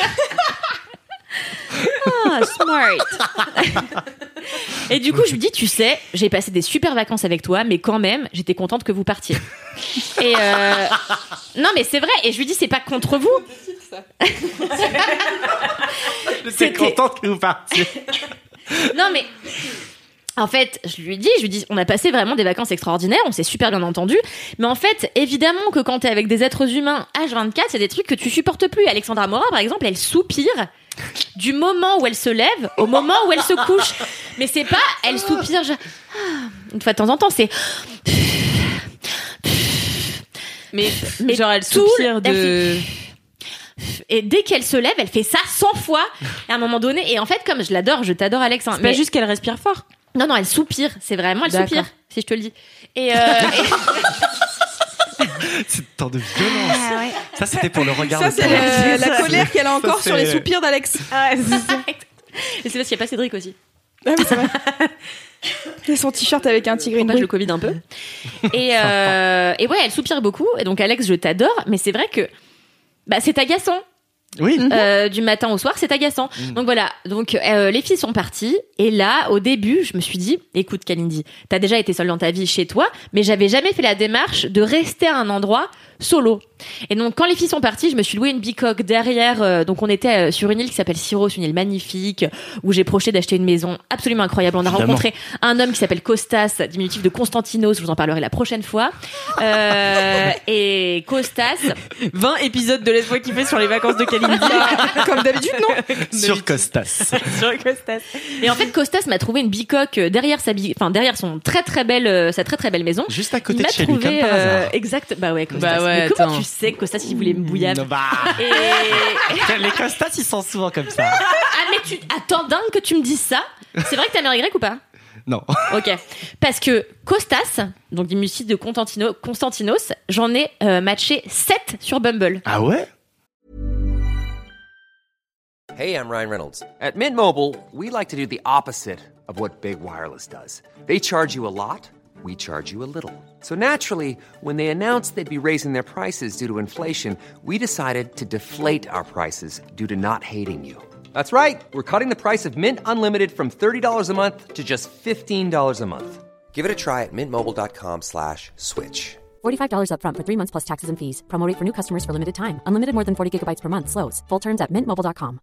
S5: Ah, smart. Et du coup, je lui dis, tu sais, j'ai passé des super vacances avec toi, mais quand même, j'étais contente que vous partiez. Et euh... non, mais c'est vrai. Et je lui dis, c'est pas contre vous.
S7: J'étais contente que vous partiez.
S5: Non, mais en fait, je lui dis, je lui dis, on a passé vraiment des vacances extraordinaires, on s'est super bien entendu, mais en fait, évidemment que quand t'es avec des êtres humains H vingt-quatre, il y a des trucs que tu supportes plus. Alexandra Morin, par exemple, elle soupire du moment où elle se lève au moment où elle se couche. Mais c'est pas, elle soupire je... une fois de temps en temps, c'est...
S3: Mais,
S5: mais
S3: genre elle
S5: tout,
S3: soupire de...
S5: Elle fait... Et dès qu'elle se lève, elle fait ça cent fois à un moment donné. Et en fait, comme je l'adore, je t'adore Alex. Hein,
S3: c'est
S5: mais...
S3: pas juste qu'elle respire fort.
S5: Non, non, elle soupire. C'est vraiment, elle
S3: D'accord.
S5: soupire, si je te le dis. Et... Euh, et...
S7: C'est tant de violence.
S5: Ah ouais.
S7: Ça, c'était pour le regard.
S4: Ça,
S7: de
S4: c'est
S7: Paul.
S4: le- la colère qu'elle a encore
S7: Ça,
S4: sur les
S7: c'est-
S4: soupirs d'Alex.
S5: Ah, c'est ça. Et c'est parce qu'il n'y a pas Cédric aussi.
S4: Ah oui, c'est vrai. Et son t-shirt avec un tigre et une
S5: Pas le
S4: brume.
S5: Covid un peu. Et, euh, et ouais, elle soupire beaucoup. Et donc, Alex, je t'adore. Mais c'est vrai que bah, c'est agaçant.
S7: Oui.
S5: Euh, du matin au soir, c'est agaçant.
S7: Mm.
S5: Donc voilà, donc euh, les filles sont parties et là, au début, je me suis dit, écoute Kalindi, t'as déjà été seule dans ta vie chez toi, mais j'avais jamais fait la démarche de rester à un endroit solo. Et donc quand les filles sont parties, je me suis loué une bicoque derrière. Euh, donc on était euh, sur une île qui s'appelle Syros, une île magnifique où j'ai projeté d'acheter une maison absolument incroyable. On a
S7: Évidemment.
S5: rencontré un homme qui s'appelle Kostas, diminutif de Constantinos. Je vous en parlerai la prochaine fois. Euh, et Kostas,
S3: vingt épisodes de Laisse-moi kiffer sur les vacances de Kalindi.
S4: Comme d'habitude, non?
S7: Sur Costas.
S3: Sur Costas.
S5: et en fait Kostas m'a trouvé une bicoque derrière sa bi- enfin derrière son très très belle euh, sa très très belle maison.
S7: Juste à
S5: Il
S7: côté
S5: m'a
S7: de chez lui, comme
S5: trouvé
S7: par
S5: euh,
S7: hasard.
S5: exact bah ouais Kostas.
S3: Bah ouais,
S5: Mais comment
S3: attends.
S5: tu sais que Kostas il voulait me bouillave?
S7: Bah,
S5: Et
S7: les Costas, ils sont souvent comme ça.
S5: ah mais tu attends dingue que tu me dises ça. C'est vrai que t'as mère Y ou pas?
S7: Non.
S5: Ok. Parce que Kostas, donc diminutif de Constantino, Constantinos, j'en ai euh, matché sept sur Bumble.
S7: Ah ouais?
S8: Hey, I'm Ryan Reynolds. At Mint Mobile, we like to do the opposite of what Big Wireless does. They charge you a lot, we charge you a little. So naturally, when they announced they'd be raising their prices due to inflation, we decided to deflate our prices due to not hating you. That's right. We're cutting the price of Mint Unlimited from thirty dollars a month to just fifteen dollars a month. Give it a try at mintmobile.com slash switch.
S9: forty-five dollars up front for three months plus taxes and fees. Promo rate for new customers for limited time. Unlimited more than forty gigabytes per month. Slows full terms at mint mobile dot com.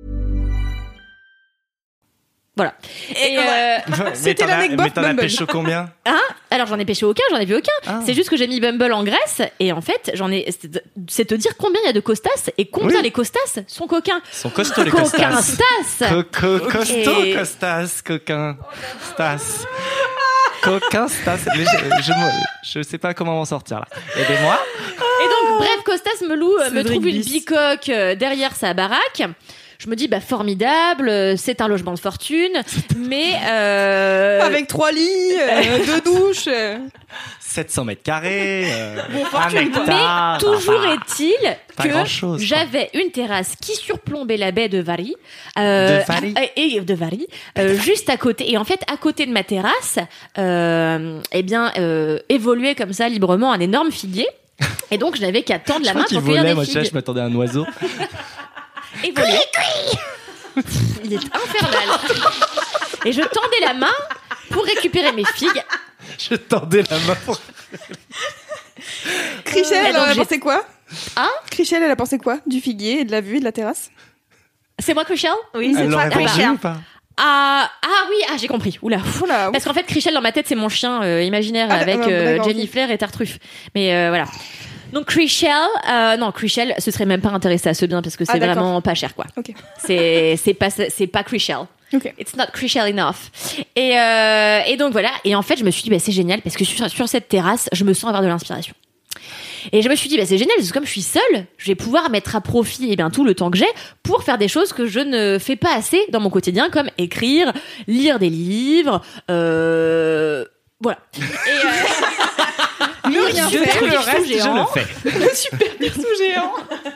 S5: Voilà. Et, euh,
S4: C'était
S7: Mais t'en as-
S4: l'anecdote
S7: Mais t'en as
S4: Bumble.
S7: pécho combien?
S5: Hein alors j'en ai pêché aucun, j'en ai vu aucun.
S7: Ah.
S5: C'est juste que j'ai mis Bumble en Grèce et en fait j'en ai. c'est- C'est te dire combien il y a de Costas et combien
S7: Oui.
S5: les Costas sont coquins.
S7: Ils sont costauds, les
S5: Coquins
S7: Costas.
S5: Stas.
S7: Coco, costaud,
S5: Et-
S7: Costas, coquin, Stas. Coquin, Stas. Mais je, je, me- je sais pas comment m'en sortir là. Aidez-moi.
S5: Et donc bref, Costas me loue, euh, me
S3: Cédric
S5: trouve une
S3: Bis.
S5: bicoque euh, derrière sa baraque. Je me dis bah formidable, euh, c'est un logement de fortune, mais euh,
S4: Avec trois lits, euh, deux douches. euh.
S7: sept cents mètres carrés, euh, un
S4: fortune, quoi.
S7: hectare.
S5: Mais toujours
S7: enfin,
S5: est-il
S7: pas
S5: que
S7: grand-chose, quoi.
S5: j'avais une terrasse qui surplombait la baie de Vari, euh,
S7: De Vari
S5: et de Vari, euh, juste à côté. Et en fait, à côté de ma terrasse, euh, eh bien, euh, évoluait comme ça librement un énorme figuier. Et donc, je n'avais qu'à tendre la
S7: Je
S5: main
S7: crois qu'il
S5: pour cueillir
S7: volait,
S5: des
S7: moi tu vois,
S5: figues.
S7: je m'attendais à un oiseau.
S5: Évoluait. Il est infernal. Et je tendais la main pour récupérer mes figues.
S7: Je tendais la main pour...
S4: Chrishell,
S5: Et
S4: elle
S5: donc,
S4: a
S5: j'ai-
S4: pensé quoi?
S5: Hein
S4: Chrishell, elle a pensé quoi? Du figuier et de la vue et de la terrasse?
S5: C'est moi, Chrishell? Oui,
S7: Elle l'aurait vendu ou pas?
S5: Ah, ah oui, ah, j'ai compris. Oula.
S4: Oula,
S5: Parce qu'en fait, Chrishell, dans ma tête, c'est mon chien euh, imaginaire
S4: Ah,
S5: avec
S4: d'accord,
S5: euh,
S4: d'accord,
S5: Jenny
S4: ok.
S5: Flair et Tartuffe. Mais euh, voilà. Donc Chrishell, euh, non, Chrishell se serait même pas intéressé à ce bien parce que c'est
S4: Ah, d'accord.
S5: vraiment pas cher, quoi.
S4: Ok.
S5: C'est c'est pas c'est pas Chrishell.
S4: Ok.
S5: It's not Chrishell enough. Et euh, et donc voilà. Et en fait, je me suis dit bah c'est génial parce que sur sur cette terrasse, je me sens avoir de l'inspiration. Et je me suis dit, bah, c'est génial, parce que comme je suis seule, je vais pouvoir mettre à profit eh bien, tout le temps que j'ai pour faire des choses que je ne fais pas assez dans mon quotidien, comme écrire, lire des livres, euh... voilà. Et euh...
S4: Ne rien
S5: Je
S4: faire.
S5: trouve
S7: Le
S5: des
S7: reste, je
S5: sous-géants.
S7: le fais.
S4: Sous géant.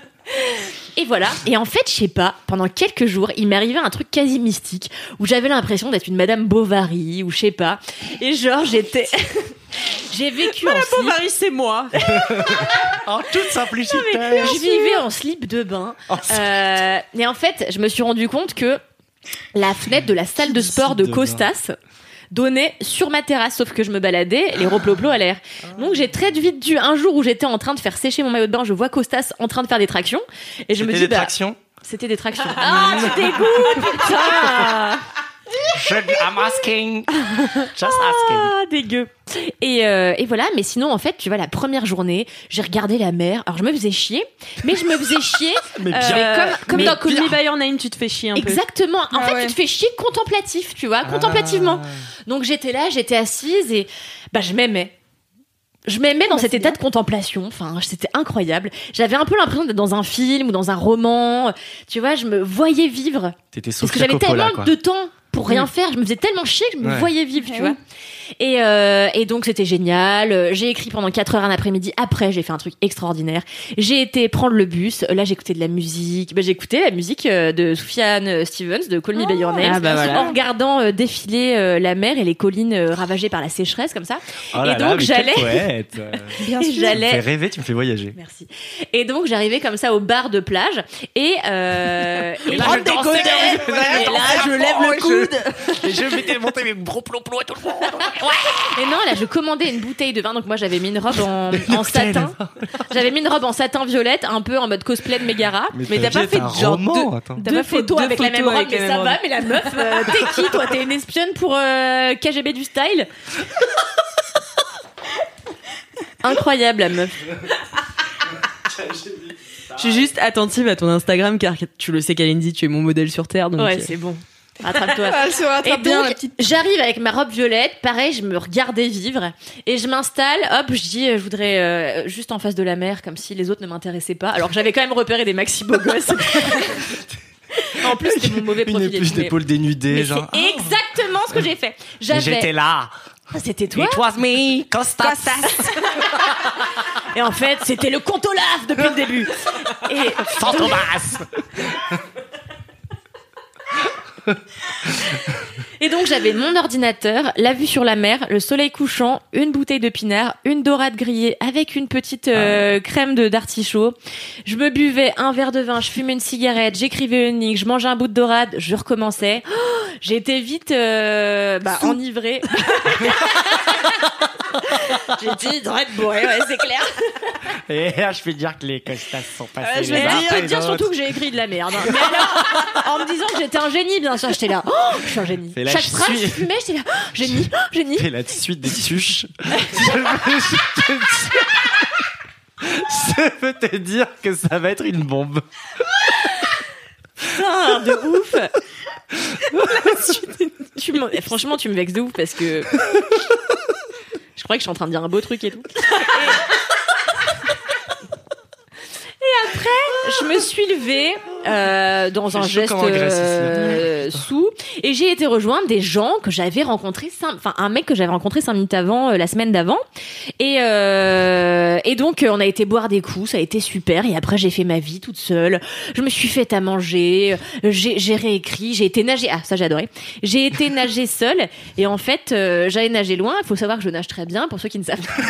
S5: Et voilà. Et en fait, je sais pas, pendant quelques jours, il m'est arrivé un truc quasi mystique où j'avais l'impression d'être une Madame Bovary ou je sais pas. Et genre, j'étais. J'ai vécu en slip.
S3: Bovary, c'est moi.
S7: En toute simplicité.
S5: Je vivais en slip de bain. Euh, et en fait, je me suis rendu compte que la fenêtre de la salle de sport de
S7: de bain.
S5: Costas donnait sur ma terrasse, sauf que je me baladais, les roploplos à l'air. Donc j'ai très vite dû, un jour où j'étais en train de faire sécher mon maillot de bain, je vois Costas en train de faire des tractions. Et je me
S7: C'était
S5: dis,
S7: des
S5: bah,
S7: tractions.
S5: c'était des tractions. Ah, tu dégoûtes, putain!
S7: Je, I'm asking. Just asking.
S5: Ah, dégueu. Et, euh, et voilà, mais sinon, en fait, tu vois, la première journée, j'ai regardé la mer. Alors, je me faisais chier, mais je me faisais chier.
S7: Mais bien.
S5: euh,
S3: Comme, comme
S5: mais
S3: dans Call
S5: bien.
S3: Me By Your Name, tu te fais chier un peu.
S5: Exactement. En
S4: Ah
S5: fait,
S4: ouais.
S5: tu te fais chier contemplatif, tu vois, contemplativement. Donc, j'étais là, j'étais assise et bah, je m'aimais. Je m'aimais dans
S4: Bah,
S5: cet
S4: c'est
S5: état
S4: bien.
S5: de contemplation. Enfin, c'était incroyable. J'avais un peu l'impression d'être dans un film ou dans un roman. Tu vois, je me voyais vivre.
S7: T'étais
S5: Parce que
S7: Sofia
S5: j'avais
S7: Coppola,
S5: tellement
S7: quoi.
S5: de temps pour rien faire. Je me faisais tellement chier que je me
S7: Ouais.
S5: voyais vivre, tu
S4: Eh
S5: vois.
S4: oui.
S5: Et, euh, et donc, c'était génial. Euh, J'ai écrit pendant quatre heures un après-midi. Après, j'ai fait un truc extraordinaire. J'ai été prendre le bus. Là, j'écoutais de la musique. Bah, j'ai écouté la musique euh, de Sufjan Stevens, de Call Me By Your Name.
S3: Ah, bah voilà.
S5: En regardant euh, défiler euh, la mer et les collines euh, ravagées par la sécheresse, comme ça.
S7: Oh là
S5: et
S7: là,
S5: donc,
S7: mais
S5: j'allais-
S7: quel poète.
S4: Bien
S5: Et
S4: sûr.
S7: Tu me fais
S5: j'allais...
S7: rêver, tu me fais voyager.
S5: Merci. Et donc j'arrivais comme ça au bar de plage et, euh, et là, je
S3: des
S5: dansais.
S3: côtés. Et là, je lève le coude.
S7: Et je m'étais monté mes gros plombs à tout le monde.
S5: Et non, là, je commandais une bouteille de vin. Donc moi, j'avais mis une robe en, en satin. J'avais mis une robe en satin violette, un peu en mode cosplay de Megara.
S7: Mais,
S3: Mais t'as pas fait genre
S7: roman,
S3: deux-
S7: attends.
S5: T'as
S3: Deux
S5: pas photos
S3: deux
S5: avec la même
S3: photos
S5: robe,
S3: avec
S5: mais
S3: la
S5: ça
S3: même
S5: va.
S3: robe.
S5: Mais la meuf, euh, t'es qui, toi? T'es une espionne pour euh, K G B du style? Incroyable, la meuf.
S3: Je suis juste attentive à ton Instagram car tu le sais, Kalindi, tu es mon modèle sur Terre. Donc
S5: Ouais,
S3: euh,
S5: c'est bon. Rattrape-toi.
S4: Ah, elle se rattrape
S5: Et
S4: bien,
S5: donc,
S4: la petite.
S5: j'arrive avec ma robe violette, pareil, je me regardais vivre, et je m'installe, hop, je dis, euh, je voudrais euh, juste en face de la mer, comme si les autres ne m'intéressaient pas, alors que j'avais quand même repéré des maxi beaux gosses. En plus, c'était mon mauvais
S7: Une
S5: profil.
S7: plus
S5: mais-
S7: d'épaules dénudées,
S5: mais
S7: genre.
S5: c'est exactement ce que j'ai fait. J'avais...
S7: J'étais là.
S5: Ah, c'était toi?
S7: It was me, Costas.
S5: Et en fait, c'était le compte Olaf depuis le début. Et
S7: Fantomas.
S5: Et donc j'avais mon ordinateur, la vue sur la mer, le soleil couchant, une bouteille de pinard, une dorade grillée avec une petite euh, crème de d'artichaut. Je me buvais un verre de vin, je fumais une cigarette, j'écrivais une ligne, je mangeais un bout de dorade, je recommençais. Oh, j'ai été vite euh, bah, enivrée. J'ai dit, doit être bourré, ouais, c'est clair.
S7: Et là, je peux dire que les Costas sont passés.
S5: Euh, je
S7: les
S5: vais
S7: uns
S5: dire,
S7: après
S5: dire
S7: les
S5: surtout
S7: autres.
S5: que j'ai écrit de la merde. hein. Mais alors, en me disant que j'étais un génie, bien sûr, j'étais là. Oh, je suis un génie.
S7: C'est la
S5: Chaque phrase,
S7: suite.
S5: je fumais, j'étais là. Oh, génie, oh, génie.
S7: Et la suite des tuches. Je peux te dire que ça va être une bombe.
S5: Putain, de ouf. Tu me- Franchement, tu me vexes de ouf parce que je crois que je suis en train de dire un beau truc et tout. Et après, je me suis levée euh, dans un
S7: Je suis chaud
S5: geste
S7: comme en Grèce, ici.
S5: euh, sous et j'ai été rejoindre des gens que j'avais rencontrés, cinq- enfin un mec que j'avais rencontré cinq minutes avant, euh, la semaine d'avant. Et, euh, et donc, euh, on a été boire des coups, ça a été super. Et après, j'ai fait ma vie toute seule. Je me suis faite à manger, euh, j'ai, j'ai réécrit, j'ai été nager. Ah, ça, j'ai adoré. J'ai été nager seule. Et en fait, euh, j'allais nager loin. Il faut savoir que je nage très bien, pour ceux qui ne savent pas.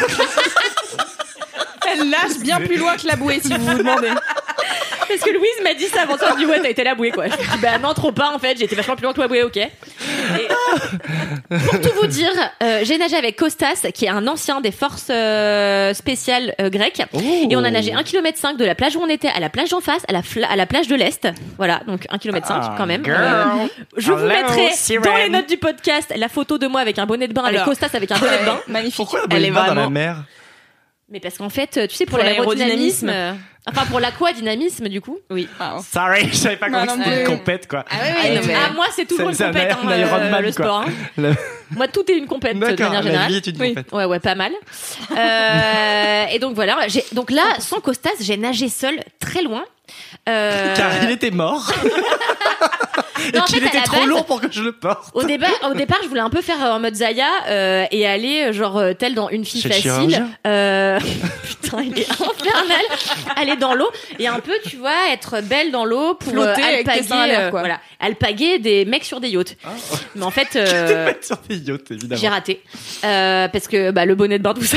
S4: Elle nage bien plus loin que la bouée, si vous vous demandez.
S5: Parce que Louise m'a dit ça avant toi, elle me dit ouais, t'as été la bouée quoi. Je me dis bah non, trop pas en fait, j'ai été vachement plus loin que la bouée, ok. Et pour tout vous dire, euh, j'ai nagé avec Costas, qui est un ancien des forces euh, spéciales euh, grecques.
S7: Oh.
S5: Et on a nagé un kilomètre cinq de la plage où on était à la plage d'en face, à la, fla- à la plage de l'Est. Voilà, donc un kilomètre cinq
S7: Ah,
S5: quand même.
S7: girl.
S5: Euh, je vous
S7: Hello,
S5: mettrai
S7: sirène.
S5: dans les notes du podcast la photo de moi avec un bonnet de bain,
S4: Alors.
S5: avec Costas avec un bonnet de bain.
S4: Magnifique.
S7: Pourquoi
S3: Elle
S7: elle
S3: est
S7: est dans la
S3: vraiment-
S7: mer?
S5: Mais parce qu'en fait, tu sais, pour,
S3: Pour
S5: l'aérodynamisme,
S3: l'aérodynamisme.
S5: euh, enfin pour l'aquadynamisme du coup.
S3: Oui.
S7: Sorry, je savais pas
S4: Bah,
S7: comment
S4: non
S7: c'était une
S4: plus.
S7: compète, quoi.
S5: Ah ouais,
S3: Ah,
S5: ouais,
S3: non, mais-
S5: ah, moi c'est toujours
S7: C'est-
S5: une
S7: c'est
S5: compète,
S7: un
S5: hein,
S7: Iron
S5: euh,
S7: Man,
S5: le
S7: quoi.
S5: sport. hein.
S7: Le-
S5: Moi tout est une compète de
S7: D'accord,
S5: manière
S7: la
S5: générale.
S7: vie est une
S5: Oui.
S7: compète.
S5: Ouais ouais, pas mal. Euh, et donc voilà, j'ai donc là sans Costas, j'ai nagé seule très loin. Euh,
S7: Car il était mort. Et
S5: Non, en
S7: qu'il
S5: fait, à
S7: était
S5: la
S7: trop
S5: base-
S7: lourd pour que je le porte.
S5: Au départ, au départ, je voulais un peu faire euh, en mode Zaya euh, et aller euh, genre euh, tel dans Une fille
S7: Chez le
S5: facile.
S7: chirurgien
S5: Euh, putain, il est infernal. Aller dans l'eau et un peu, tu vois, être belle dans l'eau pour euh,
S4: Flotter avec tes
S5: alpaguer,
S4: seins à l'air,
S5: euh,
S4: quoi.
S5: voilà, alpaguer des mecs sur des yachts. Mais en fait,
S7: Tu
S5: euh,
S7: te mets sur des yachts, évidemment.
S5: j'ai raté euh, parce que bah, le bonnet de bain tout ça.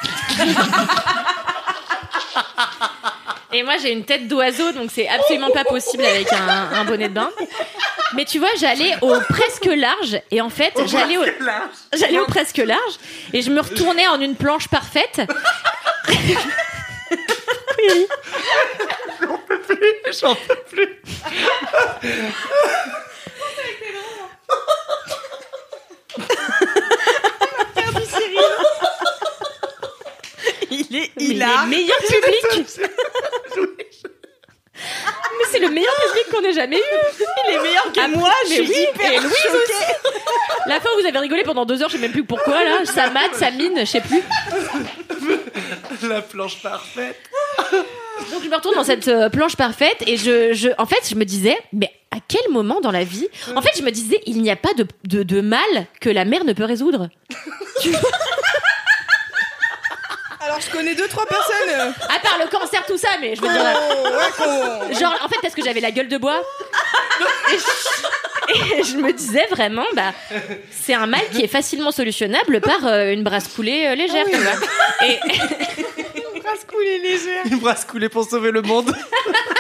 S5: Et moi j'ai une tête d'oiseau donc c'est absolument pas possible avec un, un bonnet de bain. Mais tu vois, j'allais au presque large et en fait, j'allais au j'allais au presque large et je me retournais en une planche parfaite. Oui.
S7: J'en peux plus.
S3: Il est
S5: Mais
S3: hilar.
S5: les meilleurs publics. Mais c'est le meilleur public qu'on ait jamais eu.
S3: Il est meilleur que
S5: Après,
S3: moi. Je
S5: mais
S3: suis
S5: oui,
S3: hyper
S5: et Louise
S3: choquée.
S5: La fois où vous avez rigolé pendant deux heures, je sais même plus pourquoi là. Ça mate, ça mine, je sais plus.
S7: La planche parfaite.
S5: Donc je me retourne dans cette euh, planche parfaite et je, je, en fait, je me disais, mais à quel moment dans la vie, en fait, je me disais, il n'y a pas de, de, de mal que la mer ne peut résoudre. Tu vois,
S4: Alors, je connais deux, trois personnes. euh,
S5: à part le cancer, tout ça, mais je veux dire,
S4: Oh, ouais, qu'on-
S5: genre, en fait, parce que j'avais la gueule de bois. Et je, et je me disais vraiment, bah, c'est un mal qui est facilement solutionnable par euh, une brasse coulée euh, légère, tu vois. Et
S4: Brasse coulée légère.
S7: Une brasse coulée pour sauver le monde.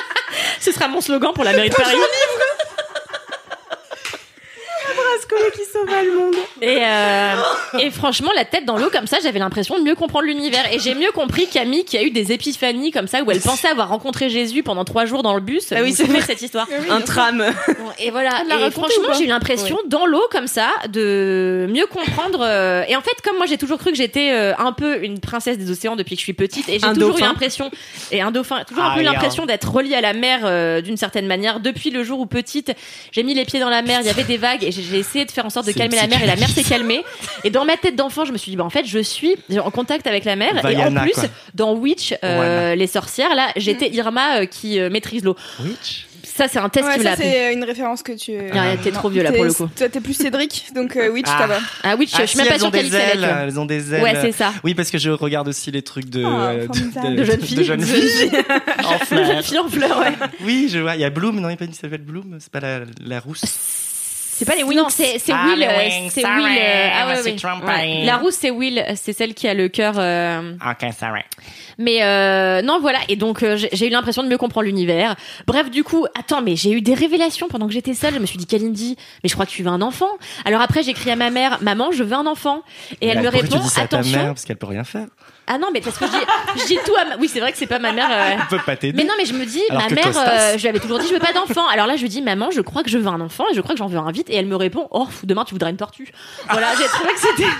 S5: ce sera mon slogan pour la mairie de Paris.
S4: Brasse coulée qui sauve
S3: sauva le monde.
S5: Et, euh, et franchement, la tête dans l'eau comme ça, j'avais l'impression de mieux comprendre l'univers. Et j'ai mieux compris Camille qui a eu des épiphanies comme ça où elle pensait avoir rencontré Jésus pendant trois jours dans le bus.
S3: Ah oui,
S5: Vous
S3: c'est
S5: savez
S3: vrai.
S5: cette histoire.
S3: Oui, un tram.
S5: Bon, et voilà.
S4: Ah, de la
S5: Et
S4: raconter ou
S5: franchement,
S4: pas
S5: j'ai eu l'impression dans l'eau comme ça de mieux comprendre. euh, Et en fait, comme moi, j'ai toujours cru que j'étais euh, un peu une princesse des océans depuis que je suis petite, et j'ai
S3: Un
S5: toujours
S3: dauphin.
S5: eu l'impression et un dauphin, toujours un
S7: Ah,
S5: peu
S7: regarde.
S5: l'impression d'être reliée à la mer euh, d'une certaine manière. Depuis le jour où petite, j'ai mis les pieds dans la mer, il y avait des vagues et j'ai j'ai essayé de faire en sorte de
S7: C'est
S5: calmer la mer et la mer s'est calmée. Et dans ma tête d'enfant, je me suis dit bah en fait, je suis en contact avec la mer.
S7: Vaiana,
S5: et en plus,
S7: quoi.
S5: dans Witch, euh,
S7: Voilà.
S5: les sorcières, là, j'étais Irma euh, qui euh, maîtrise l'eau.
S7: Witch.
S5: Ça, c'est un test
S4: Ouais,
S5: qui me l'a
S4: ça
S5: appris.
S4: c'est une référence que tu.
S5: Ah, t'es trop vieux là
S4: T'es-
S5: pour le coup.
S4: Toi t'es plus Cédric, donc euh, Witch,
S7: Ah.
S4: ça va.
S5: Ah Witch,
S7: Ah,
S5: je suis même
S7: si,
S5: pas
S7: elles
S5: sûre
S7: ont
S5: qu'elle
S7: des
S5: y savait,
S7: ailes.
S5: tu vois.
S7: Elles ont des ailes.
S5: Ouais, c'est ça.
S7: Oui, parce que je regarde aussi les trucs de
S4: Ah,
S7: euh,
S4: formidable.
S5: De jeunes filles.
S7: De jeunes filles. En
S5: Jeune
S7: fleurs.
S5: fille en fleurs, ouais.
S7: Oui, je vois. Il y a Bloom. Non, il n'y a pas une qui s'appelle Bloom. C'est pas la, la rousse.
S5: C'est pas les Wings. Non, c'est c'est
S7: Ah,
S5: Will.
S7: les
S5: euh,
S7: Wings,
S5: c'est
S7: sorry,
S5: Will. euh, Ah ouais,
S7: c'est
S5: ouais.
S7: Trump.
S5: Ouais. La rousse, c'est Will. C'est celle qui a le cœur. euh,
S7: Ok, sorry.
S5: Mais euh, non, voilà. Et donc, euh, j'ai j'ai eu l'impression de mieux comprendre l'univers. Bref, du coup, attends, mais j'ai eu des révélations pendant que j'étais seule. Je me suis dit, Kalindi, mais je crois que tu veux un enfant. Alors après, j'ai crié à ma mère, maman, je veux un enfant. Et elle
S7: Mais
S5: me
S7: pourquoi
S5: répond,
S7: tu dis ça à ta
S5: attention.
S7: mère parce qu'elle peut rien faire.
S5: Ah non, mais parce que je dis, je dis tout à ma... Oui, c'est vrai que c'est pas ma mère. euh,
S7: Elle peut pas t'aider.
S5: Mais non, mais je me dis,
S7: Alors
S5: ma
S7: que
S5: mère,
S7: Costas-
S5: euh, je lui avais toujours dit, je veux pas d'enfant. Alors là, je lui dis, maman, je crois que je veux un enfant et je crois que j'en veux un vite. Et elle me répond, oh, demain tu voudrais une tortue. Voilà, j'ai trouvé que c'était.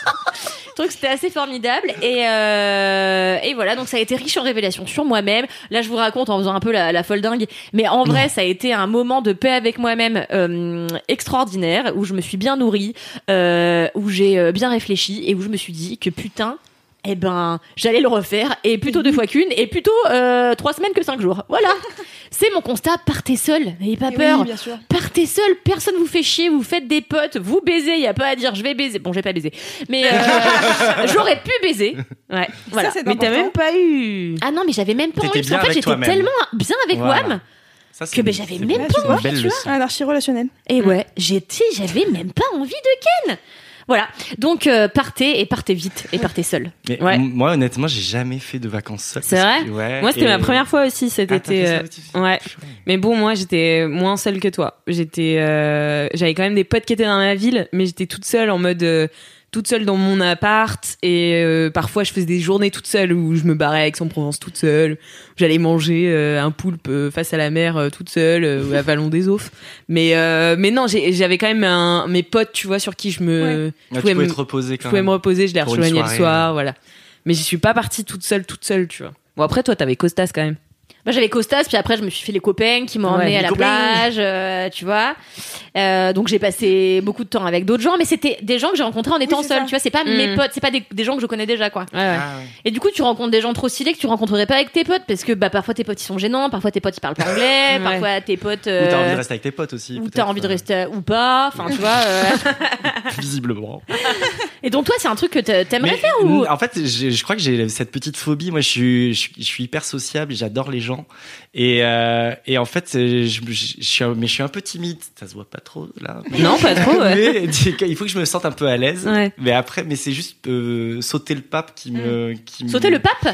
S5: Je trouve que c'était assez formidable et euh, et voilà, donc ça a été riche en révélations sur moi-même. Là, je vous raconte en faisant un peu la, la folle dingue, mais en vrai, non. Ça a été un moment de paix avec moi-même euh, extraordinaire où je me suis bien nourrie, euh, où j'ai euh, bien réfléchi et où je me suis dit que putain. Eh ben, j'allais le refaire, et plutôt deux fois qu'une, et plutôt euh, trois semaines que cinq jours. Voilà. C'est mon constat. Partez seul, n'ayez pas
S4: Et
S5: peur.
S4: oui, bien sûr.
S5: Partez seul, personne vous fait chier, vous faites des potes, vous baisez, il y a pas à dire je vais baiser. Bon, j'ai pas baisé, mais euh, j'aurais pu baiser. Ouais. Voilà.
S4: Ça, c'est
S3: Mais t'as
S4: important.
S3: même pas eu.
S5: Ah non, mais j'avais même pas
S7: T'étais
S5: envie.
S7: bien
S5: Parce qu'en fait,
S7: avec
S5: j'étais
S7: toi-même.
S5: tellement bien avec
S7: Voilà.
S5: Wam
S7: Ça, c'est
S5: que ben,
S7: une-
S5: j'avais
S7: c'est
S5: même
S7: une
S5: pas envie,
S7: belle
S5: tu vois.
S7: leçon.
S4: Un archi relationnel.
S5: Et ouais, j'étais, j'avais même pas envie de Ken. Voilà. Donc euh, partez et partez vite et partez seul.
S7: Mais
S3: Ouais.
S7: m- moi, honnêtement, j'ai jamais fait de vacances seul.
S3: C'est
S7: parce
S3: vrai
S7: que- ouais,
S3: Moi, c'était
S7: et-
S3: ma première fois aussi cet
S7: Ah, t'as
S3: été.
S7: fait ça
S3: euh,
S7: aussi
S3: ouais.
S7: Chouette.
S3: Mais bon, moi, j'étais moins seule que toi. J'étais, euh, j'avais quand même des potes qui étaient dans ma ville, mais j'étais toute seule en mode euh, toute seule dans mon appart et euh, parfois je faisais des journées toute seule où je me barrais à Aix-en-Provence toute seule, où j'allais manger euh, un poulpe euh, face à la mer euh, toute seule euh, ou à Vallon des Aufs. Mais euh, mais non, j'ai- j'avais quand même un, mes potes, tu vois, sur qui je me
S7: Ah,
S3: je
S7: tu
S3: pouvais
S7: pouvais
S3: me,
S7: te reposer
S3: je
S7: quand
S3: pouvais
S7: même.
S3: me reposer, je les
S7: Pour une
S3: rejoignais le
S7: soirée.
S3: soir, voilà. Mais je suis pas partie toute seule toute seule, tu vois. Bon, après toi t'avais Costas quand même.
S5: Moi, j'avais Costas, puis après, je me suis fait les copains qui m'ont
S3: Ouais,
S5: emmené à
S3: les
S5: la
S3: copains.
S5: plage, euh, tu vois. Euh, donc, j'ai passé beaucoup de temps avec d'autres gens, mais c'était des gens que j'ai rencontrés en étant
S4: c'est
S5: seule,
S4: ça.
S5: tu vois. C'est pas
S3: Mm.
S5: mes potes, c'est pas des, des gens que je connais déjà, quoi.
S3: Ouais, ouais.
S7: Ah, ouais.
S5: Et du coup, tu rencontres des gens trop stylés que tu rencontrerais pas avec tes potes, parce que bah parfois tes potes ils sont gênants, parfois tes potes ils parlent pas anglais,
S3: Ouais.
S5: parfois tes potes.
S7: Ou
S5: euh,
S7: t'as envie de rester avec tes potes aussi.
S5: ou
S7: peut-être,
S5: t'as envie de
S7: euh,
S5: rester ou pas, enfin tu vois. euh.
S7: Visiblement.
S5: Et donc toi, c'est un truc que t'a- t'aimerais
S7: Mais,
S5: faire ou
S7: En fait, j'ai- je crois que j'ai cette petite phobie. Moi, je suis, je, suis- je suis hyper sociable et j'adore les gens. Et, euh, et en fait, je, je, je suis, un- mais je suis un peu timide. Ça se voit pas trop là.
S3: Non, pas trop, ouais.
S7: Mais il faut que je me sente un peu à l'aise.
S3: Ouais.
S7: Mais après, mais c'est juste euh, sauter le pape qui me, qui me-
S5: sauter le pape?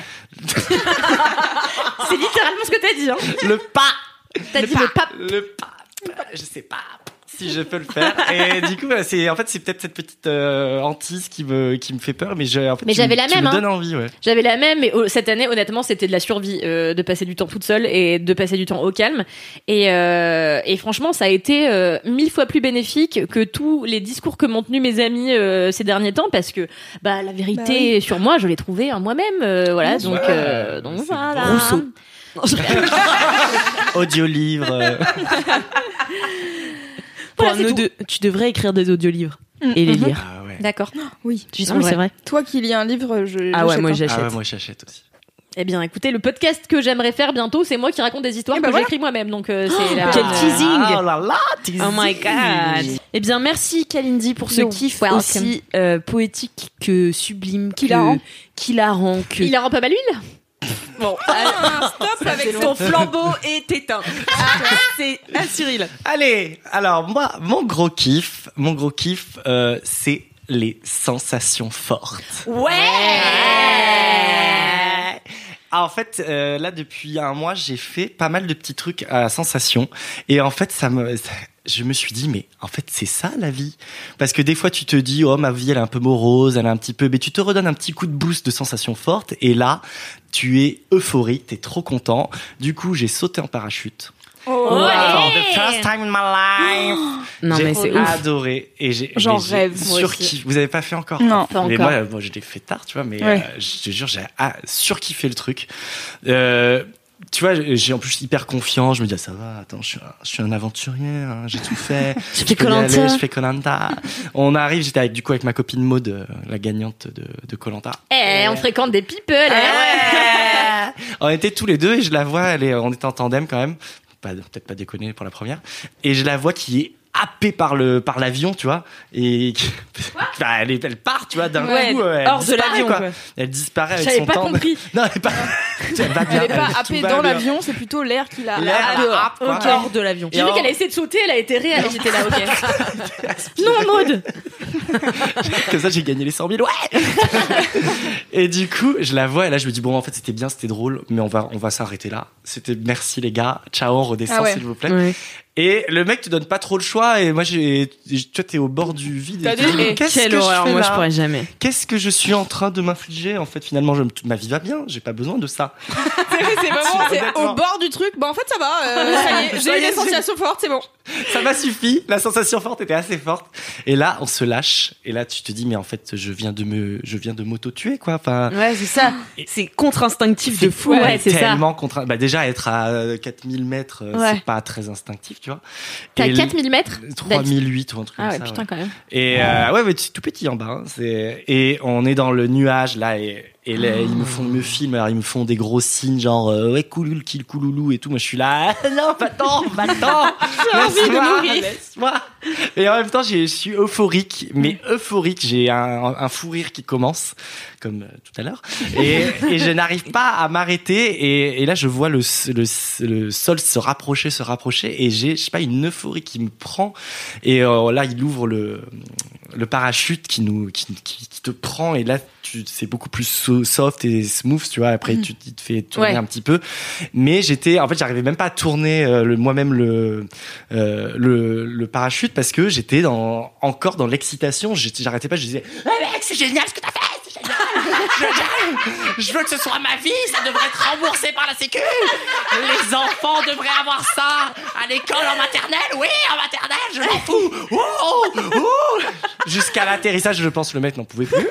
S5: C'est littéralement ce que t'as dit, hein.
S7: le pas.
S5: T'as dit le pape.
S7: Le pape. Je sais pas si je peux le faire. Et du coup, c'est en fait c'est peut-être cette petite euh, hantise qui me qui me fait peur, mais je, en fait,
S5: Mais
S7: tu me-
S5: j'avais la
S7: tu
S5: même,
S7: me
S5: hein.
S7: donnes envie, ouais.
S5: J'avais la même, mais oh, cette année, honnêtement, c'était de la survie, euh, de passer du temps toute seule et de passer du temps au calme. Et, euh, et franchement, ça a été euh, mille fois plus bénéfique que tous les discours que m'ont tenus mes amis euh, ces derniers temps, parce que bah la vérité
S4: Bah
S5: sur moi, je l'ai trouvée en moi-même. euh, voilà, donc
S7: Ouais,
S5: euh, donc
S7: c'est
S5: voilà.
S3: Rousseau.
S7: Audio-livre. euh,
S3: Pour
S5: Voilà,
S3: un
S5: c'est
S3: audio- tu devrais écrire des audiolivres et les lire.
S7: Ah ouais.
S5: D'accord.
S4: Oui.
S3: Tu
S5: Non, mais c'est vrai.
S4: Toi qui lis un livre, je.
S3: Ah ouais,
S4: j'achète
S3: moi
S4: un.
S3: j'achète.
S7: Ah ouais, moi j'achète aussi.
S5: Eh bien, écoutez, le podcast que j'aimerais faire bientôt, c'est moi qui raconte des histoires
S4: Eh
S5: que
S4: ben voilà.
S5: j'écris moi-même. Donc euh, c'est la-
S3: Quel teasing.
S7: Ah, oh là là, teasing.
S3: Oh my god. Eh bien, merci Kalindi pour ce
S5: You're
S3: kiff
S5: welcome.
S3: aussi euh, poétique que sublime, que-
S4: Hilarant.
S3: qu'hilarant, que
S5: Il la rend pas mal l'huile.
S3: bon.
S4: Ah, stop avec
S3: Ton
S4: ton
S3: flambeau est éteint. C'est un Cyril.
S7: Allez, alors moi, mon gros kiff, mon gros kiff, euh, c'est les sensations fortes.
S5: Ouais.
S7: Ah, en fait, euh, là depuis un mois, j'ai fait pas mal de petits trucs à sensations, et en fait, ça me, ça- je me suis dit, mais en fait, c'est ça la vie. Parce que des fois, tu te dis, oh, ma vie, elle est un peu morose, elle est un petit peu, mais tu te redonnes un petit coup de boost de sensations fortes. Et là, tu es euphorique, t'es trop content. Du coup, j'ai sauté en parachute.
S4: Oh,
S5: Oh,
S7: For
S5: allez.
S7: the first time in my life.
S5: Non,
S7: j'ai
S5: mais c'est ouf.
S7: adoré. Et j'ai,
S4: J'en
S7: mais j'ai
S4: rêve, moi
S7: surkiffé. Vous avez pas fait encore?
S4: Non.
S5: Pas
S7: Mais
S5: encore.
S7: moi, moi, je l'ai fait tard, tu vois, mais
S4: Ouais.
S7: euh, je te jure, j'ai ah, surkiffé le truc. Euh, tu vois, j'ai en plus hyper confiant. Je me dis, ah, ça va, attends, je suis un, je suis un aventurier, hein, j'ai tout fait.
S5: Je
S7: Je
S5: fais
S7: peux y
S5: Koh-Lanta.
S7: aller, je fais Koh-Lanta. On arrive, j'étais avec, du coup, avec ma copine Maud, euh, la gagnante de, de Koh-Lanta.
S5: Eh, on fréquente des people. hein.
S7: On était tous les deux et je la vois, elle est, on était en tandem quand même. Pas, peut-être pas déconner pour la première. Et je la vois qui est happée par le, par l'avion, tu vois. Et, bah, elle, est, elle part, tu vois, d'un
S3: Ouais,
S7: coup. Elle
S3: hors de
S7: disparaît,
S3: l'avion,
S7: quoi.
S3: quoi.
S7: Elle disparaît avec
S5: J'avais
S7: son
S5: pas
S7: tandem.
S5: compris.
S7: Non, elle est pas, elle va bien.
S4: Elle est pas
S7: tout
S4: happée
S7: va
S4: dans
S7: bien.
S4: l'avion, c'est plutôt l'air qui l'a.
S7: L'air, elle
S4: dehors.
S7: happe, quoi.
S3: Hors de l'avion.
S5: J'ai vu qu'elle a essayé de sauter, elle a été réelle. J'étais là, ok. Non, Maud.
S7: Comme ça, j'ai gagné les cent mille. Ouais! Et du coup, je la vois, et là, je me dis, bon, en fait, c'était bien, c'était drôle, mais on va, on va s'arrêter là. C'était merci, les gars. Ciao, on redescend,
S4: Ah ouais.
S7: s'il vous plaît.
S5: Ouais.
S7: Et le mec te donne pas trop le choix, et moi, j'ai, tu vois, t'es au bord du vide.
S4: T'as
S7: et tu te
S4: dit,
S7: dis,
S4: eh,
S7: qu'est-ce
S3: Quelle
S7: que
S3: horreur,
S7: je fais
S3: moi je
S7: là
S3: pourrais jamais.
S7: Qu'est-ce que je suis en train de m'infliger? En fait, finalement, je, ma vie va bien, j'ai pas besoin de ça.
S4: C'est c'est vraiment c'est
S7: Honnêtement.
S4: au bord du truc. Bah en fait ça va. euh, ça y est,
S7: Ça
S4: j'ai
S7: y
S4: eu
S7: est,
S4: les sensations fortes, c'est bon.
S7: Ça m'a suffi. La sensation forte était assez forte. Et là, on se lâche. Et là, tu te dis, mais en fait, je viens de me, je viens de m'auto-tuer, quoi. Enfin,
S3: Ouais, c'est ça. C'est contre-instinctif de fou.
S5: Ouais,
S3: Ouais.
S5: c'est ça.
S7: tellement contraint. Bah, déjà, être à euh, quatre mille mètres, euh,
S5: Ouais.
S7: c'est pas très instinctif, tu vois.
S5: T'as
S7: Et
S5: quatre mille mètres
S7: trois mille huit ou un truc
S5: Ah ouais,
S7: comme ça.
S5: putain,
S7: ouais.
S5: quand même.
S7: Et euh, ouais, ouais, c'est tout petit en bas. Hein. C'est et on est dans le nuage là et, et là, ils me font me filment. Alors ils me font des gros signes genre euh, ouais couloul kill couloulou et tout. Moi je suis là ah, non va-t'en va-t'en. J'ai envie de mourir. Laisse-moi. Et en même temps j'ai- je suis euphorique, mais euphorique. J'ai un, un fou rire qui commence comme euh, tout à l'heure et, et je n'arrive pas à m'arrêter et, et là je vois le, le, le sol se rapprocher se rapprocher et j'ai je sais pas une euphorie qui me prend et euh, là il ouvre le le parachute qui nous qui, qui, qui te prend et là tu c'est beaucoup plus so- soft et smooth tu vois après tu, tu te fais tourner
S5: Ouais.
S7: un petit peu mais j'étais en fait j'arrivais même pas à tourner euh, le, moi-même le, euh, le le parachute parce que j'étais dans encore dans l'excitation j'étais, j'arrêtais pas je disais ah mec c'est génial ce que t'as fait c'est génial je, je veux que ce soit ma vie ça devrait être remboursé par la sécu les enfants devraient avoir ça à l'école en maternelle oui en maternelle je m'en fous oh, oh, oh. Jusqu'à l'atterrissage je pense le mec n'en pouvait plus.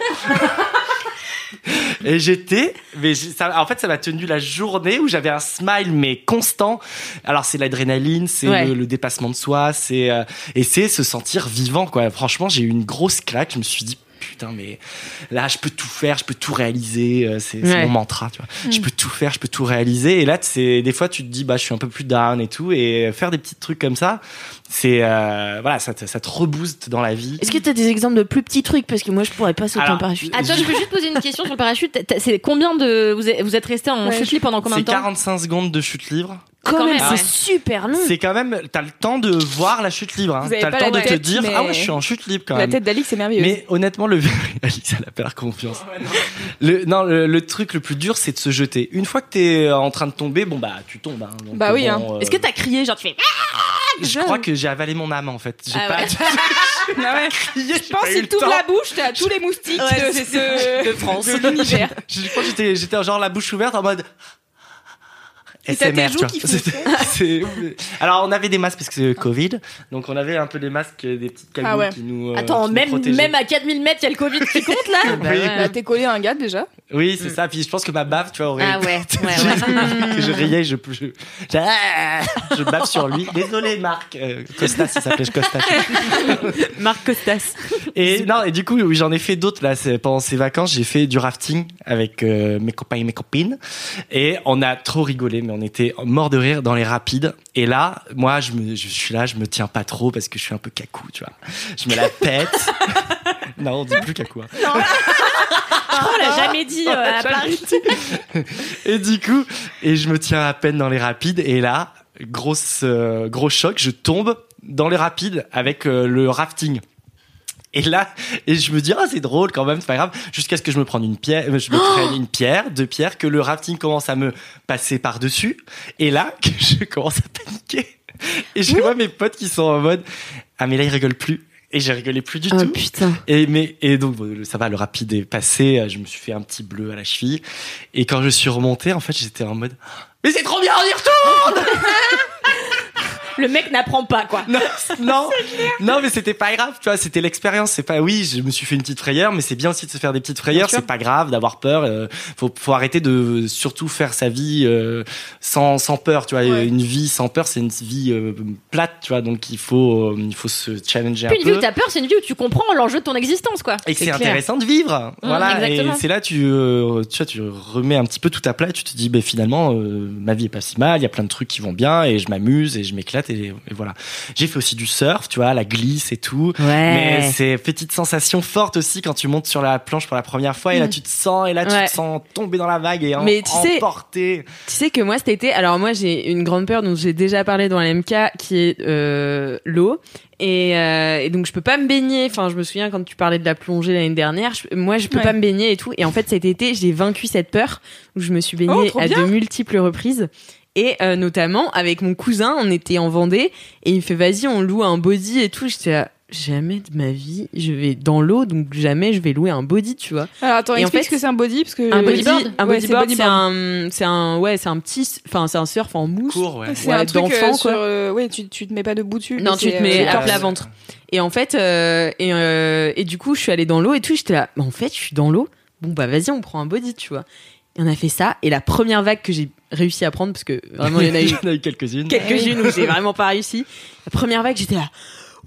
S7: Et j'étais, mais j'ai- ça, en fait, ça m'a tenu la journée où j'avais un smile mais constant. Alors c'est l'adrénaline, c'est
S5: Ouais.
S7: le, le dépassement de soi, c'est euh, et c'est se sentir vivant quoi. Franchement, j'ai eu une grosse claque. Je me suis dit putain, mais là, je peux tout faire, je peux tout réaliser. euh, C'est, c'est
S5: Ouais.
S7: mon mantra, tu vois. Je peux tout faire, je peux tout réaliser. Et là, c'est des fois, tu te dis bah, je suis un peu plus down et tout, et faire des petits trucs comme ça, c'est euh, voilà, ça, te- ça te rebooste dans la vie.
S3: Est-ce que t'as des exemples de plus petits trucs? Parce que moi je pourrais pas sauter
S7: Alors,
S3: en parachute.
S5: Attends, je peux juste poser une question sur le parachute. T'as- C'est combien de vous êtes, vous êtes resté en
S4: Ouais,
S5: chute libre pendant combien
S7: C'est
S5: de temps?
S7: quarante-cinq secondes de chute libre.
S3: Quand
S5: quand
S3: même,
S5: même,
S3: c'est
S5: ouais.
S3: super long.
S7: C'est quand même, t'as le temps de voir la chute libre. Hein.
S4: Vous avez
S7: T'as le
S4: pas
S7: temps
S4: la
S7: de te
S4: tête,
S7: dire
S4: mais-
S7: ah ouais, je suis en chute libre quand
S4: La
S7: même.
S4: tête d'Alix c'est merveilleux.
S7: Mais honnêtement, le Alice, elle a pas l'air confiance. Le, non, le, le truc le plus dur, c'est de se jeter. Une fois que t'es en train de tomber, bon bah tu tombes. Hein. Donc,
S4: Bah oui,
S7: bon,
S4: hein.
S7: euh,
S3: Est-ce que t'as crié genre tu fais
S7: je crois que j'ai avalé mon âme en fait. J'ai
S5: Ah
S7: pas.
S5: ouais.
S4: Ah ouais.
S7: crié,
S4: Je pense que si t'ouvres la bouche, t'as tous les moustiques
S3: Ouais,
S4: de,
S3: c'est
S4: de,
S3: de France.
S4: de l'univers.
S7: Je crois que j'étais, j'étais genre la bouche ouverte en mode.
S4: Et t'as
S7: S M R,
S4: tes joues
S7: tu vois.
S4: qui font-
S7: C'était- c'est- Alors on avait des masques parce que c'est le Covid, donc on avait un peu des masques, des petites cagoules
S4: Ah ouais.
S7: qui nous. euh,
S5: Attends,
S7: qui nous
S5: même,
S7: protégeaient.
S5: même à quatre mille mètres, il y a le Covid qui compte là?
S7: Bah ouais.
S4: Bah, t'es collé à un gars déjà.
S7: Oui, c'est ça. Puis je pense que ma bave, tu vois, aurait.
S5: Ah ouais, ouais, ouais.
S7: que je riais, je, je, je, je bave sur lui. Désolé, Marc. Euh, Costas, il s'appelait Costas.
S3: Marc Costas.
S7: Et non, et du coup, oui, j'en ai fait d'autres là. C'est- Pendant ces vacances, j'ai fait du rafting avec euh, mes copains et mes copines, et on a trop rigolé, mais on était mort de rire dans les rapides. Et là, moi, je me, je suis là, je me tiens pas trop parce que je suis un peu cacou, tu vois. Je me la pète. Non, on dit plus cacou. Hein.
S5: Je crois qu'on l'a jamais dit euh, à Paris.
S7: Et du coup, et je me tiens à peine dans les rapides. Et là, grosse, euh, gros choc, je tombe dans les rapides avec euh, le rafting. Et là, et je me dis, ah, c'est drôle quand même, c'est pas grave. Jusqu'à ce que je me prenne une pierre, je me prenne une pierre, deux pierres, que le rafting commence à me passer par-dessus. Et là, que je commence à paniquer. Et je vois mes potes qui sont en mode ah mais là ils rigolent plus. Et j'ai rigolé plus du
S5: oh,
S7: tout.
S5: Putain.
S7: Et mais et donc bon, ça va, le rapide est passé. Je me suis fait un petit bleu à la cheville. Et quand je suis remonté, en fait, j'étais en mode mais c'est trop bien, on y retourne.
S5: Le mec n'apprend pas, quoi.
S7: Non, non, non, mais c'était pas grave, tu vois, c'était l'expérience. C'est pas, oui, je me suis fait une petite frayeur, mais c'est bien aussi de se faire des petites frayeurs. C'est pas grave d'avoir peur. Euh, faut, faut arrêter de surtout faire sa vie euh, sans, sans peur, tu vois. Ouais. Une vie sans peur, c'est une vie euh, plate, tu vois. Donc il faut, euh, il faut se challenger
S5: Puis
S7: un
S5: une
S7: peu.
S5: vie où t'as peur, c'est une vie où tu comprends l'enjeu de ton existence, quoi.
S7: Et c'est, c'est intéressant de vivre, mmh, voilà.
S5: Exactement.
S7: Et c'est là, tu, euh, tu vois, tu remets un petit peu tout à plat. Et tu te dis, ben finalement, euh, ma vie est pas si mal. Il y a plein de trucs qui vont bien, et je m'amuse et je m'éclate et, et voilà. J'ai fait aussi du surf, tu vois, la glisse et tout.
S5: Ouais.
S7: Mais c'est petite sensation forte aussi quand tu montes sur la planche pour la première fois et là tu te sens et là tu
S10: ouais.
S7: te sens tomber dans la vague et en,
S10: Mais tu sais,
S7: emporter.
S10: Tu sais que moi cet été, alors moi j'ai une grande peur dont j'ai déjà parlé dans l'M K qui est euh, l'eau. Et, euh, et donc je peux pas me baigner. Enfin, je me souviens quand tu parlais de la plongée l'année dernière. Je, moi, je peux
S4: ouais.
S10: pas me baigner et tout. Et en fait, cet été, j'ai vaincu cette peur où je me suis baignée
S4: oh,
S10: à
S4: bien.
S10: de multiples reprises. Et euh, notamment avec mon cousin, on était en Vendée et il me fait vas-y, on loue un body et tout. J'étais là, jamais de ma vie, je vais dans l'eau, donc jamais je vais louer un body, tu vois.
S4: Alors attends,
S10: et
S4: explique
S10: en fait,
S4: ce que c'est un body parce que
S10: un bodyboard, un
S4: ouais,
S10: bodyboard,
S4: c'est,
S10: c'est un, c'est un, ouais, c'est un petit, enfin c'est un surf en mousse.
S7: Court, ouais.
S4: C'est
S10: ouais,
S4: un truc
S10: d'enfant,
S4: euh, sur,
S10: quoi.
S4: euh, ouais, tu, tu te mets pas debout dessus.
S10: Non, tu te mets à plat ventre. Et en fait, euh, et, euh, et du coup, je suis allée dans l'eau et tout. J'étais là, bah, en fait, je suis dans l'eau. Bon, bah, vas-y, on prend un body, tu vois. Et on a fait ça. Et la première vague que j'ai réussi à prendre, parce que vraiment, il y en a eu,
S7: il y en a eu quelques-unes.
S10: quelques-unes où j'ai vraiment pas réussi. La première vague, j'étais là,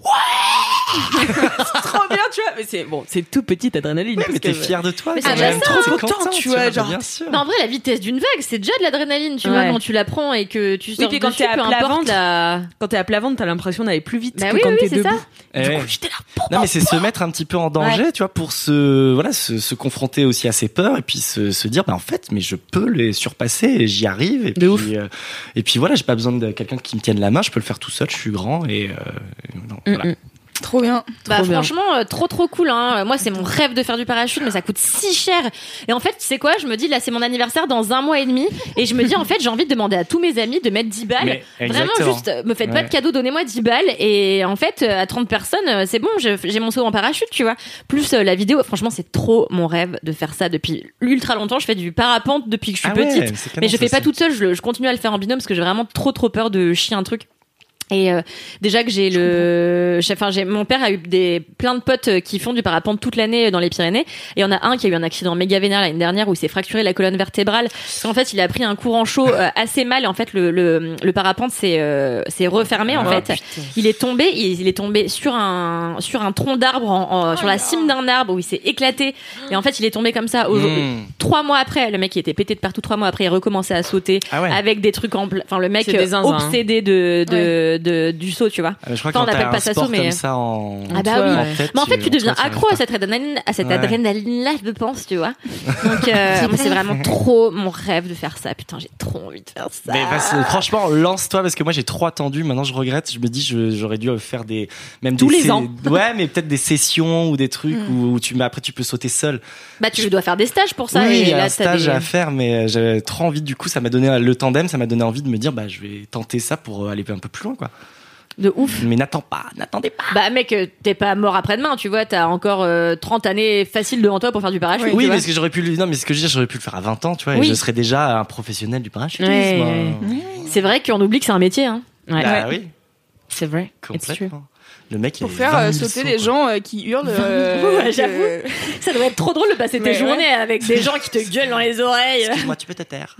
S10: ouais! C'est trop bien, tu vois. Mais c'est, bon, c'est toute petite adrénaline.
S7: Ouais,
S10: parce
S7: mais t'es
S10: que,
S7: fier de toi.
S5: Mais
S7: quand
S5: c'est
S7: même.
S5: déjà ça,
S7: T'es
S10: hein.
S7: content,
S10: Content, tu vois, genre.
S7: Bien sûr.
S5: Non, en vrai, la vitesse d'une vague, c'est déjà de l'adrénaline, tu
S10: Ouais.
S5: vois, quand tu la prends et que tu sors
S10: Oui, puis quand
S5: dessus,
S10: t'es à
S5: peu
S10: plat
S5: importe
S10: ventre,
S5: la...
S10: quand t'es à plat ventre, t'as l'impression d'aller plus vite
S5: Bah
S10: que
S5: oui,
S10: quand
S5: oui,
S10: t'es
S5: c'est
S10: debout.
S5: ça.
S7: Eh
S10: Du
S7: ouais.
S10: coup, j'étais là.
S7: Non, mais c'est se mettre un petit peu en danger,
S5: Ouais.
S7: tu vois, pour se, voilà, se, se confronter aussi à ses peurs et puis se, se dire, bah, en fait, mais je peux les surpasser et j'y arrive. Et
S10: De
S7: puis,
S10: ouf.
S7: euh, et puis voilà, j'ai pas besoin de quelqu'un qui me tienne la main, je peux le faire tout seul, je suis grand et, euh, non,
S10: Mm,
S7: voilà.
S10: mm.
S4: Trop bien.
S5: Bah
S10: Trop bien.
S5: franchement, euh, trop trop cool. Hein. Moi, c'est mon rêve de faire du parachute, mais ça coûte si cher. Et en fait, tu sais quoi, je me dis, là, c'est mon anniversaire dans un mois et demi. Et je me dis, en fait, j'ai envie de demander à tous mes amis de mettre dix balles.
S7: Mais,
S5: Vraiment,
S7: exactement.
S5: juste, euh, me faites pas
S7: Ouais.
S5: de cadeau, donnez-moi dix balles. Et en fait, euh, à trente personnes, euh, c'est bon, je- j'ai mon saut en parachute, tu vois. Plus euh, la vidéo, franchement, c'est trop mon rêve de faire ça depuis ultra longtemps. Je fais du parapente depuis que je suis
S7: Ah ouais,
S5: petite.
S7: c'est canon,
S5: Mais je
S7: ça
S5: fais pas
S7: aussi.
S5: toute seule, je, le- je continue à le faire en binôme parce que j'ai vraiment trop trop peur de chier un truc. Et euh, déjà que j'ai le, j'ai- enfin j'ai mon père a eu des plein de potes euh, qui font du parapente toute l'année dans les Pyrénées. Et il y en a un qui a eu un accident méga vénère l'année dernière où il s'est fracturé la colonne vertébrale. Parce qu'en fait il a pris un courant chaud euh, assez mal. Et en fait le le, le parapente s'est euh, s'est refermé en
S10: Oh,
S5: fait.
S10: putain.
S5: Il est tombé, il, il est tombé sur un sur un tronc d'arbre, en, en- sur la cime d'un arbre où il s'est éclaté. Et en fait il est tombé comme ça. Au,
S7: Mmh.
S5: Trois mois après, le mec il était pété de partout. Trois mois après il recommençait à sauter
S7: Ah ouais.
S5: avec des trucs en, pla- enfin le mec
S10: C'est des
S5: euh,
S10: zinzins, hein.
S5: obsédé de de, de du saut, tu vois.
S7: Ah, mais je crois
S5: Enfin,
S7: que
S5: on
S7: quand
S5: appelle
S7: t'as
S5: pas
S7: un
S5: ça
S7: sport
S5: saut, mais-
S7: comme ça en,
S5: Ah bah
S10: toi,
S5: oui.
S7: en
S10: ouais.
S7: tête,
S5: Mais en fait, tu deviens
S7: en toi, tu
S5: accro à
S7: arrives
S5: cette adrénaline, à cette
S7: Ouais.
S5: adrénaline-là, je pense, tu vois. Donc, euh, moi, c'est vraiment trop mon rêve de faire ça. Putain, j'ai trop envie de faire ça.
S7: Mais bah, franchement, lance-toi parce que moi j'ai trop attendu. Maintenant, je regrette. Je me dis, je- j'aurais dû faire des même
S10: Tous
S7: des
S10: les
S7: sé-
S10: ans.
S7: Ouais, mais peut-être des sessions ou des trucs où, où tu mais après tu peux sauter seul.
S5: Bah, tu dois faire des stages pour ça.
S7: oui,
S5: et
S7: il y a
S5: là,
S7: un
S5: t'as
S7: stage
S5: des...
S7: à faire, mais euh, j'avais trop envie. Du coup, ça m'a donné le tandem, ça m'a donné envie de me dire, bah je vais tenter ça pour aller un peu plus loin, quoi.
S5: De ouf.
S7: Mais n'attends pas, n'attendez pas.
S5: Bah, mec, euh, t'es pas mort après-demain, tu vois. T'as encore euh, trente années faciles devant toi pour faire du parachute.
S7: Oui,
S5: tu vois.
S7: mais ce que j'aurais pu, le- non, mais ce que je dis, j'aurais pu le faire à vingt ans, tu vois,
S5: Oui.
S7: et je serais déjà un professionnel du parachutisme.
S5: Ouais,
S7: hein.
S5: ouais. C'est vrai qu'on oublie que c'est un métier, hein.
S10: Ouais.
S7: Bah oui,
S10: C'est vrai. It's true.
S7: complètement. Le mec
S4: Pour
S7: il
S4: faire euh, sauter les gens euh, qui hurlent. euh,
S5: Ouais, j'avoue.
S4: que-
S5: Ça doit être trop drôle de passer tes
S4: Mais ouais.
S5: journées avec des gens qui te gueulent dans les oreilles.
S7: Excuse-moi, tu peux te taire.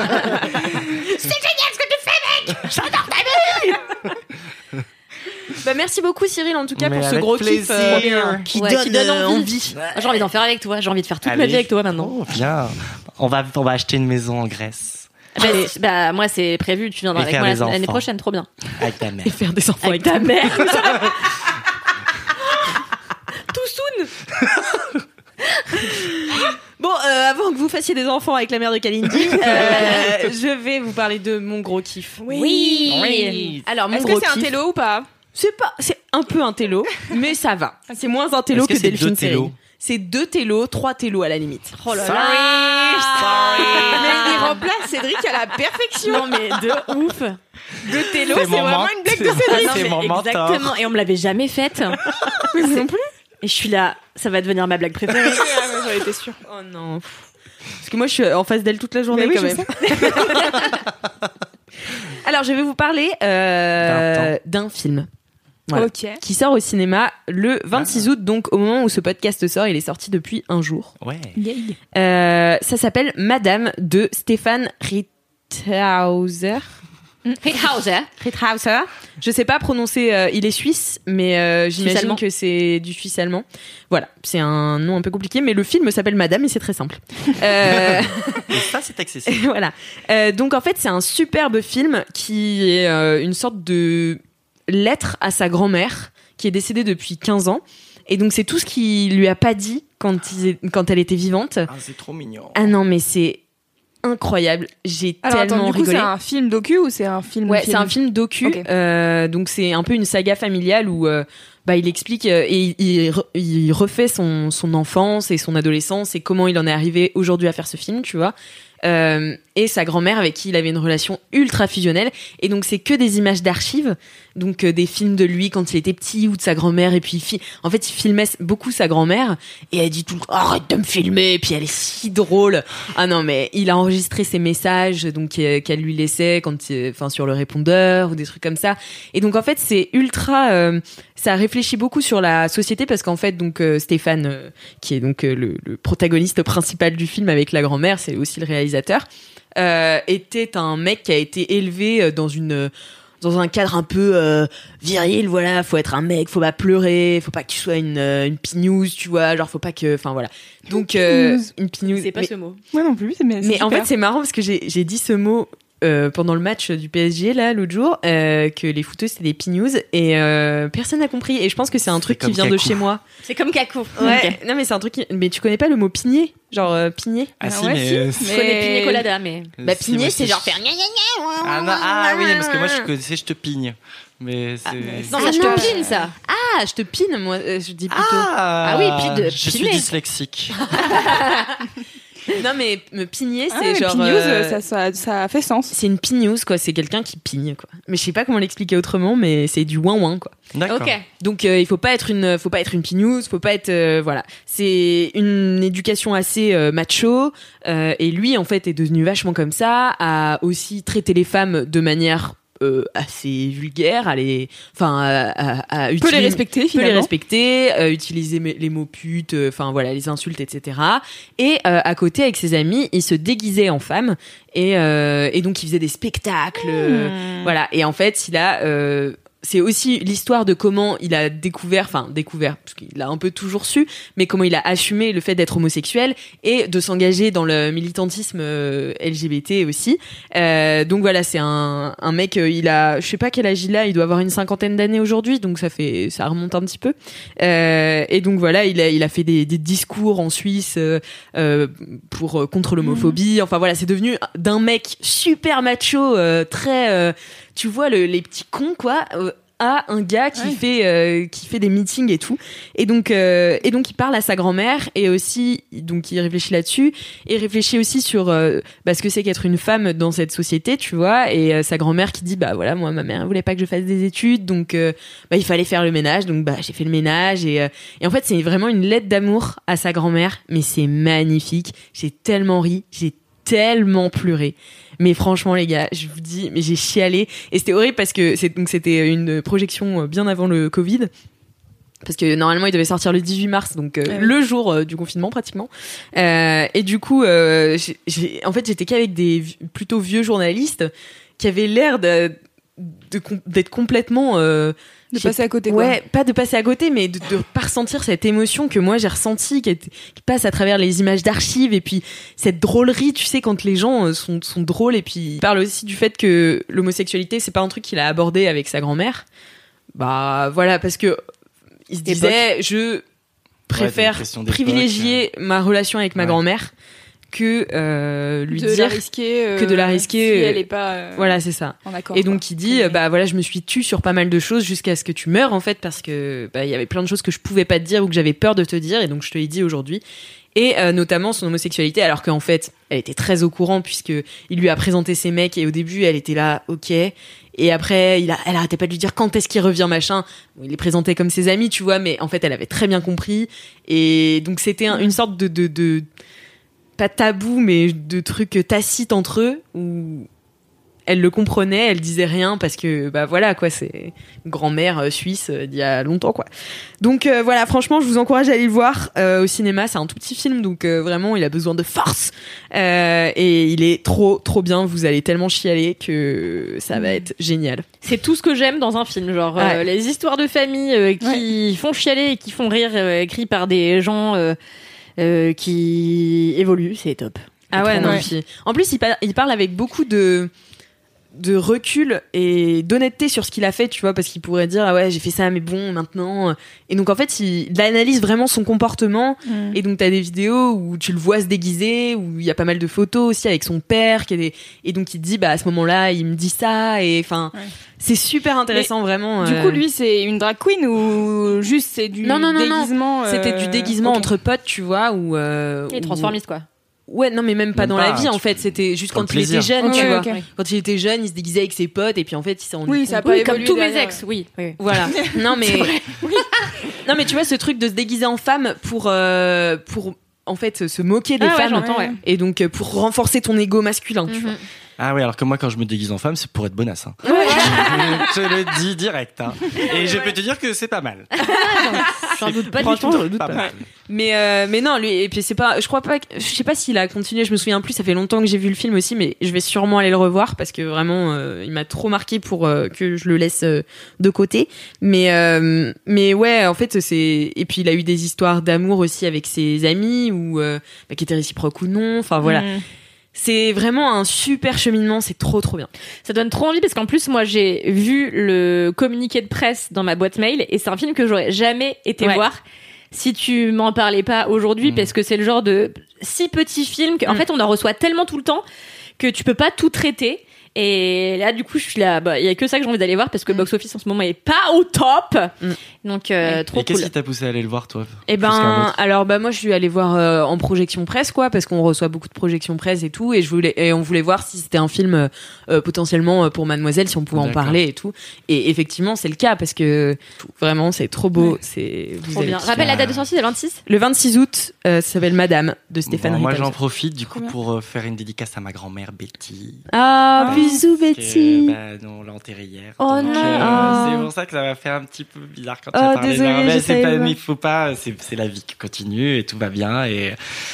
S10: Bah, merci beaucoup, Cyril, en tout cas,
S7: Mais
S10: pour ce
S7: avec
S10: gros kiff.
S7: plaisir.
S10: euh,
S5: Qui,
S10: ouais,
S5: donne,
S10: qui donne
S5: euh, envie.
S10: envie.
S5: J'ai envie d'en faire avec toi. J'ai envie de faire toute ma
S7: Allez.
S5: vie avec toi maintenant.
S7: Oh, bien. On va, on va acheter une maison en Grèce.
S5: Bah, c'est- bah, moi, c'est prévu. Tu viendras
S7: Et
S5: avec
S7: faire
S5: moi
S7: des
S5: la- l'année
S7: enfants.
S5: prochaine. Trop bien.
S7: Avec ta mère.
S10: Et faire des enfants
S5: Avec ta mère.
S10: Tout soon. Bon, euh, avant que vous fassiez des enfants avec la mère de Kalindi, euh, je vais vous parler de mon gros kiff.
S5: Oui.
S7: Oui.
S10: Alors, mon
S4: Est-ce
S10: gros
S4: que c'est un
S10: kiff,
S4: télo ou pas?
S10: c'est pas, c'est un peu un télo, mais ça va. C'est moins un télo
S7: Est-ce que
S10: que,
S7: c'est
S10: Delphine
S7: deux télos
S10: Seyrig. C'est deux télos, trois télos à la limite.
S5: Oh là
S7: Sorry,
S5: là.
S7: sorry.
S4: Mais il remplace Cédric à la perfection.
S5: Non mais de ouf.
S3: de Télo,
S7: C'est
S3: c'est
S7: mon
S3: vraiment
S7: ment-
S3: une blague de
S7: c'est-
S3: Cédric.
S7: c'est mon mentor.
S5: Exactement. Et on me l'avait jamais faite.
S4: non plus.
S5: Et je suis là, ça va devenir ma blague préférée.
S4: J'en étais sûre.
S10: Oh non. Parce que moi, je suis en face d'elle toute la journée
S4: Mais oui,
S10: quand
S4: je
S10: même. Alors, je vais vous parler euh, d'un film. Voilà.
S4: Ok.
S10: Qui sort au cinéma le vingt-six août, donc au moment où ce podcast sort, il est sorti depuis un jour.
S7: Ouais.
S10: Euh, ça s'appelle Madame de Stéphane Riethauser.
S5: Riethauser.
S10: Riethauser. Je sais pas prononcer, euh, il est suisse, mais euh, j'imagine
S5: Suisse-allemand.
S10: que c'est du suisse allemand. Voilà, c'est un nom un peu compliqué, mais le film s'appelle Madame et c'est très simple. Euh...
S7: Et ça, c'est accessible.
S10: voilà. Euh, donc en fait, c'est un superbe film qui est euh, une sorte de lettre à sa grand-mère qui est décédée depuis quinze ans. Et donc c'est tout ce qu'il lui a pas dit quand, il, quand elle était vivante.
S7: Ah, c'est trop mignon.
S10: Ah non, mais c'est incroyable. J'ai
S4: Alors
S10: tellement
S4: attends, du coup,
S10: rigolé.
S4: c'est un film docu ou c'est un film
S10: Ouais,
S4: film
S10: c'est un film docu.
S4: Ok.
S10: Euh, donc c'est un peu une saga familiale où euh, bah, il explique euh, et il, re- il refait son, son enfance et son adolescence et comment il en est arrivé aujourd'hui à faire ce film, tu vois. Euh, et sa grand-mère avec qui il avait une relation ultra fusionnelle. Et donc c'est que des images d'archives, donc euh, des films de lui quand il était petit ou de sa grand-mère. Et puis il fi- en fait il filmait beaucoup sa grand-mère et elle dit tout le temps arrête de me filmer. Et puis elle est si drôle. Ah non mais il a enregistré ses messages donc euh, qu'elle lui laissait quand, enfin sur le répondeur ou des trucs comme ça. Et donc en fait c'est ultra, euh, ça réfléchit beaucoup sur la société parce qu'en fait donc euh, Stéphane euh, qui est donc euh, le, le protagoniste principal du film avec la grand-mère, c'est aussi le réalisateur. Euh, était un mec qui a été élevé dans une dans un cadre un peu euh, viril, voilà, faut être un mec, faut pas pleurer, faut pas que tu sois une euh, une pignouse, tu vois, genre faut pas que, enfin voilà. Donc euh, une pignouse.
S5: C'est pas
S10: mais,
S5: ce mot.
S4: Moi non plus, mais c'est
S10: mais en
S4: super.
S10: fait c'est marrant parce que j'ai j'ai dit ce mot euh, pendant le match du P S G là l'autre jour euh, que les footeux c'était des pignouses et euh, personne n'a compris et je pense que c'est un truc qui
S7: comme
S10: vient de
S7: Kakou.
S10: chez moi.
S5: C'est comme Kakou.
S10: Ouais.
S5: Ok.
S10: Non mais c'est un truc qui... mais tu connais pas le mot pigné, genre euh, pigné.
S7: Ah, si,
S4: ouais,
S7: mais.
S4: si,
S5: Je
S4: mais-
S5: connais Pina Colada, mais.
S10: Bah
S7: si,
S10: pigné
S7: moi,
S10: c'est
S7: si.
S10: genre faire gna gna gna.
S7: Ah, non, ah oui, parce que moi, je connaissais, je te pigne. Mais c'est.
S5: Non,
S10: Ah
S5: ça, je
S10: non.
S5: te pine, ça.
S10: Ah, je te pine moi, euh, je dis plutôt.
S7: Ah,
S5: Ah oui, puis de
S7: Je suis
S5: piner.
S7: dyslexique.
S10: Non mais me pigner
S4: Ah,
S10: c'est
S4: ouais,
S10: genre
S4: pignouse,
S10: euh,
S4: ça, ça, ça fait sens.
S10: c'est une pignouse quoi, c'est quelqu'un qui pigne quoi. Mais je sais pas comment l'expliquer autrement, mais c'est du ouin ouin quoi.
S7: D'accord.
S5: Ok.
S10: Donc euh, il faut pas être une, faut pas être une pignouse, faut pas être, euh, voilà. C'est une éducation assez euh, macho. Euh, et lui en fait est devenu vachement comme ça, a aussi traité les femmes de manière euh, assez vulgaire, à les, enfin à, à, à
S4: Peut les
S10: utiliser-
S4: respecter
S10: peut les
S4: finalement.
S10: respecter, euh, utiliser me- les mots pute, euh, enfin voilà, les insultes, et cetera. Et euh, à côté, avec ses amis, il se déguisait en femme et, euh, et donc il faisait des spectacles, euh, voilà. Et en fait, il a euh, c'est aussi l'histoire de comment il a découvert, enfin découvert, parce qu'il l'a un peu toujours su, mais comment il a assumé le fait d'être homosexuel et de s'engager dans le militantisme euh, L G B T aussi. Euh, donc voilà, c'est un, un mec, euh, il a, je sais pas quel âge il a, il doit avoir une cinquantaine d'années aujourd'hui, donc ça fait, ça remonte un petit peu. Euh, et donc voilà, il a, il a fait des, des discours en Suisse euh, euh, pour euh, contre l'homophobie. Enfin voilà, c'est devenu d'un mec super macho, euh, très, euh, tu vois le, les petits cons quoi. Euh, à un gars qui
S4: Ouais.
S10: fait euh, qui fait des meetings et tout et donc euh, et donc il parle à sa grand-mère et aussi donc il réfléchit là-dessus et réfléchit aussi sur euh, bah, ce que c'est qu'être une femme dans cette société, tu vois, et euh, sa grand-mère qui dit bah voilà, moi ma mère elle voulait pas que je fasse des études, donc euh, bah il fallait faire le ménage, donc bah j'ai fait le ménage et euh, et en fait c'est vraiment une lettre d'amour à sa grand-mère, mais c'est magnifique, j'ai tellement ri, j'ai tellement pleuré. Mais franchement les gars, je vous dis, mais j'ai chialé et c'était horrible parce que c'est donc c'était une projection bien avant le Covid. Parce que normalement il devait sortir le dix-huit mars, donc euh,
S4: Ah oui.
S10: le jour euh, du confinement pratiquement. Euh, et du coup, euh, j'ai, j'ai- en fait j'étais qu'avec des vi- plutôt vieux journalistes qui avaient l'air de, de com- d'être complètement euh,
S4: De
S10: je sais
S4: passer à côté, quoi.
S10: Ouais, pas de passer à côté, mais de, de pas ressentir cette émotion que moi j'ai ressentie, qui, est- qui passe à travers les images d'archives et puis cette drôlerie, tu sais, quand les gens euh, sont, sont drôles. Et puis il parle aussi du fait que l'homosexualité, c'est pas un truc qu'il a abordé avec sa grand-mère. Bah voilà, parce que il se disait, je préfère
S7: question d'époque,
S10: privilégier ma relation avec ma
S7: Ouais.
S10: grand-mère que euh, lui
S4: de
S10: dire
S4: la risquer, euh,
S10: que de la risquer.
S4: Si
S10: euh,
S4: elle est pas. euh,
S10: Voilà, c'est ça.
S4: En accord.
S10: Et donc
S4: quoi.
S10: il dit euh, bah voilà, je me suis tue sur pas mal de choses jusqu'à ce que tu meurs en fait parce que bah il y avait plein de choses que je pouvais pas te dire ou que j'avais peur de te dire et donc je te l'ai dit aujourd'hui. Et euh, notamment son homosexualité, alors qu'en fait, elle était très au courant puisque il lui a présenté ses mecs et au début, elle était là, ok. Et après, il a, elle arrêtait pas de lui dire quand est-ce qu'il revient, machin. Bon, il les présentait comme ses amis, tu vois, mais en fait, elle avait très bien compris. Et donc, c'était un- une sorte de, de, de, pas tabou, mais de truc tacite entre eux où elle le comprenait, elle disait rien parce que bah voilà quoi, c'est une grand-mère euh, suisse euh, d'il y a longtemps quoi. Donc euh, voilà, franchement, je vous encourage à aller le voir euh, au cinéma. C'est un tout petit film, donc euh, vraiment, il a besoin de force euh, et il est trop trop bien. Vous allez tellement chialer que ça va être génial.
S5: C'est tout ce que j'aime dans un film, genre euh,
S10: Ouais.
S5: les histoires de famille euh, qui font chialer et qui font rire, euh, écrits par des gens euh, euh, qui évoluent, c'est top.
S10: Ah ouais,
S5: trop
S10: non.
S5: bien.
S10: Puis, en plus, il, par- il parle avec beaucoup de de recul et d'honnêteté sur ce qu'il a fait, tu vois, parce qu'il pourrait dire ah ouais j'ai fait ça mais bon maintenant, et donc en fait il, il analyse vraiment son comportement.
S4: Mm.
S10: Et donc t'as des vidéos où tu le vois se déguiser, où il y a pas mal de photos aussi avec son père qui est des... et donc il te dit bah à ce moment-là il me dit ça, et enfin
S4: Ouais.
S10: c'est super intéressant vraiment.
S4: Du
S10: euh.
S4: coup, lui, c'est une drag queen ou juste c'est du
S10: Non, non, non, non.
S4: déguisement euh,
S10: C'était du déguisement
S4: ok.
S10: entre potes, tu vois, ou euh,
S5: Et
S10: où-
S5: transformiste quoi.
S10: Ouais, non, mais même pas
S7: Même
S10: dans
S7: pas,
S10: la vie,
S7: tu
S10: en fait.
S7: peux-
S10: C'était juste
S7: pour
S10: quand
S7: le
S10: il était
S7: plaisir.
S10: jeune,
S4: Ok,
S10: tu vois.
S4: ok.
S10: Quand il était jeune, il se déguisait avec ses potes, et puis en fait, il s'est rendu
S4: Oui,
S10: compte-
S4: ça a pas
S5: Oui, comme
S4: évolué
S5: tous mes
S4: derrière.
S5: ex, oui. oui.
S10: Voilà. Non, mais. Non, mais tu vois, ce truc de se déguiser en femme pour. euh, pour en fait, se moquer des
S5: Ah ouais,
S10: femmes.
S5: j'entends, ouais.
S10: Et donc, euh, pour renforcer ton ego masculin, tu vois.
S5: Mhm.
S7: Ah oui, alors que moi, quand je me déguise en femme, c'est pour être bonasse. Hein. je le dis direct. Hein. Et je peux te dire que c'est pas mal.
S5: J'en doute pas du
S10: Franchement,
S5: tout.
S10: j'en doute
S7: Pas
S10: pas.
S7: mal.
S10: Mais euh, mais non, lui, et puis c'est pas, je crois pas, que- je sais pas s'il a continué, je me souviens plus, ça fait longtemps que j'ai vu le film aussi, mais je vais sûrement aller le revoir parce que vraiment euh, il m'a trop marqué pour euh, que je le laisse euh, de côté. Mais euh, mais ouais, en fait c'est, et puis il a eu des histoires d'amour aussi avec ses amis ou euh, bah, qui étaient réciproques ou non, enfin voilà.
S5: Mm.
S10: C'est vraiment un super cheminement, c'est trop trop bien.
S5: Ça donne trop envie parce qu'en plus moi j'ai vu le communiqué de presse dans ma boîte mail et c'est un film que j'aurais jamais été
S10: Ouais.
S5: voir si tu m'en parlais pas aujourd'hui,
S7: Mmh.
S5: parce que c'est le genre de si petit film qu'en
S10: Mmh.
S5: fait on en reçoit tellement tout le temps que tu peux pas tout traiter. Et là, du coup, je suis là, bah, il y a que ça que j'ai envie d'aller voir parce que
S10: Mm.
S5: Box Office en ce moment est pas au top.
S10: Mm.
S5: Donc, euh, trop
S7: Et qu'est-ce
S5: cool.
S7: qui t'a poussé à aller le voir, toi
S10: Eh
S7: plus qu'un
S10: ben,
S7: autre
S10: alors bah moi je suis allée voir euh, en projection presse quoi, parce qu'on reçoit beaucoup de projections presse et tout, et je voulais et on voulait voir si c'était un film euh, euh, potentiellement euh, pour Mademoiselle, si on pouvait en
S7: D'accord.
S10: parler et tout. Et effectivement c'est le cas parce que vraiment c'est trop beau, c'est vous
S5: Trop
S10: allez
S5: bien.
S10: kiffer.
S5: Rappelle la date de sortie, c'est le vingt-six.
S10: Le vingt-six août, euh, ça s'appelle Madame de Stéphane
S7: Bon, moi,
S10: Ritter.
S7: j'en profite du coup pour euh, faire une dédicace à ma grand-mère Betty.
S10: Ah,
S7: Parce
S10: bisous
S7: que,
S10: Betty.
S7: bah, non, on l'a enterrée hier.
S10: Oh
S7: Donc,
S10: non.
S7: euh,
S10: Ah.
S7: C'est pour ça que ça m'a fait un petit peu bizarre quand
S10: Oh,
S7: tu as parlé.
S10: désolée,
S7: de
S10: je
S7: mais c'est
S10: savais
S7: pas,
S10: pas.
S7: mais il faut pas. C'est, c'est la vie qui continue et tout va bien et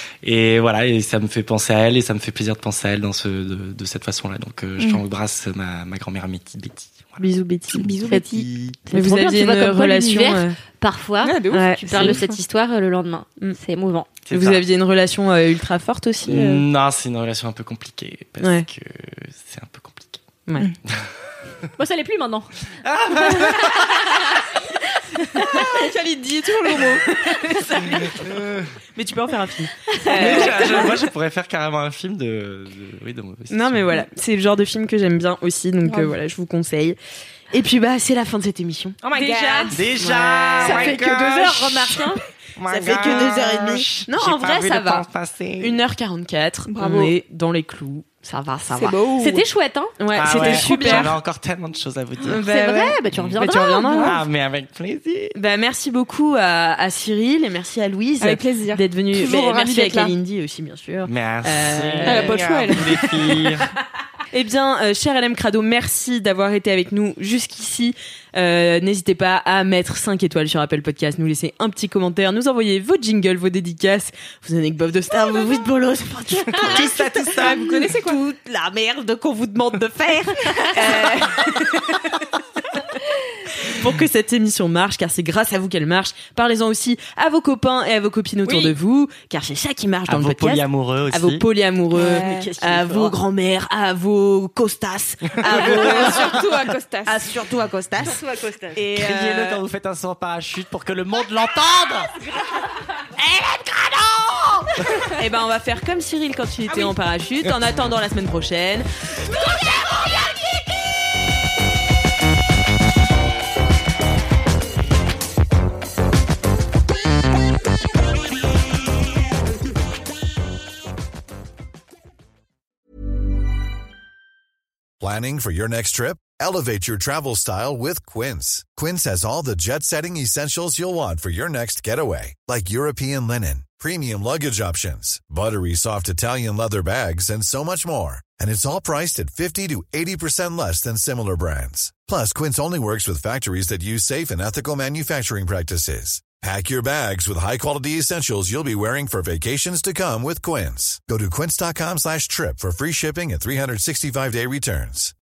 S7: et voilà, et ça me fait penser à elle et ça me fait plaisir de penser à elle dans ce de, de cette façon-là. Donc euh, je
S10: Mm.
S7: t'embrasse ma ma grand-mère Betty. Betty. Voilà.
S10: Bisous Betty.
S5: Bisous,
S7: Betty.
S10: Mais
S5: C'est
S10: vous
S5: trop bien,
S10: aviez
S5: tu vois
S10: une
S5: comme quoi
S10: relation.
S5: l'univers,
S10: euh,
S5: Parfois,
S4: Ouais, de ouf.
S10: ouais,
S5: tu
S10: c'est
S5: parles de
S10: ouf.
S5: cette histoire euh, le lendemain.
S10: Mm.
S5: C'est émouvant.
S7: C'est
S10: Vous
S7: ça.
S10: aviez une relation euh, ultra forte aussi. euh
S7: Non, c'est une relation un peu compliquée parce
S10: Ouais.
S7: que c'est un peu compliqué.
S10: Ouais.
S5: Moi, ça l'est plus maintenant.
S10: Khalid dit toujours le mot. Mais tu peux en faire un film.
S7: Mais je- je- moi, je pourrais faire carrément un film de, de oui, de mauvais
S10: Non mais voilà, c'est le genre de film que j'aime bien aussi, donc
S4: Bravo.
S10: euh, voilà, je vous conseille. Et puis bah c'est la fin de cette émission.
S4: Oh my
S5: Déjà.
S4: god.
S7: Déjà,
S5: Ça
S7: oh my
S5: fait que
S7: gosh.
S5: deux heures, remarque. hein.
S7: Oh my
S10: Ça fait que deux heures et demie.
S7: gosh.
S10: Non,
S7: J'ai
S10: en
S7: pas
S10: vrai,
S7: vu
S10: ça
S7: le
S10: va.
S7: temps passer.
S10: une heure quarante-quatre,
S4: Bravo.
S10: on est dans les clous. Ça va, ça
S4: C'est
S10: va.
S4: beau.
S5: C'était chouette, hein.
S10: Ouais,
S7: Ah
S10: c'était
S7: ouais,
S10: super.
S7: J'avais encore tellement de choses à vous dire.
S10: Bah,
S5: C'est
S10: ouais.
S5: vrai, bah tu reviendras.
S10: Bah, tu reviendras.
S7: Ah, mais avec plaisir.
S10: Bah, merci beaucoup à, à Cyril et merci à Louise
S4: Avec plaisir.
S10: d'être venue.
S4: Toujours
S10: Bah,
S4: ravie
S10: merci à
S4: d'être là.
S10: Kalindi aussi, bien sûr.
S7: Merci.
S10: Euh,
S4: Elle a pas le choix,
S7: à
S4: elle.
S7: vous, les filles.
S10: Eh bien, euh, cher L M Crado, merci d'avoir été avec nous jusqu'ici. Euh, n'hésitez pas à mettre cinq étoiles sur Apple Podcast, nous laisser un petit commentaire, nous envoyer vos jingles, vos dédicaces, vos anecdotes de stars, vos vies de bolos, enfin, tout, tout ça, tout ça. Vous connaissez quoi toute la merde qu'on vous demande de faire. Euh, Pour que cette émission marche, car c'est grâce à vous qu'elle marche. Parlez-en aussi à vos copains et à vos copines autour
S4: Oui.
S10: de vous, car c'est ça qui marche
S7: À
S10: dans le
S7: vos
S10: podcast.
S7: polyamoureux aussi.
S10: À vos polyamoureux,
S4: Ouais.
S5: Qu'est-ce qu'il
S10: à
S5: est
S10: vos
S5: fort.
S10: grands-mères, à vos costas, à vos...
S4: Surtout à Costas.
S10: à surtout à costas.
S5: Surtout à Costa.
S10: Et
S7: Criez-le
S10: euh,
S7: quand vous faites un saut en parachute pour que le monde l'entende.
S6: Hélène Grano
S10: Eh ben, on va faire comme Cyril quand il était
S4: Ah oui.
S10: en parachute. En attendant la semaine prochaine.
S11: Planning for your next trip? Elevate your travel style with Quince. Quince has all the jet-setting essentials you'll want for your next getaway, like European linen, premium luggage options, buttery soft Italian leather bags, and so much more. And it's all priced at fifty to eighty percent less than similar brands. Plus, Quince only works with factories that use safe and ethical manufacturing practices. Pack your bags with high-quality essentials you'll be wearing for vacations to come with Quince. Go to quince.com slash trip for free shipping and three sixty-five day returns.